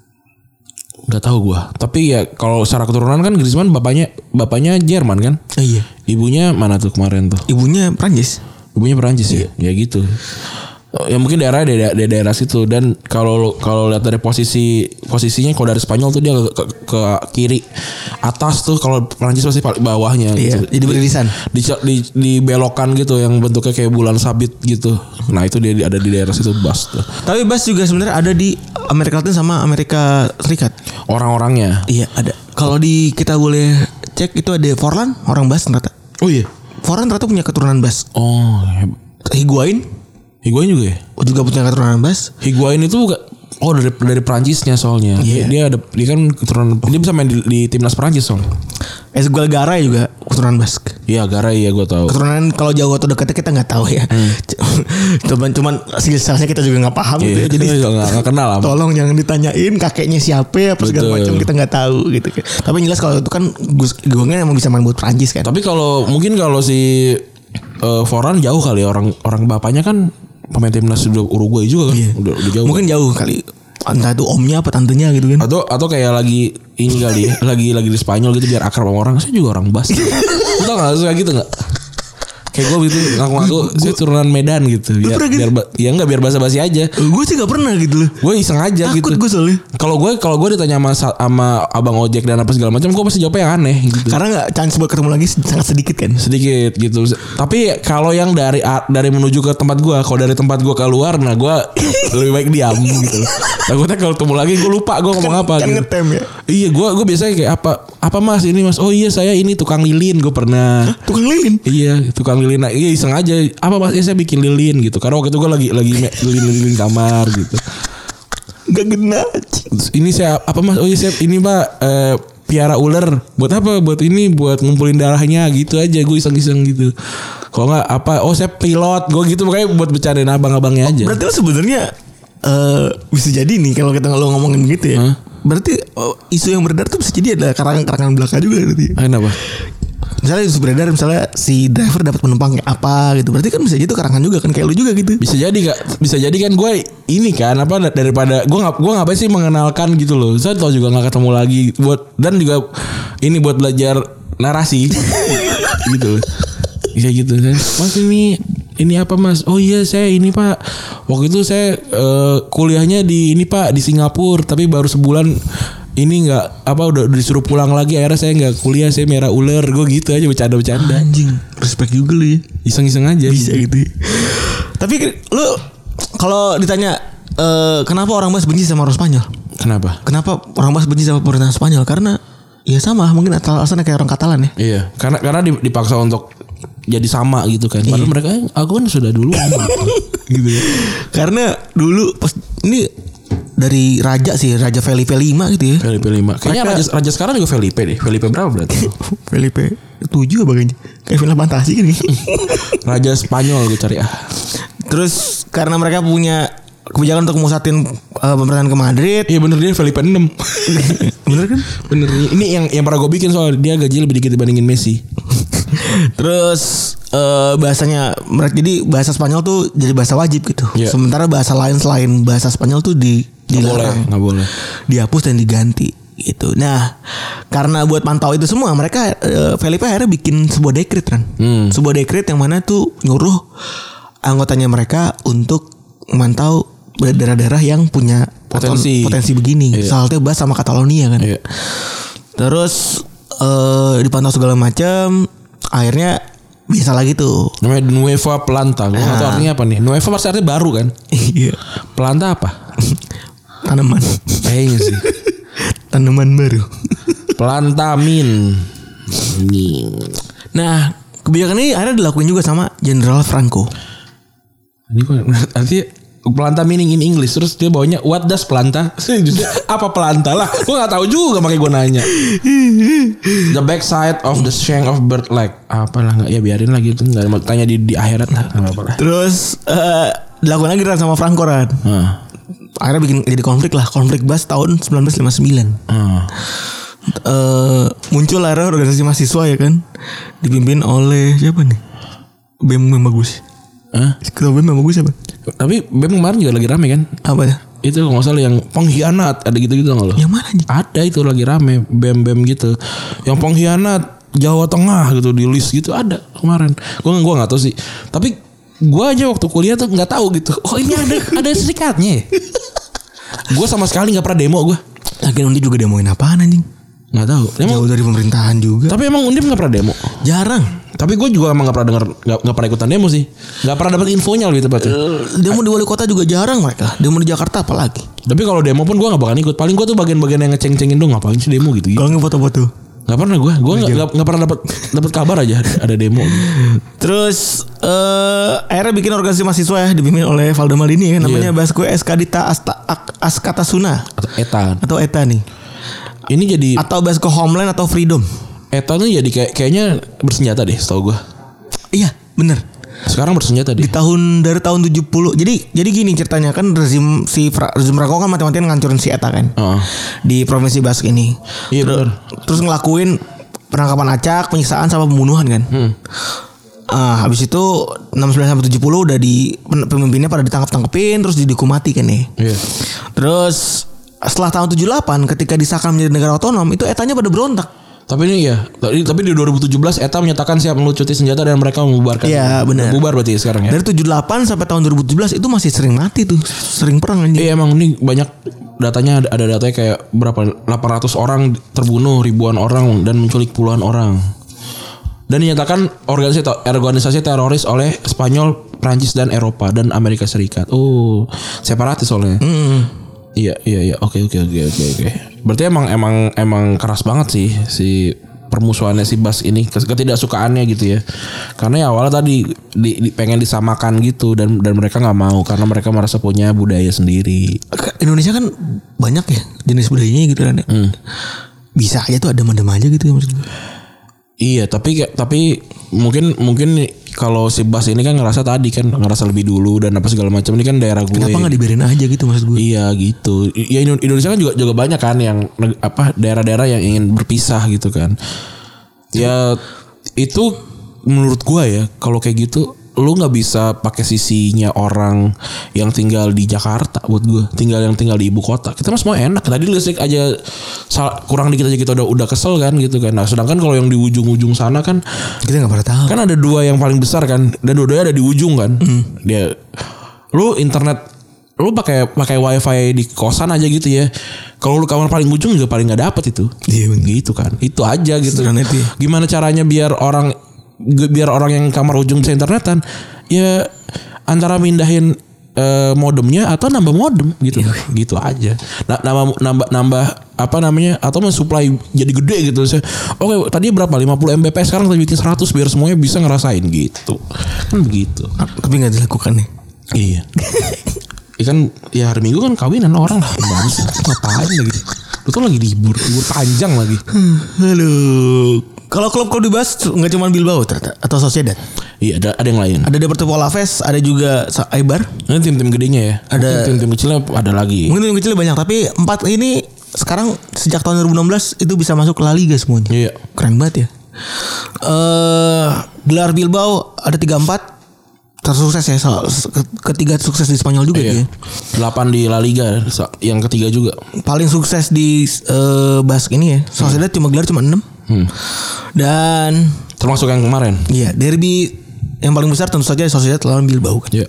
[SPEAKER 2] Gak tahu gua. Tapi ya kalau secara keturunan kan Griezmann bapaknya bapaknya Jerman kan?
[SPEAKER 3] Oh, iya.
[SPEAKER 2] Ibunya mana tuh kemarin tuh?
[SPEAKER 3] Ibunya Prancis.
[SPEAKER 2] Ibunya Perancis ya. Ya gitu. Ya mungkin daerah di daerah, daerah situ. Dan kalau kalau lihat dari posisi posisinya kalau dari Spanyol tuh dia ke, ke, ke kiri atas tuh, kalau Prancis pasti paling bawahnya.
[SPEAKER 3] Iya,
[SPEAKER 2] gitu.
[SPEAKER 3] jadi beririsan.
[SPEAKER 2] Di, di, di, dibelokan gitu yang bentuknya kayak bulan sabit gitu. Nah itu dia ada di daerah situ Basque tuh.
[SPEAKER 3] Tapi Basque juga sebenarnya ada di Amerika Latin sama Amerika Serikat.
[SPEAKER 2] Orang-orangnya.
[SPEAKER 3] Iya ada. Kalau di kita boleh cek itu ada Forlan orang Basque ternyata.
[SPEAKER 2] Oh iya.
[SPEAKER 3] Forlan ternyata punya keturunan Basque.
[SPEAKER 2] Oh.
[SPEAKER 3] Higuain
[SPEAKER 2] Higuain juga ya?
[SPEAKER 3] juga punya keturunan Basque.
[SPEAKER 2] Higuain itu bukan, oh dari dari Prancisnya soalnya.
[SPEAKER 3] Iya.
[SPEAKER 2] Dia, dia ada dia kan keturunan, dia bisa main di, di timnas Prancis soalnya.
[SPEAKER 3] Esgual Garay juga keturunan Basque.
[SPEAKER 2] Iya, Garay ya gue tahu.
[SPEAKER 3] Keturunan kalau jauh atau dekatnya kita nggak tahu ya. Hmm. cuman cuman silsilahnya kita juga nggak paham
[SPEAKER 2] Iya,
[SPEAKER 3] gitu ya. Jadi
[SPEAKER 2] nggak kenal lah.
[SPEAKER 3] Tolong jangan ditanyain kakeknya siapa apa segala macam, kita nggak tahu gitu kan. Tapi jelas kalau itu kan Gus Gongnya emang bisa main buat Prancis kan.
[SPEAKER 2] Tapi kalau mungkin kalau si uh, Forlan jauh kali ya, orang orang bapaknya kan pemain timnas udah Uruguay juga kan.
[SPEAKER 3] Iya.
[SPEAKER 2] Udah, udah jauh.
[SPEAKER 3] Mungkin jauh kali. Entah itu omnya apa tantenya gitu kan.
[SPEAKER 2] Atau atau kayak lagi ini kali ya, lagi lagi di Spanyol gitu biar akrab sama orang. Saya juga orang Basque. Lu tau gak suka gitu gak? Kayak gue gitu ngaku-ngaku saya turunan Medan gitu. Biar,
[SPEAKER 3] gitu?
[SPEAKER 2] biar ya enggak biar basa-basi aja.
[SPEAKER 3] Gue sih gak pernah gitu loh.
[SPEAKER 2] Gue iseng aja
[SPEAKER 3] Takut
[SPEAKER 2] gitu.
[SPEAKER 3] gue soalnya.
[SPEAKER 2] Kalau gue kalau gue ditanya sama, sama abang ojek dan apa segala macam, gue pasti jawabnya yang aneh gitu.
[SPEAKER 3] Karena gak chance buat ketemu lagi sangat sedikit kan.
[SPEAKER 2] Sedikit gitu. Tapi kalau yang dari dari menuju ke tempat gue, kalau dari tempat gue keluar, nah gue lebih baik diam gitu. Takutnya kalau ketemu lagi gue lupa gue ngomong
[SPEAKER 3] kan,
[SPEAKER 2] apa
[SPEAKER 3] kan
[SPEAKER 2] gitu.
[SPEAKER 3] ngetem ya.
[SPEAKER 2] Iya, gue gue biasanya kayak apa apa mas ini mas. Oh iya saya ini tukang lilin, gue pernah.
[SPEAKER 3] Hah, tukang lilin.
[SPEAKER 2] Iya tukang lilin. Nah, iya iseng aja. Apa mas? Ya, saya bikin lilin gitu. Karena waktu itu gue lagi lagi lilin-lilin kamar gitu.
[SPEAKER 3] Gak kena.
[SPEAKER 2] Ini saya apa mas? Oh iya saya ini pak eh, piara ular. Buat apa? Buat ini buat ngumpulin darahnya gitu aja. Gue iseng-iseng gitu. Kalau nggak apa? Oh saya pilot. Gue gitu makanya buat bercandain abang-abangnya aja.
[SPEAKER 3] Berarti lo sebenarnya uh, bisa jadi nih kalau kita lo ngomongin begitu ya.
[SPEAKER 2] Huh?
[SPEAKER 3] Berarti oh, isu yang beredar tuh bisa jadi ada karangan-karangan belaka juga berarti.
[SPEAKER 2] Kenapa?
[SPEAKER 3] Misalnya isu beredar misalnya si driver dapat penumpang kayak apa gitu. Berarti kan bisa jadi tuh karangan juga kan kayak lu juga gitu.
[SPEAKER 2] Bisa jadi kak, bisa jadi kan gue ini kan apa daripada gue nggak gue ngapain sih mengenalkan gitu loh. Saya tau juga nggak ketemu lagi buat dan juga ini buat belajar narasi gitu. Bisa gitu kan. Mas ini ini apa mas? Oh iya saya ini pak. Waktu itu saya uh, kuliahnya di ini pak di Singapura tapi baru sebulan ini nggak apa udah, udah disuruh pulang lagi akhirnya saya nggak kuliah saya merah ular gue gitu aja bercanda-bercanda.
[SPEAKER 3] Anjing, respect juga lu ya.
[SPEAKER 2] Iseng-iseng aja.
[SPEAKER 3] Bisa gitu. Tapi lu kalau ditanya uh, kenapa orang Basque benci sama orang Spanyol?
[SPEAKER 2] Kenapa?
[SPEAKER 3] Kenapa orang Basque benci sama pemerintahan Spanyol? Karena ya sama mungkin alasannya kayak orang Katalan ya.
[SPEAKER 2] Iya, karena karena dipaksa untuk jadi sama gitu kan. Padahal
[SPEAKER 3] iya.
[SPEAKER 2] mereka aku kan sudah dulu gitu ya.
[SPEAKER 3] Karena dulu pas ini dari raja sih, Raja Felipe lima gitu ya.
[SPEAKER 2] Felipe lima. Kayaknya
[SPEAKER 3] mereka,
[SPEAKER 2] raja raja sekarang juga Felipe deh. Felipe berapa berarti?
[SPEAKER 3] Felipe tujuh apa kayaknya. Kayak film fantasi kan nih.
[SPEAKER 2] Raja Spanyol gue cari ah.
[SPEAKER 3] Terus karena mereka punya kebijakan untuk musatin uh, pemerintahan ke Madrid.
[SPEAKER 2] Iya bener dia Felipe enam.
[SPEAKER 3] Bener kan?
[SPEAKER 2] Bener. Ini yang yang pernah gue bikin soal dia gaji lebih dikit dibandingin Messi.
[SPEAKER 3] Terus uh, bahasanya mereka jadi bahasa Spanyol tuh jadi bahasa wajib gitu.
[SPEAKER 2] Yeah.
[SPEAKER 3] Sementara bahasa lain selain bahasa Spanyol tuh di
[SPEAKER 2] Nggak boleh, nggak boleh.
[SPEAKER 3] Dihapus dan diganti gitu. Nah, karena buat pantau itu semua mereka uh, Felipe akhirnya bikin sebuah dekret kan.
[SPEAKER 2] Hmm.
[SPEAKER 3] Sebuah dekret yang mana tuh nyuruh anggotanya mereka untuk memantau daerah-daerah yang punya
[SPEAKER 2] Potensi.
[SPEAKER 3] potensi begini.
[SPEAKER 2] Iya.
[SPEAKER 3] Soalnya bahas sama Catalonia kan.
[SPEAKER 2] Iya.
[SPEAKER 3] Terus uh, dipantau segala macam, akhirnya bisa lagi tuh.
[SPEAKER 2] Namanya Nueva Planta. Gue nggak tahu artinya apa nih. Nueva pasti artinya baru kan.
[SPEAKER 3] Iya.
[SPEAKER 2] Planta apa?
[SPEAKER 3] Tanaman.
[SPEAKER 2] Kayaknya sih.
[SPEAKER 3] Tanaman baru.
[SPEAKER 2] Plantamin.
[SPEAKER 3] Nah, kebijakan ini akhirnya dilakuin juga sama Jenderal Franco.
[SPEAKER 2] Ini kok nanti Planta meaning in English. Terus dia bawanya what does planta? Apa planta lah? Gue gak tahu juga makanya gue nanya. The back side of the shank of bird leg. Apalah nggak ya biarin lah gitu. Nggak mau tanya di di akhirat lah. Apa lah.
[SPEAKER 3] Terus uh, dilakukan lagi kan sama Franco kan.
[SPEAKER 2] Hmm.
[SPEAKER 3] Akhirnya bikin jadi konflik lah. Konflik Basque tahun sembilan belas lima puluh sembilan.
[SPEAKER 2] Hmm.
[SPEAKER 3] Uh, muncul akhirnya organisasi mahasiswa ya kan. Dipimpin oleh siapa nih? B E M yang bagus.
[SPEAKER 2] Hah?
[SPEAKER 3] Ketua B E M yang bagus siapa?
[SPEAKER 2] Tapi B E M kemarin juga lagi rame kan?
[SPEAKER 3] Apa ya?
[SPEAKER 2] Itu kalau nggak salah yang pengkhianat ada gitu-gitu nggak lo?
[SPEAKER 3] Yang mana nih?
[SPEAKER 2] Ada itu lagi rame B E M B E M gitu. Yang pengkhianat Jawa Tengah gitu di list gitu ada kemarin. Gue gue nggak tahu sih. Tapi gue aja waktu kuliah tuh nggak tahu gitu. Oh ini ada ada serikatnya. Gue sama sekali nggak pernah demo gue.
[SPEAKER 3] Lagian Undip juga demoin apaan anjing?
[SPEAKER 2] Nggak tahu. Emang,
[SPEAKER 3] jauh dari pemerintahan juga.
[SPEAKER 2] Tapi emang Undip nggak pernah demo.
[SPEAKER 3] Jarang.
[SPEAKER 2] Tapi gue juga emang nggak pernah dengar, nggak nggak pernah ikutan demo sih. Nggak pernah dapat infonya lebih tepatnya.
[SPEAKER 3] Uh, demo di wali kota juga jarang mereka. Demo di Jakarta apalagi.
[SPEAKER 2] Tapi kalau demo pun gue nggak bakal ikut. Paling gue tuh bagian-bagian yang ngeceng-cengin dong. Ngapain sih demo gitu?
[SPEAKER 3] Kalau nggak foto-foto.
[SPEAKER 2] Gak pernah gue, gue nggak nggak pernah dapat dapat kabar aja ada demo.
[SPEAKER 3] Terus uh, akhirnya bikin organisasi mahasiswa ya dipimpin oleh Valdo Maldini ya, namanya yeah. Basko Eskadita Asta Askatasuna
[SPEAKER 2] atau ETA
[SPEAKER 3] atau ETA nih.
[SPEAKER 2] Ini jadi
[SPEAKER 3] atau Basko Homeland atau Freedom.
[SPEAKER 2] ETA tuh jadi kayak kayaknya bersenjata deh, setahu gue.
[SPEAKER 3] Iya, bener.
[SPEAKER 2] Sekarang bersenjata deh.
[SPEAKER 3] Di tahun dari tahun tujuh puluh. Jadi jadi gini ceritanya kan rezim si rezim Franco kan mati-matian ngancurin si ETA kan. Uh. Di provinsi Basque ini.
[SPEAKER 2] Iya benar.
[SPEAKER 3] Terus ngelakuin penangkapan acak, penyiksaan sama pembunuhan kan. Hmm. Ah, habis itu enam puluh sembilan sampai tujuh puluh udah di pemimpinnya pada ditangkap-tangkepin terus dihukum mati kan nih. Iya. Terus setelah tahun tujuh puluh delapan ketika disahkan menjadi negara otonom itu ETA-nya pada berontak.
[SPEAKER 2] Tapi ini ya, tapi di dua ribu tujuh belas ETA menyatakan siap melucuti senjata dan mereka membubarkan.
[SPEAKER 3] Iya benar.
[SPEAKER 2] Bubar berarti sekarang ya.
[SPEAKER 3] Dari tujuh puluh delapan sampai tahun dua ribu tujuh belas itu masih sering mati tuh, sering perang anjing.
[SPEAKER 2] Iya emang ini banyak datanya, ada datanya kayak berapa delapan ratus orang terbunuh, ribuan orang dan menculik puluhan orang. Dan dinyatakan organisasi organisasi teroris oleh Spanyol, Prancis dan Eropa dan Amerika Serikat. Oh, separatis soalnya. Mm. Iya iya iya oke oke oke oke oke. Berarti emang emang emang keras banget sih si permusuhannya si Bas ini, ketidaksukaannya gitu ya. Karena ya awalnya tadi di, di, pengen disamakan gitu dan dan mereka nggak mau karena mereka merasa punya budaya sendiri.
[SPEAKER 3] Indonesia kan banyak ya jenis budayanya gitu kan. Hmm. Bisa aja tuh adem-adem aja gitu ya maksudnya.
[SPEAKER 2] Iya tapi tapi mungkin mungkin kalau si Bas ini kan ngerasa tadi kan ngerasa lebih dulu dan apa segala macam, ini kan daerah gue.
[SPEAKER 3] Kenapa nggak dibiarin aja gitu maksud gue?
[SPEAKER 2] Iya gitu. Ya Indonesia kan juga juga banyak kan yang apa daerah-daerah yang ingin berpisah gitu kan. Ya itu menurut gue ya kalau kayak gitu lu nggak bisa pakai sisinya orang yang tinggal di Jakarta buat gue, tinggal yang tinggal di ibu kota. Kita mah semua enak. Tadi listrik aja kurang dikit aja kita udah udah kesel kan gitu kan. Nah sedangkan kalau yang di ujung-ujung sana kan
[SPEAKER 3] kita nggak pernah tahu. Kan
[SPEAKER 2] ada dua yang paling besar kan dan dua-duanya ada di ujung kan. Mm. Dia lu internet lu pakai pakai wifi di kosan aja gitu ya. Kalau lu kamar paling ujung juga paling nggak dapet itu. Iya gitu kan. Itu aja gitu. Gimana caranya biar orang biar orang yang kamar ujung bisa internetan ya antara mindahin uh, modemnya atau nambah modem gitu gitu aja nah, nambah nambah nambah apa namanya atau mensuplai jadi gede gitu. Oke tadi berapa lima puluh megabit sekarang kita bikin seratus biar semuanya bisa ngerasain gitu kan begitu.
[SPEAKER 3] Tapi nggak dilakukan nih.
[SPEAKER 2] Iya. Ikan ya hari Minggu kan kawinan orang lah bagus ngapain lagi lu tuh lagi libur libur panjang lagi.
[SPEAKER 3] Halo. Kalau klub-klub dibahas nggak cuma Bilbao ternyata atau Sociedad.
[SPEAKER 2] Iya ada ada yang lain.
[SPEAKER 3] Ada Deportivo Alaves, ada juga Eibar.
[SPEAKER 2] Ini tim-tim gedenya ya.
[SPEAKER 3] Ada
[SPEAKER 2] tim-tim kecilnya ada lagi.
[SPEAKER 3] Mungkin tim kecilnya banyak tapi empat ini sekarang sejak tahun dua ribu enam belas itu bisa masuk ke La Liga semuanya.
[SPEAKER 2] Iya.
[SPEAKER 3] Keren banget ya. Eh gelar Bilbao ada tiga empat tersukses ya. Ketiga sukses di Spanyol juga
[SPEAKER 2] iya.
[SPEAKER 3] dia.
[SPEAKER 2] delapan di La Liga yang ketiga juga.
[SPEAKER 3] Paling sukses di uh, Basque ini ya. Sociedad hmm. cuma gelar cuma enam. Hmm. Dan
[SPEAKER 2] termasuk yang kemarin.
[SPEAKER 3] Iya, derby yang paling besar tentu saja Sociedad lawan Bilbao kan. Iya.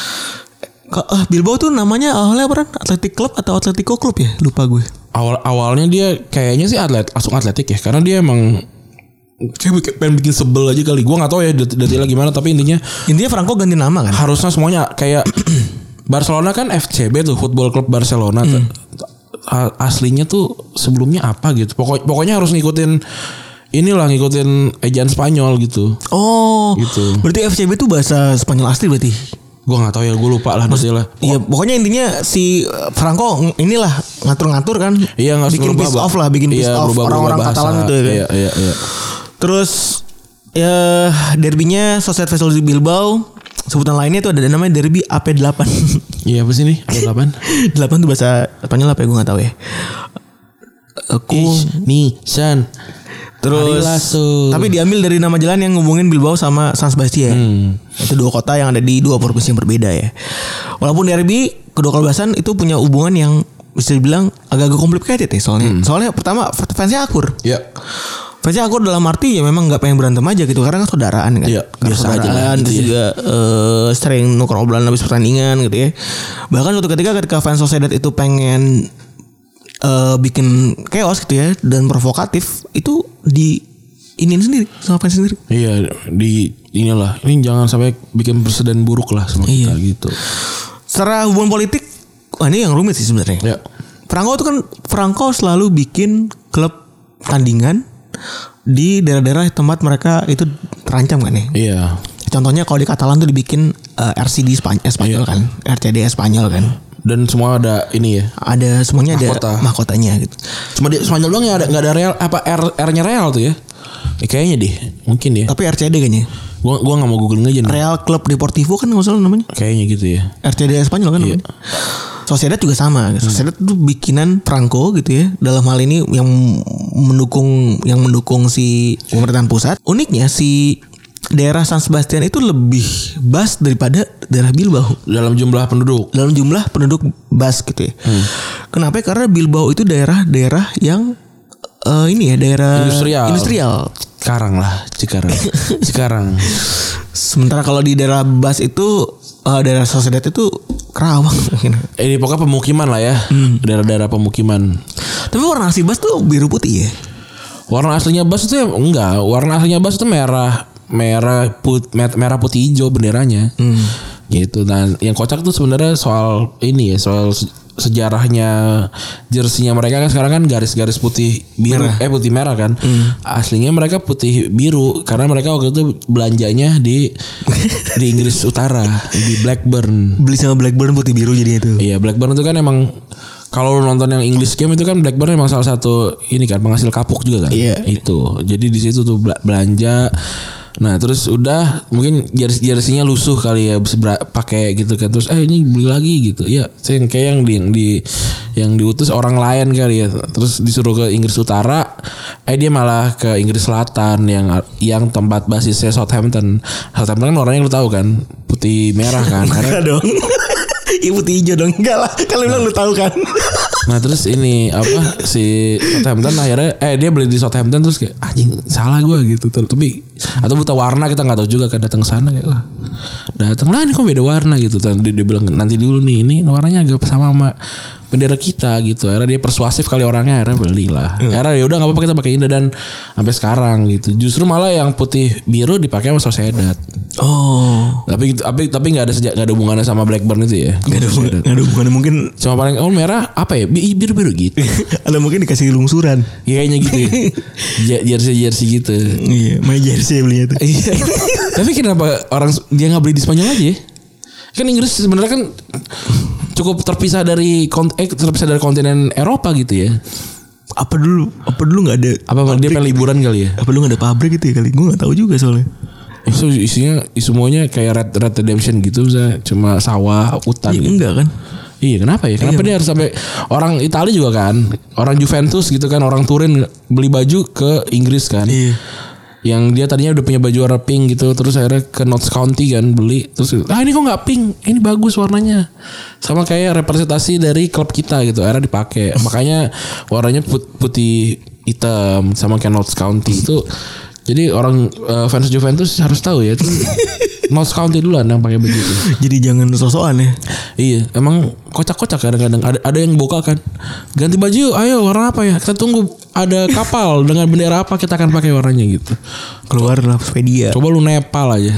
[SPEAKER 3] Uh, Bilbao tuh namanya awalnya apa kan? Athletic Club atau Atletico Club ya? Lupa gue.
[SPEAKER 2] Awal awalnya dia kayaknya sih atlet, langsung atletik ya, karena dia emang kayak pengen bikin sebel aja kali. Gue nggak tahu ya detailnya gimana, tapi intinya
[SPEAKER 3] intinya Franco ganti nama kan.
[SPEAKER 2] Harusnya semuanya kayak Barcelona kan F C B tuh, Football Club Barcelona. Hmm. Aslinya tuh sebelumnya apa gitu. Pokok, pokoknya harus ngikutin inilah ngikutin ejaan Spanyol gitu.
[SPEAKER 3] Oh,
[SPEAKER 2] gitu.
[SPEAKER 3] Berarti F C B itu bahasa Spanyol asli berarti?
[SPEAKER 2] Gue nggak tahu ya, gue lupa lah detailnya.
[SPEAKER 3] Iya, pokoknya intinya si Franco inilah ngatur-ngatur kan.
[SPEAKER 2] Iya,
[SPEAKER 3] bikin piece off lah, bikin piece
[SPEAKER 2] iya,
[SPEAKER 3] off orang-orang Katalan gitu ya.
[SPEAKER 2] Iya, iya, iya.
[SPEAKER 3] Terus ya derbynya Sociedad versus Bilbao. Sebutan lainnya itu ada namanya derby A P delapan.
[SPEAKER 2] Iya apa sih nih? A P delapan.
[SPEAKER 3] delapan tuh bahasa Spanyol apa ya, gue gak tahu ya. Aku
[SPEAKER 2] nih San.
[SPEAKER 3] Terus tapi diambil dari nama jalan yang ngubungin Bilbao sama San Sebastian. Hmm. Itu dua kota yang ada di dua provinsi yang berbeda ya. Walaupun derby kedua kelebasan itu punya hubungan yang bisa dibilang agak-agak complicated ya soalnya. Hmm. Soalnya pertama fansnya akur.
[SPEAKER 2] Iya.
[SPEAKER 3] Fansnya aku dalam arti ya memang nggak pengen berantem aja gitu karena kan saudaraan kan.
[SPEAKER 2] Iya,
[SPEAKER 3] Karena
[SPEAKER 2] biasa aja lah,
[SPEAKER 3] saudaraan,
[SPEAKER 2] gitu
[SPEAKER 3] terus
[SPEAKER 2] ya.
[SPEAKER 3] juga eh, sering nuker obrolan habis pertandingan gitu ya. Bahkan suatu ketika ketika fans Sociedad itu pengen eh, bikin chaos gitu ya dan provokatif itu di ini sendiri sama fans sendiri.
[SPEAKER 2] Iya, di inilah ini jangan sampai bikin presiden buruk lah sama
[SPEAKER 3] Iya.
[SPEAKER 2] kita gitu.
[SPEAKER 3] Secara hubungan politik, wah ini yang rumit sih sebenarnya.
[SPEAKER 2] Ya.
[SPEAKER 3] Franco itu kan Franco selalu bikin klub tandingan di daerah-daerah tempat mereka itu terancam kan ya.
[SPEAKER 2] Iya.
[SPEAKER 3] Contohnya kalau di Katalan tuh dibikin uh, R C D Spanyol, Spanyol
[SPEAKER 2] Iya.
[SPEAKER 3] kan, R C D Spanyol kan.
[SPEAKER 2] Dan semua ada ini ya.
[SPEAKER 3] Ada semuanya
[SPEAKER 2] Mahkota.
[SPEAKER 3] ada mahkotanya gitu.
[SPEAKER 2] Cuma di Spanyol doang ya ada nggak ada Real apa R R-nya Real tuh ya. Ya kayaknya deh, mungkin ya.
[SPEAKER 3] Tapi R C D kayaknya.
[SPEAKER 2] Gua gua enggak mau googling aja nih.
[SPEAKER 3] Real Club Deportivo kan nggak salah namanya.
[SPEAKER 2] Kayaknya gitu ya.
[SPEAKER 3] R C D Spanyol kan
[SPEAKER 2] Iya.
[SPEAKER 3] namanya. Sociedad juga sama. Sociedad itu bikinan Franco gitu ya. Dalam hal ini yang mendukung yang mendukung si pemerintahan pusat. Uniknya si daerah San Sebastian itu lebih bas daripada daerah Bilbao
[SPEAKER 2] Dalam jumlah penduduk.
[SPEAKER 3] dalam jumlah penduduk bas gitu ya.
[SPEAKER 2] Hmm.
[SPEAKER 3] Kenapa? Karena Bilbao itu daerah-daerah yang eh, ini ya daerah
[SPEAKER 2] Industrial.
[SPEAKER 3] industrial.
[SPEAKER 2] Sekarang lah, sekarang. Sekarang.
[SPEAKER 3] Sementara kalau di daerah bas itu eh, daerah Sociedad itu Kerawang mungkin.
[SPEAKER 2] Ini pokoknya pemukiman lah ya. Daerah-daerah pemukiman.
[SPEAKER 3] Tapi warna asli bas tuh biru putih ya.
[SPEAKER 2] Warna aslinya bas itu ya enggak, warna aslinya bas itu merah, merah put, merah putih hijau benderanya.
[SPEAKER 3] Hmm.
[SPEAKER 2] Gitu. Dan yang kocak tuh sebenarnya soal ini ya, soal se- sejarahnya jersinya mereka kan sekarang kan garis-garis putih biru
[SPEAKER 3] Merah.
[SPEAKER 2] eh putih merah kan.
[SPEAKER 3] Hmm.
[SPEAKER 2] Aslinya mereka putih biru karena mereka waktu itu belanjanya di di Inggris Utara, di Blackburn.
[SPEAKER 3] Beli sama Blackburn putih biru jadinya itu.
[SPEAKER 2] Iya, Blackburn itu kan emang kalau lu nonton yang English game itu kan Blackburn emang salah satu ini kan penghasil kapuk juga kan.
[SPEAKER 3] Iya.
[SPEAKER 2] Itu. Jadi di situ tuh bela- belanja. Nah, terus udah mungkin jersey-jersinya lusuh kali ya sebera- pakai gitu kan. Terus eh ini beli lagi gitu. Iya, saya yang kayak yang di yang di yang diutus orang lain kali ya. Terus disuruh ke Inggris Utara, eh dia malah ke Inggris Selatan yang yang tempat basisnya Southampton. Southampton kan orangnya lu tahu kan, putih merah kan. Karena
[SPEAKER 3] Enggak dong. Iya putih hijau dong. Enggak lah. Kalau bilang lu tahu kan.
[SPEAKER 2] Nah terus ini apa si Southampton akhirnya eh dia beli di Southampton terus kayak anjing salah gue gitu. Tapi atau buta warna kita nggak tahu juga kan datang ke sana kayak wah datang lah ini kok beda warna gitu. Dan dia, dia bilang nanti dulu nih ini warnanya agak sama sama bendera kita gitu. Akhirnya dia persuasif kali orangnya akhirnya beli lah. Akhirnya ya udah nggak apa-apa kita pakai ini dan sampai sekarang gitu. Justru malah yang putih biru dipakai sama Sociedad.
[SPEAKER 3] Oh.
[SPEAKER 2] Tapi tapi tapi nggak ada sejak nggak ada hubungannya sama Blackburn itu ya.
[SPEAKER 3] Enggak ada hubungan- nggak ada hubungannya mungkin.
[SPEAKER 2] Cuma paling oh merah apa ya Bi- biru-biru gitu.
[SPEAKER 3] Ada mungkin dikasih lungsuran.
[SPEAKER 2] Ya, kayaknya gitu ya. Je- Jersey-jersey gitu.
[SPEAKER 3] Iya, main jersey belinya tuh.
[SPEAKER 2] Iya. Tapi kenapa orang dia nggak beli di Spanyol aja ya? Kan Inggris sebenarnya kan cukup terpisah dari kont- eh, terpisah dari kontinen Eropa gitu ya.
[SPEAKER 3] Apa dulu? Apa dulu nggak ada?
[SPEAKER 2] Apa dia pengen liburan kali ya?
[SPEAKER 3] Apa dulu nggak ada pabrik gitu ya kali? Gue nggak tahu juga soalnya.
[SPEAKER 2] Isu isinya semuanya kayak Red, Red Redemption gitu, misalnya cuma sawah, hutan.
[SPEAKER 3] Iya,
[SPEAKER 2] gitu.
[SPEAKER 3] enggak kan?
[SPEAKER 2] Iya kenapa ya? Kenapa
[SPEAKER 3] Iya.
[SPEAKER 2] dia harus sampai orang Italia juga kan, orang Juventus gitu kan, orang Turin beli baju ke Inggris kan?
[SPEAKER 3] Iya.
[SPEAKER 2] Yang dia tadinya udah punya baju warna pink gitu, terus akhirnya ke Notts County kan beli, terus ah ini kok nggak pink, ini bagus warnanya, sama kayak representasi dari klub kita gitu, akhirnya dipakai, makanya warnanya put- putih hitam sama kayak Notts County itu. Jadi orang uh, fans Juventus harus tahu ya itu Notts County duluan yang pakai begitu.
[SPEAKER 3] Jadi jangan sok-sokan ya.
[SPEAKER 2] Iya, emang kocak-kocak kadang-kadang ada ada yang boka kan. Ganti baju, yuk, ayo warna apa ya? Kita tunggu ada kapal dengan bendera apa kita akan pakai warnanya gitu.
[SPEAKER 3] Keluar lah Swedia.
[SPEAKER 2] Coba lu Nepal aja.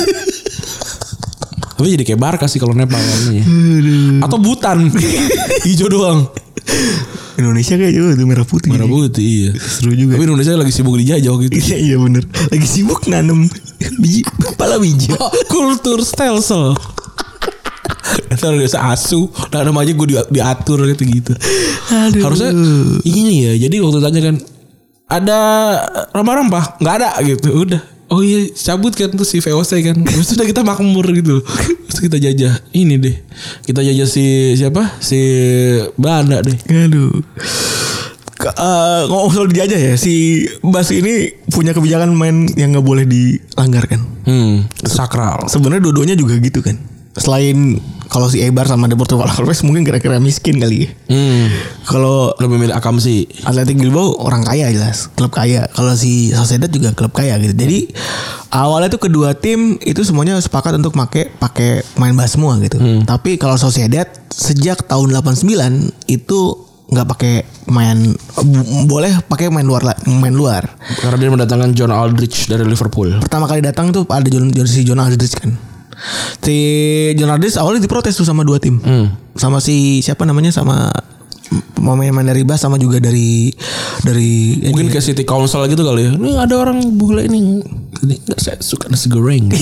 [SPEAKER 2] Tapi jadi kayak Barca sih kalau Nepal warnanya. Atau Butan. Hijau doang.
[SPEAKER 3] Indonesia kayak juga tuh merah putih.
[SPEAKER 2] Merah
[SPEAKER 3] jadi.
[SPEAKER 2] putih iya.
[SPEAKER 3] Seru juga.
[SPEAKER 2] Tapi Indonesia lagi sibuk dijajah gitu.
[SPEAKER 3] Iya iya bener. Lagi sibuk nanem biji kepala biji.
[SPEAKER 2] Oh, kultur stelsel. Ntar udah asu, nanam aja gue di, diatur gitu gitu.
[SPEAKER 3] Aduh.
[SPEAKER 2] Harusnya ini ya. Jadi waktu tanya kan ada rempah-rempah, nggak ada gitu. Udah. Oh iya cabut kan tuh si V O C kan. Terus udah kita makmur gitu. Terus kita jajah ini deh. Kita jajah si siapa? Si Belanda deh.
[SPEAKER 3] Aduh. Ke- eh, ngomong soal dijajah ya, si Bas ini punya kebijakan main yang nggak boleh dilanggar kan.
[SPEAKER 2] Hmm, sakral.
[SPEAKER 3] Sebenarnya dua-duanya juga gitu kan. selain kalau si Eibar sama Deportivo Alaves mungkin kira-kira miskin kali ya.
[SPEAKER 2] Hmm.
[SPEAKER 3] Kalau
[SPEAKER 2] Lebih milih Akam sih.
[SPEAKER 3] Athletic Bilbao orang kaya jelas, klub kaya. Kalau si Sociedad juga klub kaya gitu. Jadi awalnya tuh kedua tim itu semuanya sepakat untuk pakai pakai pemain bas semua gitu. Hmm. Tapi kalau Sociedad sejak tahun delapan puluh sembilan itu nggak pakai pemain, boleh pakai pemain luar pemain luar.
[SPEAKER 2] Karena dia mendatangkan John Aldridge dari Liverpool.
[SPEAKER 3] Pertama kali datang tuh ada John, si John Aldridge kan. Si John Aldridge awalnya diprotes tuh sama dua tim. Hmm. Sama si siapa namanya, sama pemain-pemain dari Bas sama juga dari dari
[SPEAKER 2] mungkin
[SPEAKER 3] ini,
[SPEAKER 2] ke City Council gitu kali ya. Ini ada orang bule ini, ini saya suka nasi goreng.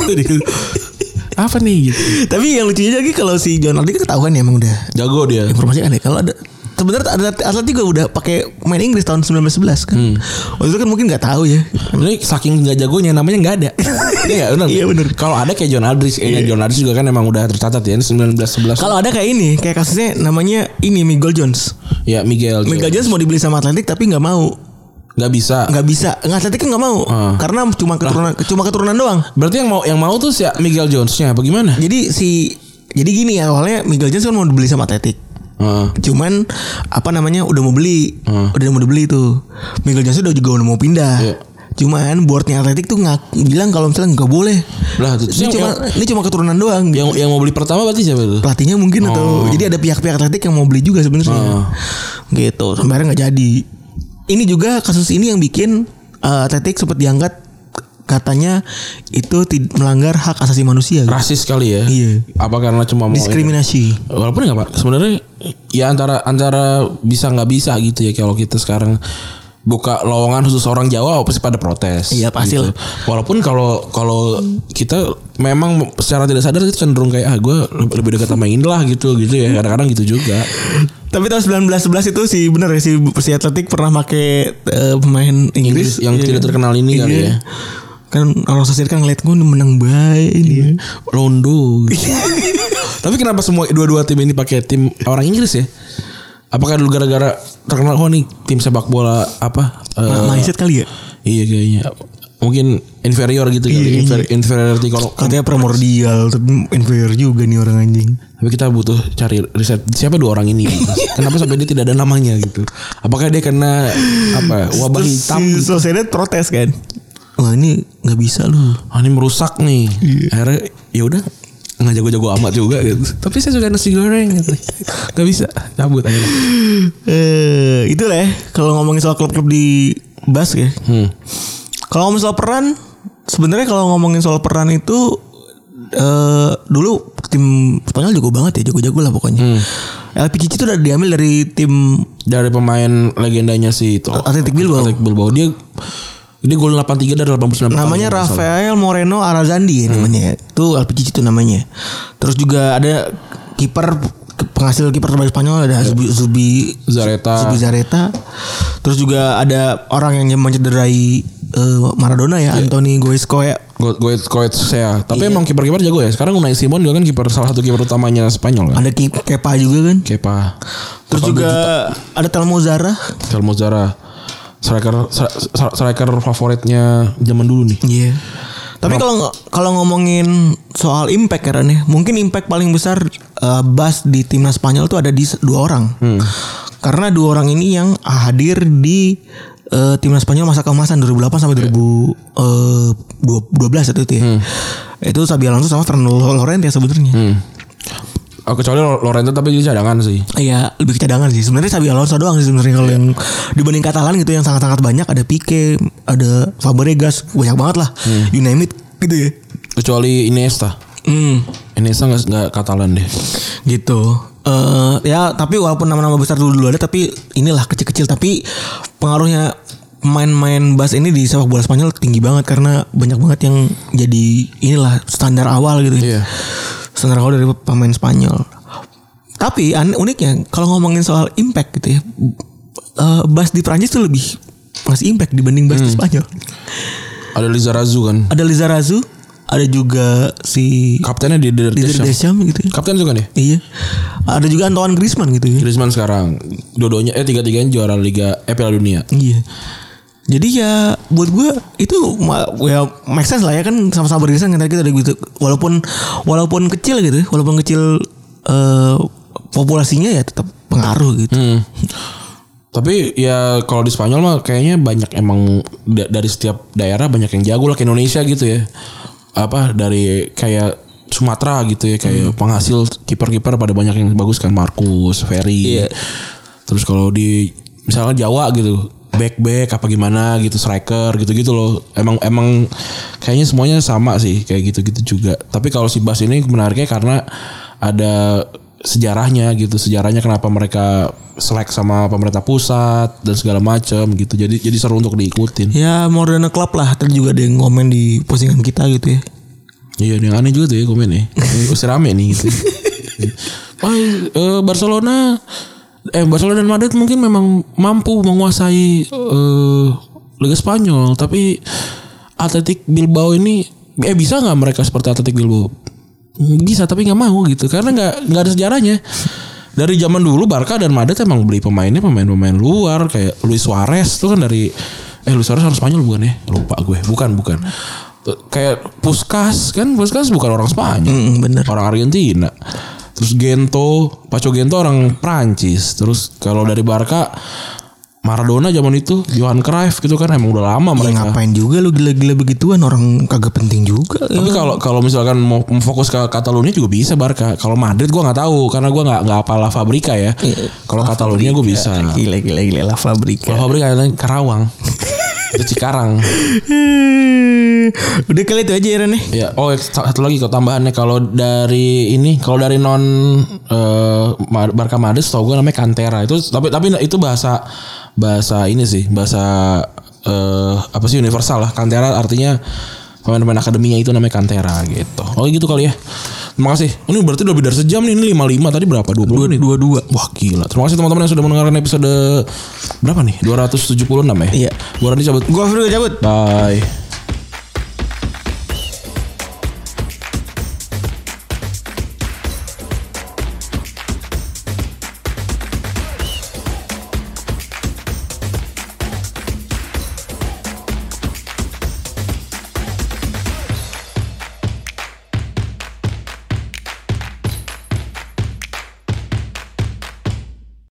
[SPEAKER 2] Apa nih gitu.
[SPEAKER 3] Tapi yang lucunya lagi kalau si John Aldridge ketahuan ya emang udah
[SPEAKER 2] jago dia.
[SPEAKER 3] Informasi aneh. Kalau ada sebenarnya ada atlet juga udah pakai main Inggris tahun sembilan belas sebelas kan. Hmm. Waktu itu kan mungkin nggak tahu ya.
[SPEAKER 2] Ini saking nggak jagonya namanya nggak ada. Iya benar. Iya benar. Kalau ada kayak John Aldridge, kayaknya John Aldridge juga kan emang udah tercatat ya sembilan belas sebelas.
[SPEAKER 3] Kalau ada kayak ini, kayak kasusnya namanya ini Miguel Jones.
[SPEAKER 2] Ya Miguel.
[SPEAKER 3] Miguel Jones, Jones mau dibeli sama Atletik tapi nggak mau.
[SPEAKER 2] Nggak bisa.
[SPEAKER 3] Nggak bisa. Nggak Atletik kan nggak mau. Uh. Karena cuma keturunan lah. cuma keturunan doang.
[SPEAKER 2] Berarti yang mau yang mau tuh si Miguel Jones-nya bagaimana?
[SPEAKER 3] Jadi si jadi gini ya, awalnya Miguel Jones kan mau dibeli sama Atletik. Uh. Cuman apa namanya udah mau beli, uh. udah mau dibeli tuh. Miguel Jones udah juga udah mau pindah. Yeah. Cuman boardnya Atletik tuh nggak bilang kalau misalnya nggak boleh. Lah, ini yang, cuma yang, ini cuma keturunan doang.
[SPEAKER 2] Yang yang mau beli pertama berarti siapa itu?
[SPEAKER 3] Pelatihnya mungkin oh. atau jadi ada pihak-pihak Atletik yang mau beli juga sebenarnya. Uh. Gitu, sampai akhirnya nggak jadi. Ini juga kasus ini yang bikin uh, Atletik sempat diangkat katanya itu tid- melanggar hak asasi manusia.
[SPEAKER 2] Rasis gitu. Kali ya.
[SPEAKER 3] Iya.
[SPEAKER 2] Apa karena cuma mau
[SPEAKER 3] diskriminasi?
[SPEAKER 2] Itu? Walaupun nggak Pak. Sebenarnya ya antara antara bisa nggak bisa gitu ya kalau kita sekarang buka lowongan khusus orang Jawa pasti pada protes.
[SPEAKER 3] Iya pasti
[SPEAKER 2] gitu.
[SPEAKER 3] lah.
[SPEAKER 2] Walaupun kalau kalau kita memang secara tidak sadar itu cenderung kayak ah gue lebih dekat sama ini lah gitu gitu ya. Kadang-kadang gitu juga.
[SPEAKER 3] Tapi tahun sembilan belas sebelas itu sih bener ya si, si Atletik pernah pakai uh, pemain Inggris, Inggris
[SPEAKER 2] yang iya, tidak terkenal ini iya. kali ya.
[SPEAKER 3] Kan orang sosial kan ngeliat gue menang baik ini ya.
[SPEAKER 2] Rondo gitu. Tapi kenapa semua dua-dua tim ini pakai tim orang Inggris ya? Apakah dulu gara-gara terkenal oh nih tim sepak bola apa?
[SPEAKER 3] Uh, mindset kali ya?
[SPEAKER 2] Iya kayaknya. Mungkin inferior gitu
[SPEAKER 3] iya,
[SPEAKER 2] kali.
[SPEAKER 3] Iya.
[SPEAKER 2] Inferior, inferiority kalau
[SPEAKER 3] katanya primordial tapi inferior juga nih orang anjing.
[SPEAKER 2] Tapi kita butuh cari riset siapa dua orang ini. Kenapa sampai dia tidak ada namanya gitu? Apakah dia kena apa? Wabah hitam?
[SPEAKER 3] Si Sociedad protes kan. Wah ini nggak bisa loh.
[SPEAKER 2] Ah ini merusak nih. Iya. Akhirnya ya udah nggak jago-jago amat juga gitu. Tapi saya suka nasi goreng gitu. Gak bisa cabut aja.
[SPEAKER 3] Eh itulah ya kalau ngomongin soal klub-klub di Bas ya. Hmm. Kalau ngomongin soal peran, sebenarnya kalau ngomongin soal peran itu uh, dulu tim Spanyol jago banget ya, jago-jago lah pokoknya. Hmm. El Pichichi itu udah diambil dari tim
[SPEAKER 2] dari pemain legendanya si itu
[SPEAKER 3] Athletic Bilbao.
[SPEAKER 2] Athletic Bilbao dia Ini gol delapan puluh tiga dari delapan puluh sembilan.
[SPEAKER 3] Namanya Rafael Moreno Arazandi hmm. namanya. Itu El Pichichi itu namanya. Terus juga ada kiper penghasil kiper terbaik Spanyol ada Zubi, Zubi
[SPEAKER 2] Zareta.
[SPEAKER 3] Zubi Zareta. Terus juga ada orang yang mencederai uh, Maradona ya, yeah. Anthony Goicoechea.
[SPEAKER 2] Goicoechea. Tapi yeah. emang kiper-kiper jago ya. Sekarang Unai Simon juga kan kiper salah satu kiper utamanya Spanyol kan.
[SPEAKER 3] Ada Kepa juga kan.
[SPEAKER 2] Kepa.
[SPEAKER 3] Terus juga ada Telmo Zarra.
[SPEAKER 2] Telmo Zarra. Striker striker favoritnya zaman dulu nih.
[SPEAKER 3] Iya. Yeah. Tapi kalau kalau ngomongin soal impact kan ya, mungkin impact paling besar uh, Bas di timnas Spanyol tuh ada di dua orang. Hmm. Karena dua orang ini yang hadir di uh, timnas Spanyol masa keemasan dua ribu delapan sampai dua ribu dua belas itu itu ya. Hmm. Itu Xabi Alonso sama Fernando Llorente sebenarnya. Hmm.
[SPEAKER 2] Oh, kecuali Llorente tapi dia cadangan sih.
[SPEAKER 3] Iya, lebih ke cadangan sih. Sebenarnya Xabi Alonso doang sih sebenarnya kalau yang dibanding Catalan gitu yang sangat-sangat banyak, ada Pique, ada Fabregas, banyak banget lah. Hmm. You name it gitu ya.
[SPEAKER 2] Kecuali Iniesta. Hmm. Iniesta enggak enggak Catalan deh.
[SPEAKER 3] Gitu. Uh, ya, tapi walaupun nama-nama besar dulu, dulu ada tapi inilah kecil-kecil tapi pengaruhnya pemain-pemain Bas ini di sepak bola Spanyol tinggi banget karena banyak banget yang jadi inilah standar awal gitu ya. Iya. Standar awal dari pemain Spanyol. Tapi an- uniknya kalau ngomongin soal impact gitu ya, uh, Bas di Prancis tuh lebih masih impact dibanding Bas hmm. di Spanyol.
[SPEAKER 2] Ada Lizarazu kan?
[SPEAKER 3] Ada Lizarazu, ada juga si
[SPEAKER 2] kaptennya di Didier
[SPEAKER 3] Deschamps gitu. Ya.
[SPEAKER 2] Kapten juga nih?
[SPEAKER 3] Iya. Ada juga Antoine Griezmann gitu ya.
[SPEAKER 2] Griezmann sekarang dua-duanya eh tiga-tiganya juara Liga eh Piala Dunia.
[SPEAKER 3] Iya. Jadi ya buat gue itu ya make sense lah ya kan, sama-sama beririsan kan tadi kita udah gitu. Walaupun walaupun kecil gitu, walaupun kecil uh, populasinya ya tetap pengaruh gitu.
[SPEAKER 2] Hmm. Tapi ya kalau di Spanyol mah kayaknya banyak emang da- dari setiap daerah banyak yang jago lah, ke Indonesia gitu ya. Apa dari kayak Sumatera gitu ya, kayak hmm. penghasil kiper-kiper pada banyak yang bagus kan, Marcus, Ferry. Yeah. Terus kalau di misalnya Jawa gitu, back-back apa gimana gitu, striker gitu-gitu loh. Emang emang kayaknya semuanya sama sih kayak gitu-gitu juga. Tapi kalau si Bas ini menariknya karena ada sejarahnya gitu, sejarahnya kenapa mereka selek sama pemerintah pusat dan segala macam gitu. Jadi jadi seru untuk diikutin.
[SPEAKER 3] Ya more than a club lah. Tadi juga ada yang komen di postingan kita gitu ya.
[SPEAKER 2] Iya, yang aneh juga tuh ya komen ya. Usir rame nih gitu. Oh, eh, Barcelona Eh Barcelona dan Madrid mungkin memang mampu menguasai uh, Liga Spanyol, tapi Athletic Bilbao ini eh bisa nggak mereka seperti Athletic Bilbao? Bisa, tapi nggak mau gitu karena nggak nggak ada sejarahnya. Dari zaman dulu Barca dan Madrid emang beli pemainnya pemain-pemain luar kayak Luis Suarez tuh kan dari eh Luis Suarez orang Spanyol bukan ya? Lupa gue. Bukan bukan. Kayak Puskas kan, Puskas bukan orang Spanyol, mm, bener. Orang Argentina. Terus Gento, Paco Gento orang Prancis. Terus kalau dari Barca Maradona zaman itu, Johan Cruyff gitu kan, emang udah lama mereka.
[SPEAKER 3] Ya, ngapain juga lu gila-gila begituan, orang kagak penting juga.
[SPEAKER 2] Tapi kalau ya. kalau misalkan mau fokus ke Catalunya juga bisa Barca. Kalau Madrid gue nggak tahu karena gue nggak nggak apa La Fabrica ya. Kalau Catalunya gue bisa.
[SPEAKER 3] Gila gila gila La Fabrica.
[SPEAKER 2] La Fabrica yang Karawang. Itu Cikarang.
[SPEAKER 3] Udah kali itu aja ya Ren.
[SPEAKER 2] Ya, oh satu lagi kok tambahannya, kalau dari ini, kalau dari non uh, Barca Madrid tau gue namanya Cantera. Itu tapi tapi itu bahasa bahasa ini sih, bahasa uh, apa sih universal lah. Cantera artinya pemain-pemain akademinya itu namanya Cantera gitu. Oh gitu kali ya. Terima kasih. Ini berarti udah lebih dari sejam nih. Ini lima puluh lima tadi berapa? dua puluh nih.
[SPEAKER 3] dua puluh dua.
[SPEAKER 2] Wah gila. Terima kasih teman-teman yang sudah mendengarkan episode berapa nih? dua ratus tujuh puluh enam ya?
[SPEAKER 3] Iya.
[SPEAKER 2] Gua Randy cabut.
[SPEAKER 3] Gua Firgo cabut.
[SPEAKER 2] Bye.